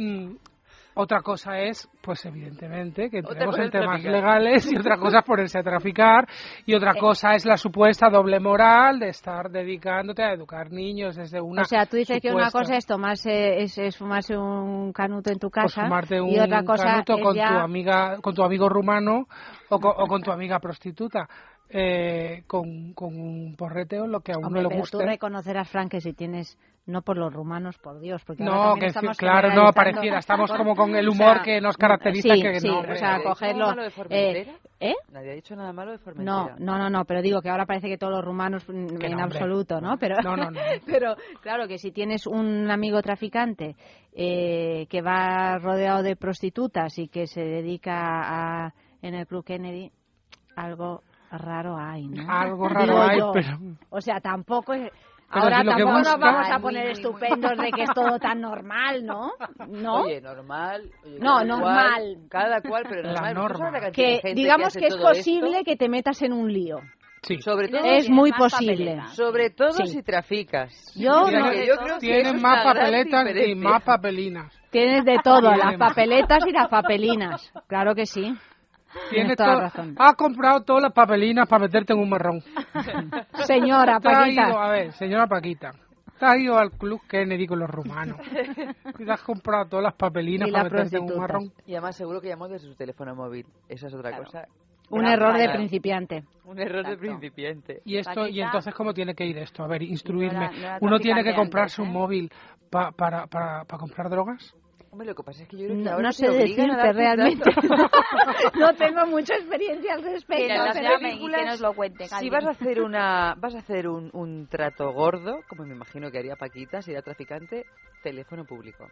Otra cosa es, pues evidentemente, que entremos en temas legales, y otra cosa es ponerse a traficar, y otra cosa es la supuesta doble moral de estar dedicándote a educar niños desde una... O sea, tú dices que una cosa es tomarse, es fumarse un canuto en tu casa, fumarte y otra cosa canuto es con ya... tu amiga, con tu amigo rumano o con tu amiga prostituta. Con un porreteo, lo que a uno le guste. Tú reconocerás, Frank, que si tienes, no por los rumanos, por Dios, porque no, que claro, no pareciera, estamos como con el humor que nos caracteriza. O sea, cogerlo. Nadie ha dicho nada malo de Formentera. No, pero digo que ahora parece que todos los rumanos en absoluto, ¿no? Pero, pero claro, que si tienes un amigo traficante que va rodeado de prostitutas y que se dedica en el Club Kennedy, algo raro hay, ¿no? Algo raro hay, pero... O sea, tampoco es... Ahora tampoco nos vamos a poner estupendos de que es todo tan normal, ¿no? Oye, normal. Normal. Cada cual, pero normal. La norma. Que digamos que es posible que te metas en un lío. Sí. Sobre todo es muy posible. Sobre todo si traficas. Yo creo que más papeletas y más papelinas. Tienes de todo, las papeletas y las papelinas. Claro que sí. Tienes toda la razón. Has comprado todas las papelinas para meterte en un marrón. Señora Paquita. Señora Paquita. Te has ido al Club Kennedy con los rumanos. Y te has comprado todas las papelinas para meterte en un marrón. Y además seguro que llamó desde su teléfono móvil. Esa es otra cosa. Un error de principiante. Un error de principiante. Y entonces, ¿cómo tiene que ir esto? A ver, instruirme. ¿Uno tiene que comprarse un móvil para comprar drogas? Hombre, lo que pasa es que yo creo que ahora no sé decirte realmente. No tengo mucha experiencia al respecto. Que nos llamen y que nos lo cuente. Si vas a hacer un trato gordo, como me imagino que haría Paquita si era traficante, teléfono público.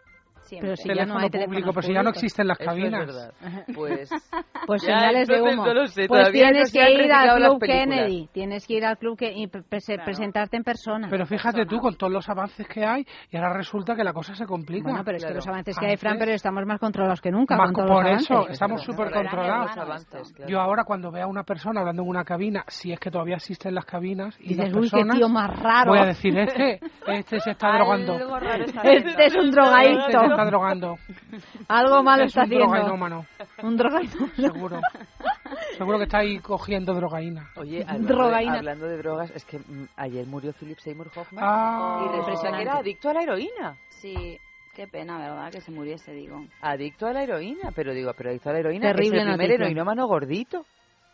Siempre. Pero si ya no hay público, pero si ya no existen las cabinas. Eso es verdad. Pues señales de humo. No lo sé, pues tienes no que ir al Club Kennedy. Tienes que ir al Club y presentarte en persona. Pero fíjate tú, con todos los avances que hay, y ahora resulta que la cosa se complica. Bueno, pero es que los avances que hay, Fran, pero estamos más controlados que nunca. Por eso, estamos súper controlados. Yo ahora cuando veo a una persona hablando en una cabina, si es que todavía existen las cabinas, y dices, las personas, uy, qué tío más raro. Voy a decir, este se está drogando. Este es un drogadicto. Este se está drogando. Algo malo está haciendo. Un drogainómano. Seguro que está ahí cogiendo drogaína. Oye, hablando de drogas, es que ayer murió Philip Seymour Hoffman y resulta que era adicto a la heroína. Sí. Qué pena, ¿verdad? Que se muriese, digo. Adicto a la heroína, pero adicto a la heroína. Terrible es el primer heroinómano gordito.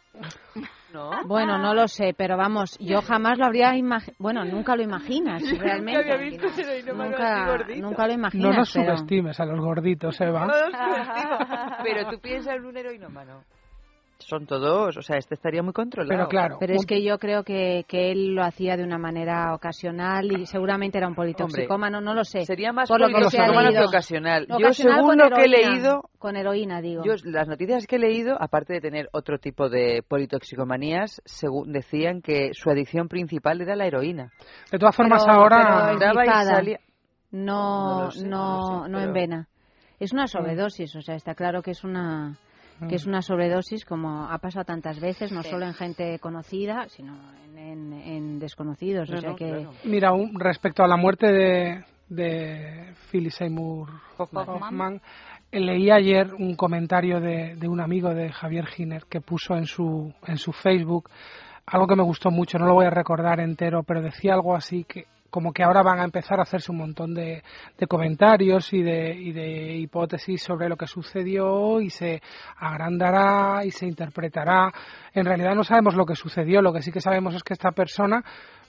¿No? Bueno, no lo sé, pero vamos, yo jamás lo habría imaginado. Bueno, nunca lo imaginas, realmente. Nunca había visto ese heroinómano así gordito. Nunca lo imaginas. No nos subestimes a los gorditos, Eva. No los subestimes. Pero tú piensas en un heroinómano. Son todos, o sea, estaría muy controlado. Pero claro. Pero es que yo creo que él lo hacía de una manera ocasional y seguramente era un politoxicómano, no lo sé. Sería más por politoxicómano que ocasional. Yo, según lo que he leído... Con heroína, digo. Yo, las noticias que he leído, aparte de tener otro tipo de politoxicomanías, según decían que su adicción principal era la heroína. De todas formas, ahora... Entraba y salía... No en vena. Es una sobredosis, o sea, está claro que es una sobredosis, como ha pasado tantas veces, no solo en gente conocida, sino en desconocidos. O sea que... Claro. Mira, respecto a la muerte de Philip Seymour Hoffman, leí ayer un comentario de un amigo de Javier Giner que puso en su Facebook algo que me gustó mucho, no lo voy a recordar entero, pero decía algo así que como que ahora van a empezar a hacerse un montón de comentarios y de hipótesis sobre lo que sucedió y se agrandará y se interpretará. En realidad no sabemos lo que sucedió, lo que sí que sabemos es que esta persona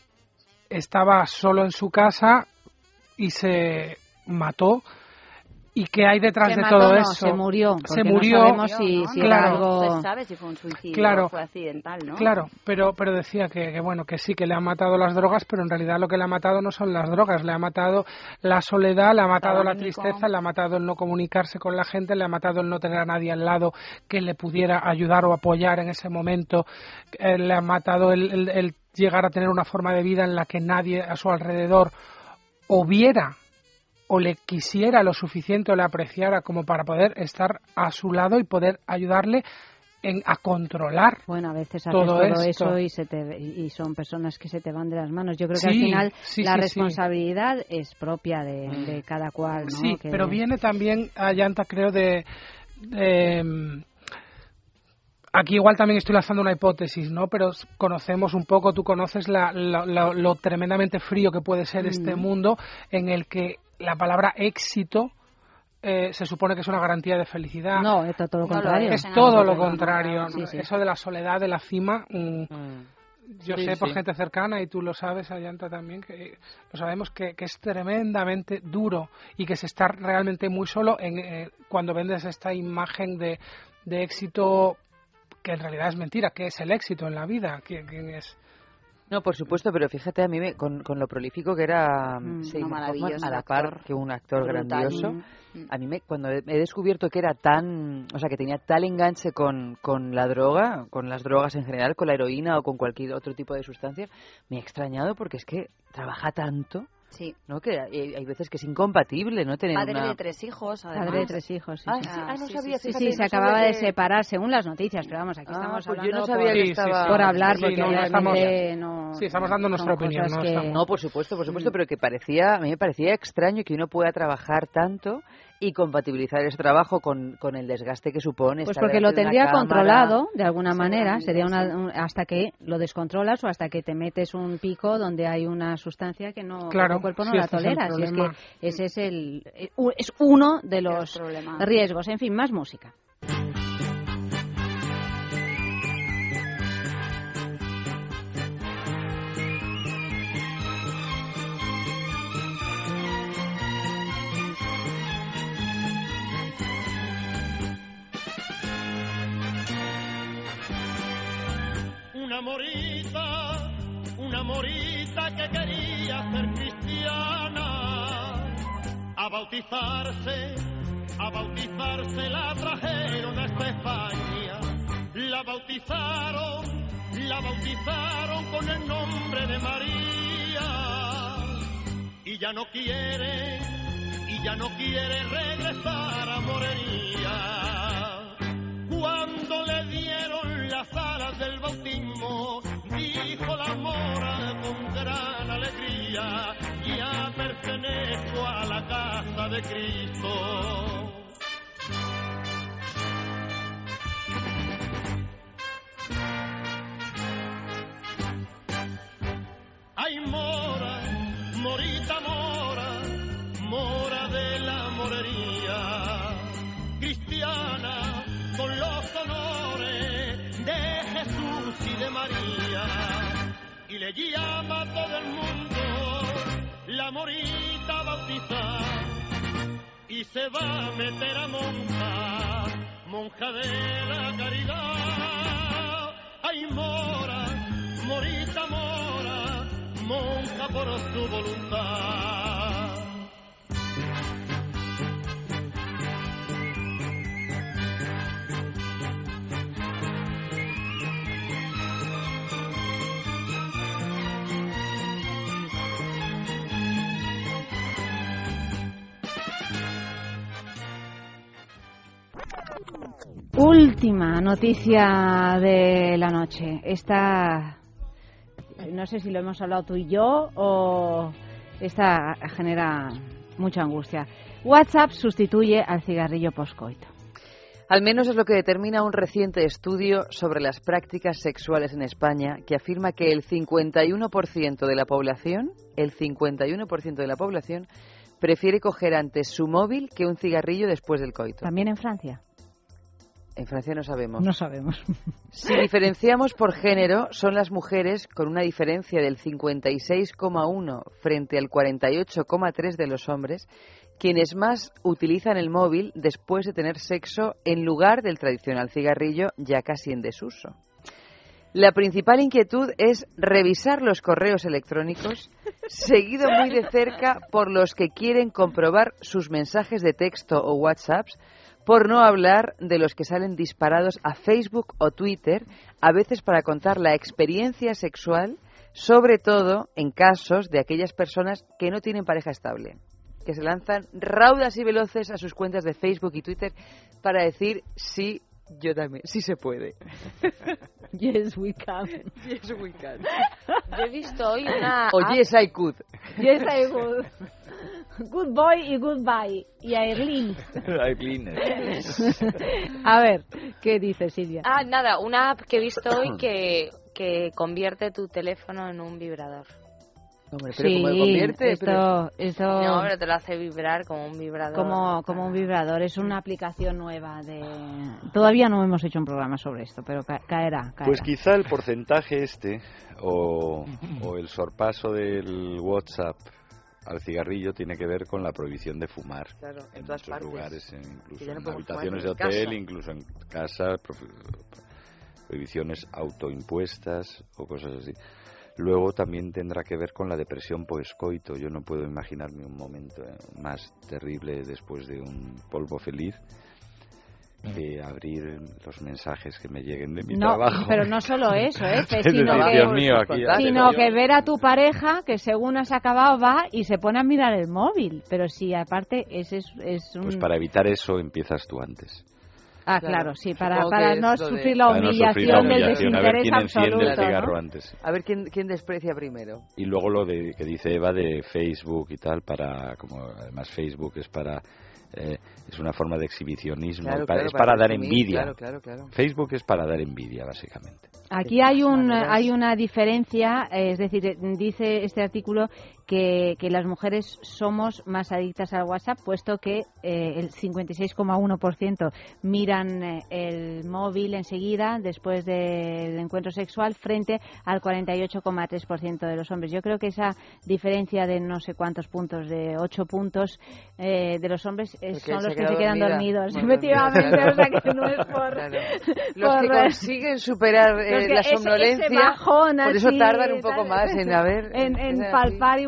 estaba solo en su casa y se mató. ¿Y qué hay detrás de todo eso? Se murió. Se murió. No sabemos si era algo... No se sabe si fue un suicidio o fue accidental, ¿no? Claro, pero decía que bueno, que sí, que le han matado las drogas, pero en realidad lo que le ha matado no son las drogas, le ha matado la soledad, le ha matado la tristeza, le ha matado el no comunicarse con la gente, le ha matado el no tener a nadie al lado que le pudiera ayudar o apoyar en ese momento, le ha matado el llegar a tener una forma de vida en la que nadie a su alrededor o viera o le quisiera lo suficiente o le apreciara como para poder estar a su lado y poder ayudarle a controlar a veces todo eso y son personas que se te van de las manos. Yo creo que al final la responsabilidad es propia de cada cual, ¿no? Sí, pero viene también, Ayanta, creo, de aquí igual también estoy lanzando una hipótesis, ¿no? Pero conocemos un poco, tú conoces lo tremendamente frío que puede ser este mundo en el que la palabra éxito se supone que es una garantía de felicidad. No, es todo lo contrario. Es todo lo contrario. Sí. Eso de la soledad de la cima, yo sé por gente cercana, y tú lo sabes, Ayanta, también, que lo sabemos que es tremendamente duro y que se está realmente muy solo cuando vendes esta imagen de éxito que en realidad es mentira. ¿Qué es el éxito en la vida? ¿Quién es? No, por supuesto, pero fíjate a mí con lo prolífico que era Seymour Hoffman, a la par que un actor grandioso. A mí cuando he descubierto que era que tenía tal enganche con la droga, con las drogas en general, con la heroína o con cualquier otro tipo de sustancia, me ha extrañado porque es que trabaja tanto. Sí. ¿No? Que hay veces que es incompatible, ¿no? Tener Padre de 3 hijos, además. Padre de 3 hijos, sí. No sabía. Sí, se acababa de separar, según las noticias, pero vamos, aquí estamos hablando yo no sabía que estaba... por hablar, porque realmente estamos dando nuestra opinión. No, por supuesto, pero que a mí me parecía extraño que uno pueda trabajar tanto y compatibilizar ese trabajo con el desgaste que supone. Pues porque lo tendría controlado de alguna manera, sería hasta que lo descontrolas o hasta que te metes un pico donde hay una sustancia que no tu cuerpo no la tolera. Si es que ese es uno de los riesgos. En fin, más música. Una morita que quería ser cristiana, A bautizarse la trajeron hasta España. La bautizaron con el nombre de María. Y ya no quiere regresar a Morería. Cuando le dieron las alas del bautismo, dijo la mora con gran alegría: ya pertenezco a la casa de Cristo. Ay, mora, morita mora, mora de la morería, cristiana con los honores de Jesús y de María, y le llama a todo el mundo la morita bautizada, y se va a meter a monja de la caridad. Ay, mora, morita mora, monja por su voluntad. Última noticia de la noche. Esta, no sé si lo hemos hablado tú y yo, o esta genera mucha angustia. WhatsApp sustituye al cigarrillo poscoito. Al menos es lo que determina un reciente estudio sobre las prácticas sexuales en España, que afirma que el 51% de la población prefiere coger antes su móvil que un cigarrillo después del coito. ¿También en Francia? En Francia no sabemos. No sabemos. Si diferenciamos por género, son las mujeres con una diferencia del 56,1 frente al 48,3 de los hombres quienes más utilizan el móvil después de tener sexo en lugar del tradicional cigarrillo ya casi en desuso. La principal inquietud es revisar los correos electrónicos, seguido muy de cerca por los que quieren comprobar sus mensajes de texto o WhatsApps, por no hablar de los que salen disparados a Facebook o Twitter, a veces para contar la experiencia sexual, sobre todo en casos de aquellas personas que no tienen pareja estable, que se lanzan raudas y veloces a sus cuentas de Facebook y Twitter para decir sí, yo también, sí se puede. Yes, we can. Yes, we can. Yo he visto hoy una... O yes, I could. Yes, I could. Good boy y goodbye. Y Airlin. A ver, ¿qué dice Silvia? Nada, una app que he visto hoy que convierte tu teléfono en un vibrador. Hombre, pero sí, ¿cómo lo convierte? Esto... No, pero te lo hace vibrar como un vibrador. Como un vibrador. Es una aplicación nueva de... Todavía no hemos hecho un programa sobre esto, pero caerá. Pues quizá el porcentaje o el sorpaso del WhatsApp al cigarrillo tiene que ver con la prohibición de fumar. Claro, en muchos partes. Lugares, incluso no en habitaciones de hotel, casa. Incluso en casa, prohibiciones autoimpuestas o cosas así. Luego también tendrá que ver con la depresión poscoito. Yo no puedo imaginarme un momento más terrible después de un polvo feliz que abrir los mensajes que me lleguen de mi trabajo. Pero no solo eso, sino que ver a tu pareja que según has acabado va y se pone a mirar el móvil. Pero sí, aparte es un... Pues para evitar eso empiezas tú antes. Claro, sí, para no sufrir la humillación del desinterés absoluto, ¿no? Antes. A ver quién desprecia primero. Y luego lo que dice Eva de Facebook y tal, como además Facebook es para... es una forma de exhibicionismo, es para dar envidia. Claro. Facebook es para dar envidia, básicamente. Aquí hay una diferencia, es decir, dice este artículo que las mujeres somos más adictas al WhatsApp, puesto que el 56,1% miran el móvil enseguida después del encuentro sexual frente al 48,3% de los hombres. Yo creo que esa diferencia de no sé cuántos puntos, de 8 puntos de los hombres son los que se quedan dormidos. Efectivamente, o sea que no es por... Claro. Los que consiguen superar la somnolencia, por eso tardan un poco más en palpar y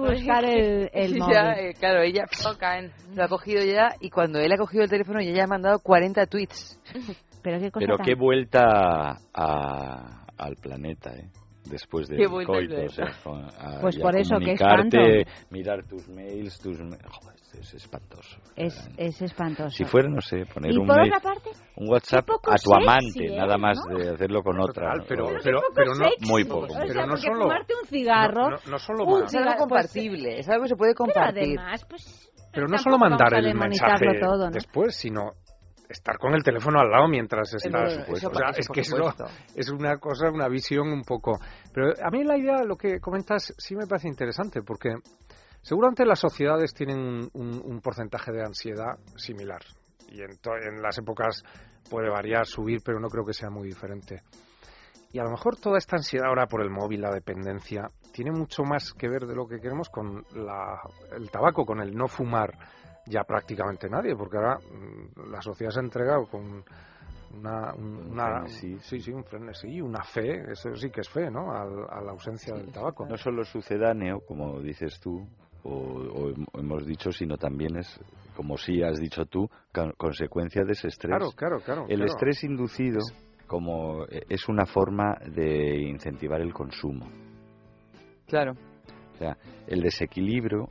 buscar el móvil. Ya, claro, ella lo ha cogido ya y cuando él ha cogido el teléfono ya ha mandado 40 tweets. Pero qué vuelta al planeta, después del coito, o sea, pues por eso que espanto, mirar tus mails, joder, es espantoso. Es espantoso. Si fuera, no sé, poner un WhatsApp a tu amante, nada más, ¿no? De hacerlo con otra. Pero no, muy poco. O sea, no solo fumarte un cigarro, no solo es algo compartible, es algo que se puede compartir. Pero no solo mandar el mensaje todo, ¿no? Después, sino estar con el teléfono al lado mientras estás. O sea, es que es una cosa, una visión un poco. Pero a mí la idea, lo que comentas, sí me parece interesante, porque seguramente las sociedades tienen un porcentaje de ansiedad similar. Y en las épocas puede variar, subir, pero no creo que sea muy diferente. Y a lo mejor toda esta ansiedad ahora por el móvil, la dependencia, tiene mucho más que ver de lo que queremos con el tabaco, con el no fumar. Ya prácticamente nadie, porque ahora la sociedad se ha entregado con un frenesí, una fe, eso sí que es fe, ¿no? A la ausencia del tabaco. No solo sucedáneo, como dices tú, o hemos dicho, sino también es, como sí has dicho tú, consecuencia de ese estrés. Claro. El estrés inducido como es una forma de incentivar el consumo. Claro. O sea, el desequilibrio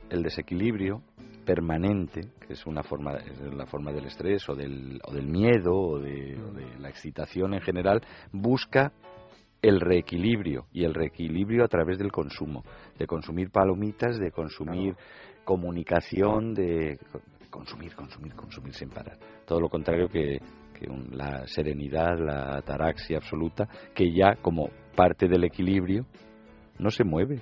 permanente, que es la forma del estrés o del miedo o de la excitación en general, busca el reequilibrio, y el reequilibrio a través del consumo, de consumir palomitas, de consumir comunicación, de consumir sin parar. Todo lo contrario que la serenidad, la ataraxia absoluta, que ya como parte del equilibrio no se mueve,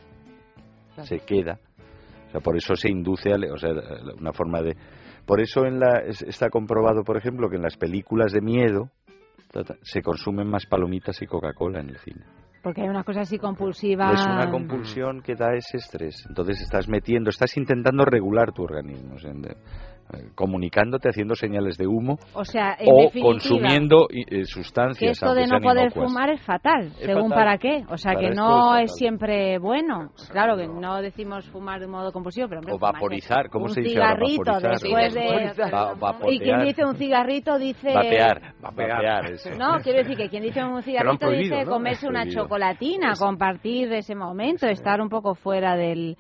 se queda. O sea, por eso se induce, una forma de... Por eso está comprobado, por ejemplo, que en las películas de miedo se consumen más palomitas y Coca-Cola en el cine. Porque hay una cosa así compulsiva. Es una compulsión que da ese estrés. Entonces estás intentando regular tu organismo, comunicándote, haciendo señales de humo, o sea, consumiendo sustancias. Que esto de no poder fumar es fatal, según para qué. O sea, que no es siempre bueno. Claro que no decimos fumar de modo compulsivo, pero hombre, o vaporizar, ¿cómo se dice? Un cigarrito después de... Y quien dice un cigarrito dice... Vapear. Eso. No, quiero decir que quien dice un cigarrito dice comerse una chocolatina, compartir ese momento, estar un poco fuera del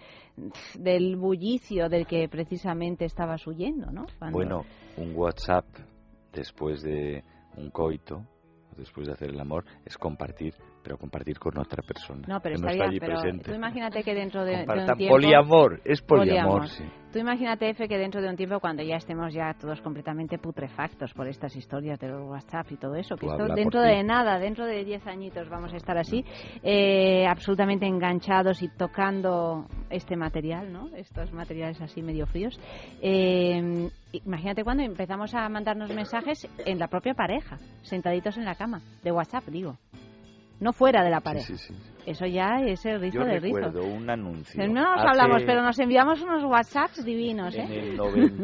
bullicio del que precisamente estabas huyendo, ¿no? Bueno, un WhatsApp después de un coito, después de hacer el amor, es compartir, pero compartir con otra persona. No, pero que está no está bien, pero presente. Tú imagínate que dentro de un tiempo... Poliamor, es poliamor, sí. Tú imagínate, Efe, que dentro de un tiempo, cuando ya estemos ya todos completamente putrefactos por estas historias de los WhatsApp y todo eso, que esto dentro de nada, dentro de 10 añitos vamos a estar así, absolutamente enganchados y tocando este material, ¿no? Estos materiales así medio fríos. Imagínate cuando empezamos a mandarnos mensajes en la propia pareja, sentaditos en la cama, de WhatsApp, digo. No fuera de la pareja. Sí. Eso ya es el rizo del rizo. Yo recuerdo un anuncio. No nos hablamos, pero nos enviamos unos WhatsApps divinos, En el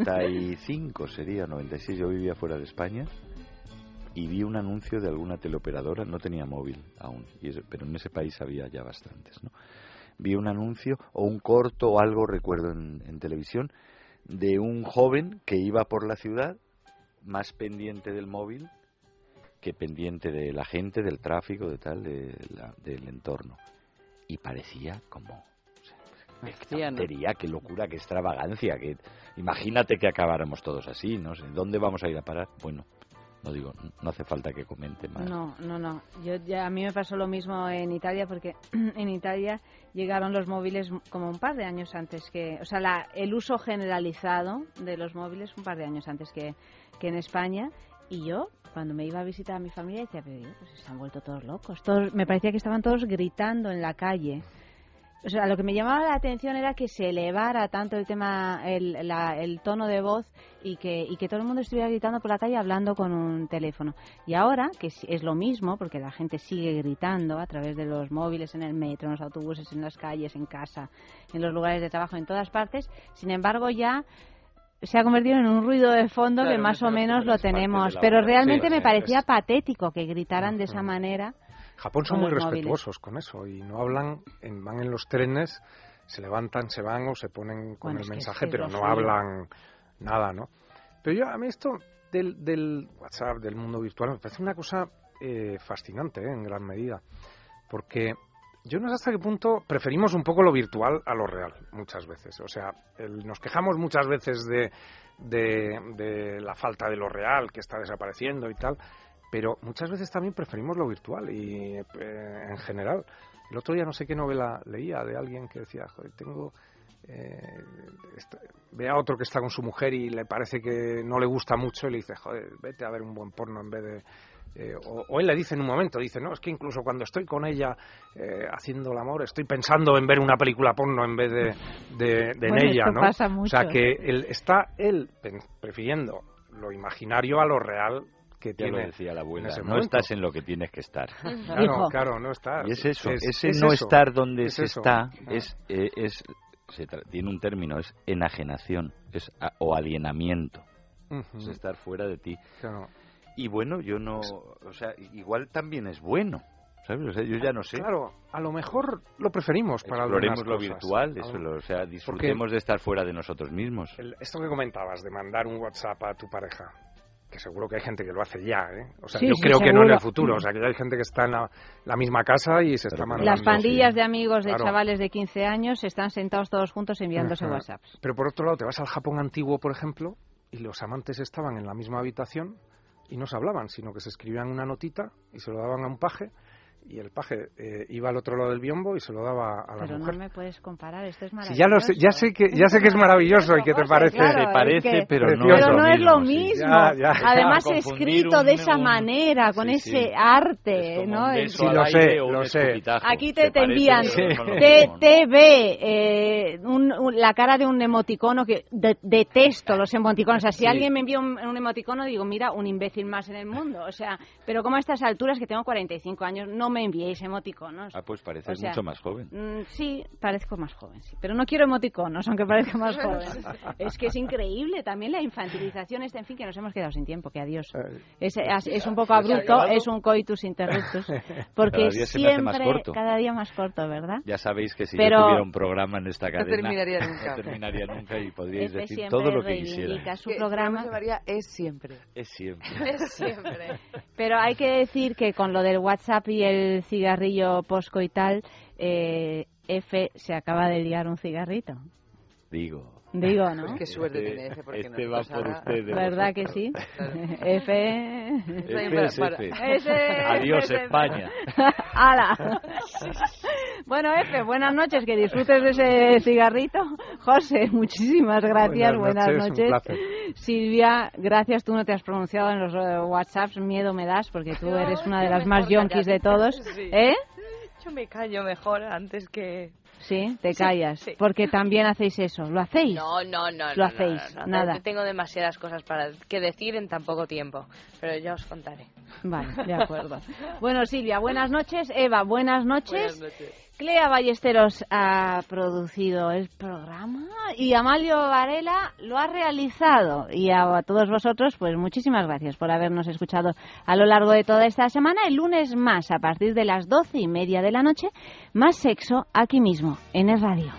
95 sería, 96, yo vivía fuera de España y vi un anuncio de alguna teleoperadora, no tenía móvil aún, pero en ese país había ya bastantes, ¿no? Vi un anuncio o un corto o algo, recuerdo en televisión, de un joven que iba por la ciudad más pendiente del móvil que pendiente de la gente, del tráfico, del entorno. Y parecía como... qué tontería, qué locura, qué extravagancia. Imagínate que acabáramos todos así, no sé. ¿Dónde vamos a ir a parar? Bueno, no hace falta que comente más. No. A mí me pasó lo mismo en Italia, porque en Italia llegaron los móviles como un par de años antes que... O sea, el uso generalizado de los móviles un par de años antes que en España. Y yo, cuando me iba a visitar a mi familia, decía, pero pues se han vuelto todos locos. Me parecía que estaban todos gritando en la calle. O sea, lo que me llamaba la atención era que se elevara tanto el tema, el tono de voz y que todo el mundo estuviera gritando por la calle hablando con un teléfono. Y ahora, que es lo mismo, porque la gente sigue gritando a través de los móviles, en el metro, en los autobuses, en las calles, en casa, en los lugares de trabajo, en todas partes, sin embargo ya... se ha convertido en un ruido de fondo, claro, que más o menos lo tenemos, pero realmente me parecía patético que gritaran de esa manera. Japón son muy respetuosos con eso y no hablan, van en los trenes se levantan, se van o se ponen con el mensaje, pero no hablan nada, ¿no? Pero a mí esto del WhatsApp, del mundo virtual, me parece una cosa fascinante, en gran medida, porque yo no sé hasta qué punto preferimos un poco lo virtual a lo real, muchas veces. O sea, nos quejamos muchas veces de la falta de lo real que está desapareciendo y tal, pero muchas veces también preferimos lo virtual y en general. El otro día no sé qué novela leía de alguien que decía, joder, ve a otro que está con su mujer y le parece que no le gusta mucho y le dice, joder, vete a ver un buen porno en vez de... o él le dice en un momento, dice, no, es que incluso cuando estoy con ella haciendo el amor, estoy pensando en ver una película porno en vez de en ella, ¿no? Pasa mucho. O sea, que está él prefiriendo lo imaginario a lo real que ya tiene. Lo decía la abuela, no momento. estás en lo que tienes que estar. Claro, no estás. Y es eso, ese no estar donde se está, tiene un término, es enajenación, o alienamiento, es estar fuera de ti. Claro. Y bueno, yo no, o sea, igual también es bueno, ¿sabes? O sea, yo ya no sé. Claro, a lo mejor lo preferimos para exploremos algunas lo cosas. virtual, o sea, disfrutemos de estar fuera de nosotros mismos. Esto que comentabas de mandar un WhatsApp a tu pareja, que seguro que hay gente que lo hace ya, ¿eh? O sea, sí, yo sí, creo seguro. que no en el futuro, o sea, que ya hay gente que está en la misma casa y se está mandando. Las pandillas de amigos de chavales de 15 años están sentados todos juntos enviándose WhatsApps. Pero por otro lado, te vas al Japón antiguo, por ejemplo, y los amantes estaban en la misma habitación y no se hablaban, sino que se escribían una notita y se lo daban a un paje, y el paje iba al otro lado del biombo y se lo daba a la mujer. Pero no me puedes comparar, esto es maravilloso. Sí, ya sé que es maravilloso y que te parece. Claro, te parece, pero no es lo mismo. Sí. Ya. Además escrito de esa manera, con ese arte, ¿no? Sí, lo sé. Aquí te envían TTV, la cara de un emoticono que detesto los emoticonos. O sea, si alguien me envía un emoticono, digo, mira, un imbécil más en el mundo. O sea, pero como a estas alturas, que tengo 45 años, no me enviéis emoticonos. Ah, pues pareces mucho más joven. Sí, parezco más joven, sí. Pero no quiero emoticonos, aunque parezca más joven. Es que es increíble también la infantilización, en fin, que nos hemos quedado sin tiempo, que adiós. Es un poco abrupto, es un coitus interruptus, porque cada día siempre, cada día más corto, ¿verdad? Ya sabéis que si yo tuviera un programa en esta cadena, no terminaría nunca y podríais decir siempre todo lo que quisiera. Su programa es siempre. Es siempre. Es siempre. Pero hay que decir que con lo del WhatsApp y el cigarrillo poscoital, F se acaba de liar un cigarrito. Digo, ¿no? Pues qué suerte tiene F, porque va por ustedes. ¿Verdad que sí? F. Adiós, España. ¡Hala! Bueno, F, buenas noches, que disfrutes de ese cigarrito. José, muchísimas gracias, buenas noches. Un placer. Silvia, gracias, tú no te has pronunciado en los WhatsApps, miedo me das, porque tú eres una de las más yonkis de todos. Sí. ¿Eh? Yo me callo mejor antes que... Sí, te callas, sí. Porque también hacéis eso. ¿Lo hacéis? No. ¿Lo hacéis? No. Nada. Tengo demasiadas cosas que decir en tan poco tiempo, pero ya os contaré. Vale, de acuerdo. Bueno, Silvia, buenas noches. Eva, buenas noches. Buenas noches. Clea Ballesteros ha producido el programa y Amalio Varela lo ha realizado. Y a todos vosotros, pues muchísimas gracias por habernos escuchado a lo largo de toda esta semana. El lunes más, a partir de las 12:30 de la noche, más sexo aquí mismo, en Es Radio.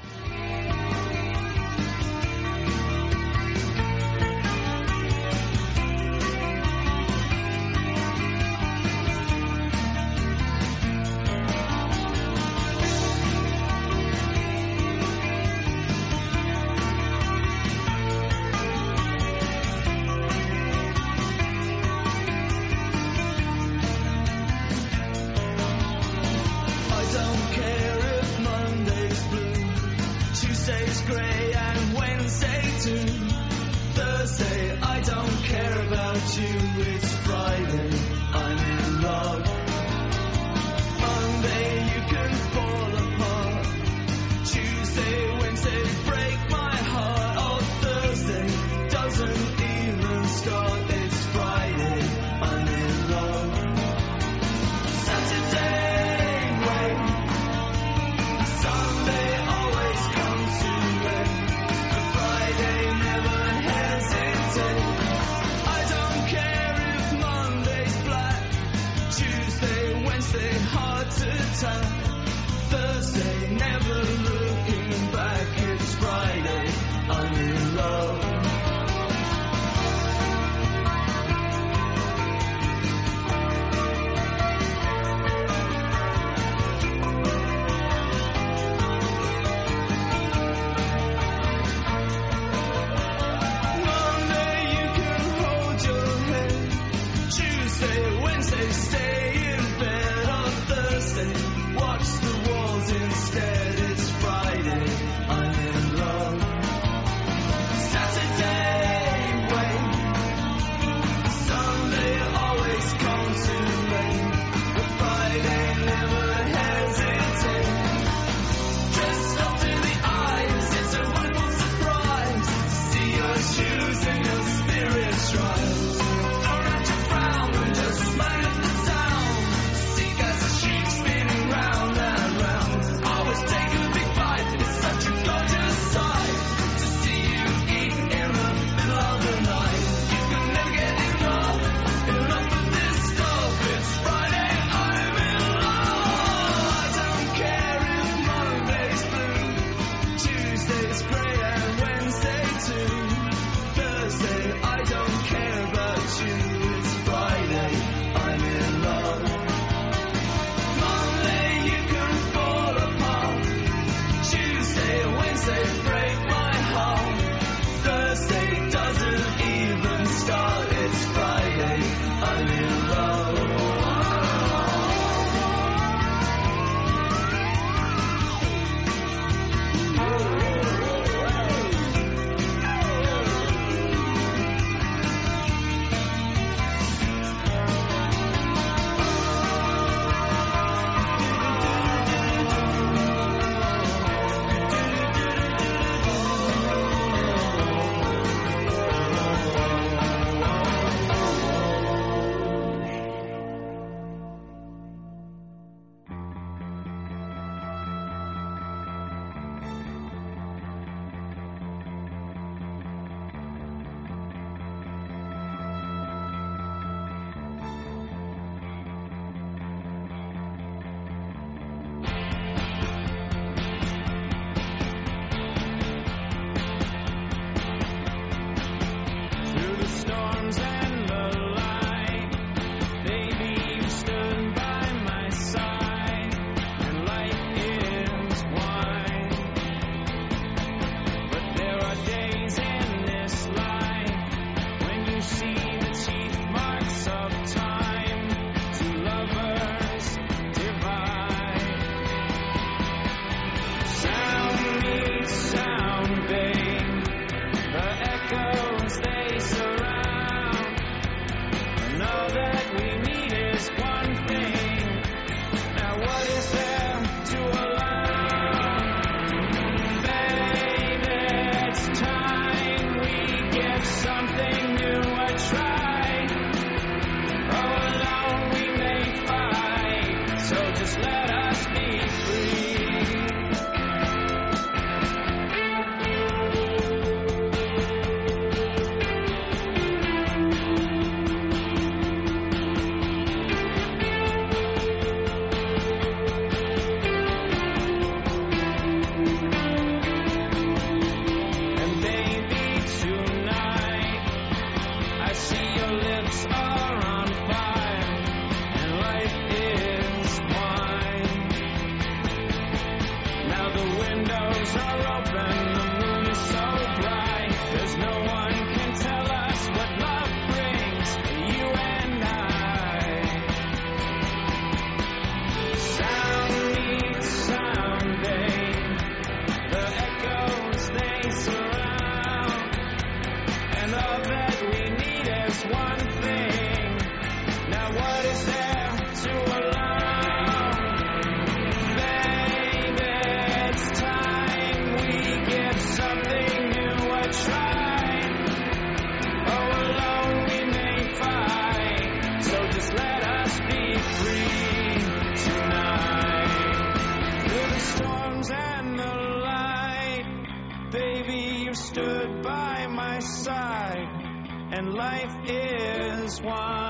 Thursday, never looking back. it's Friday, I'm in love.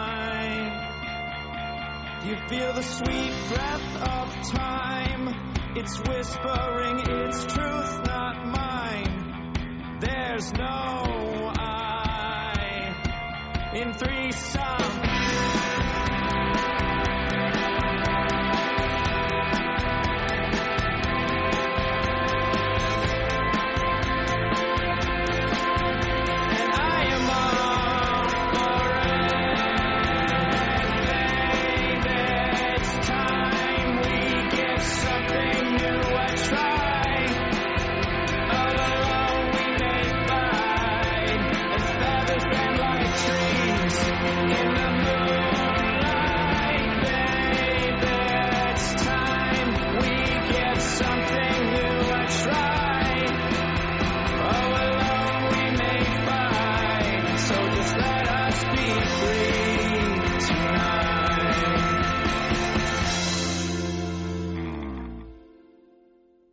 You feel the sweet breath of time It's whispering its truth, not mine. There's no I in threesome.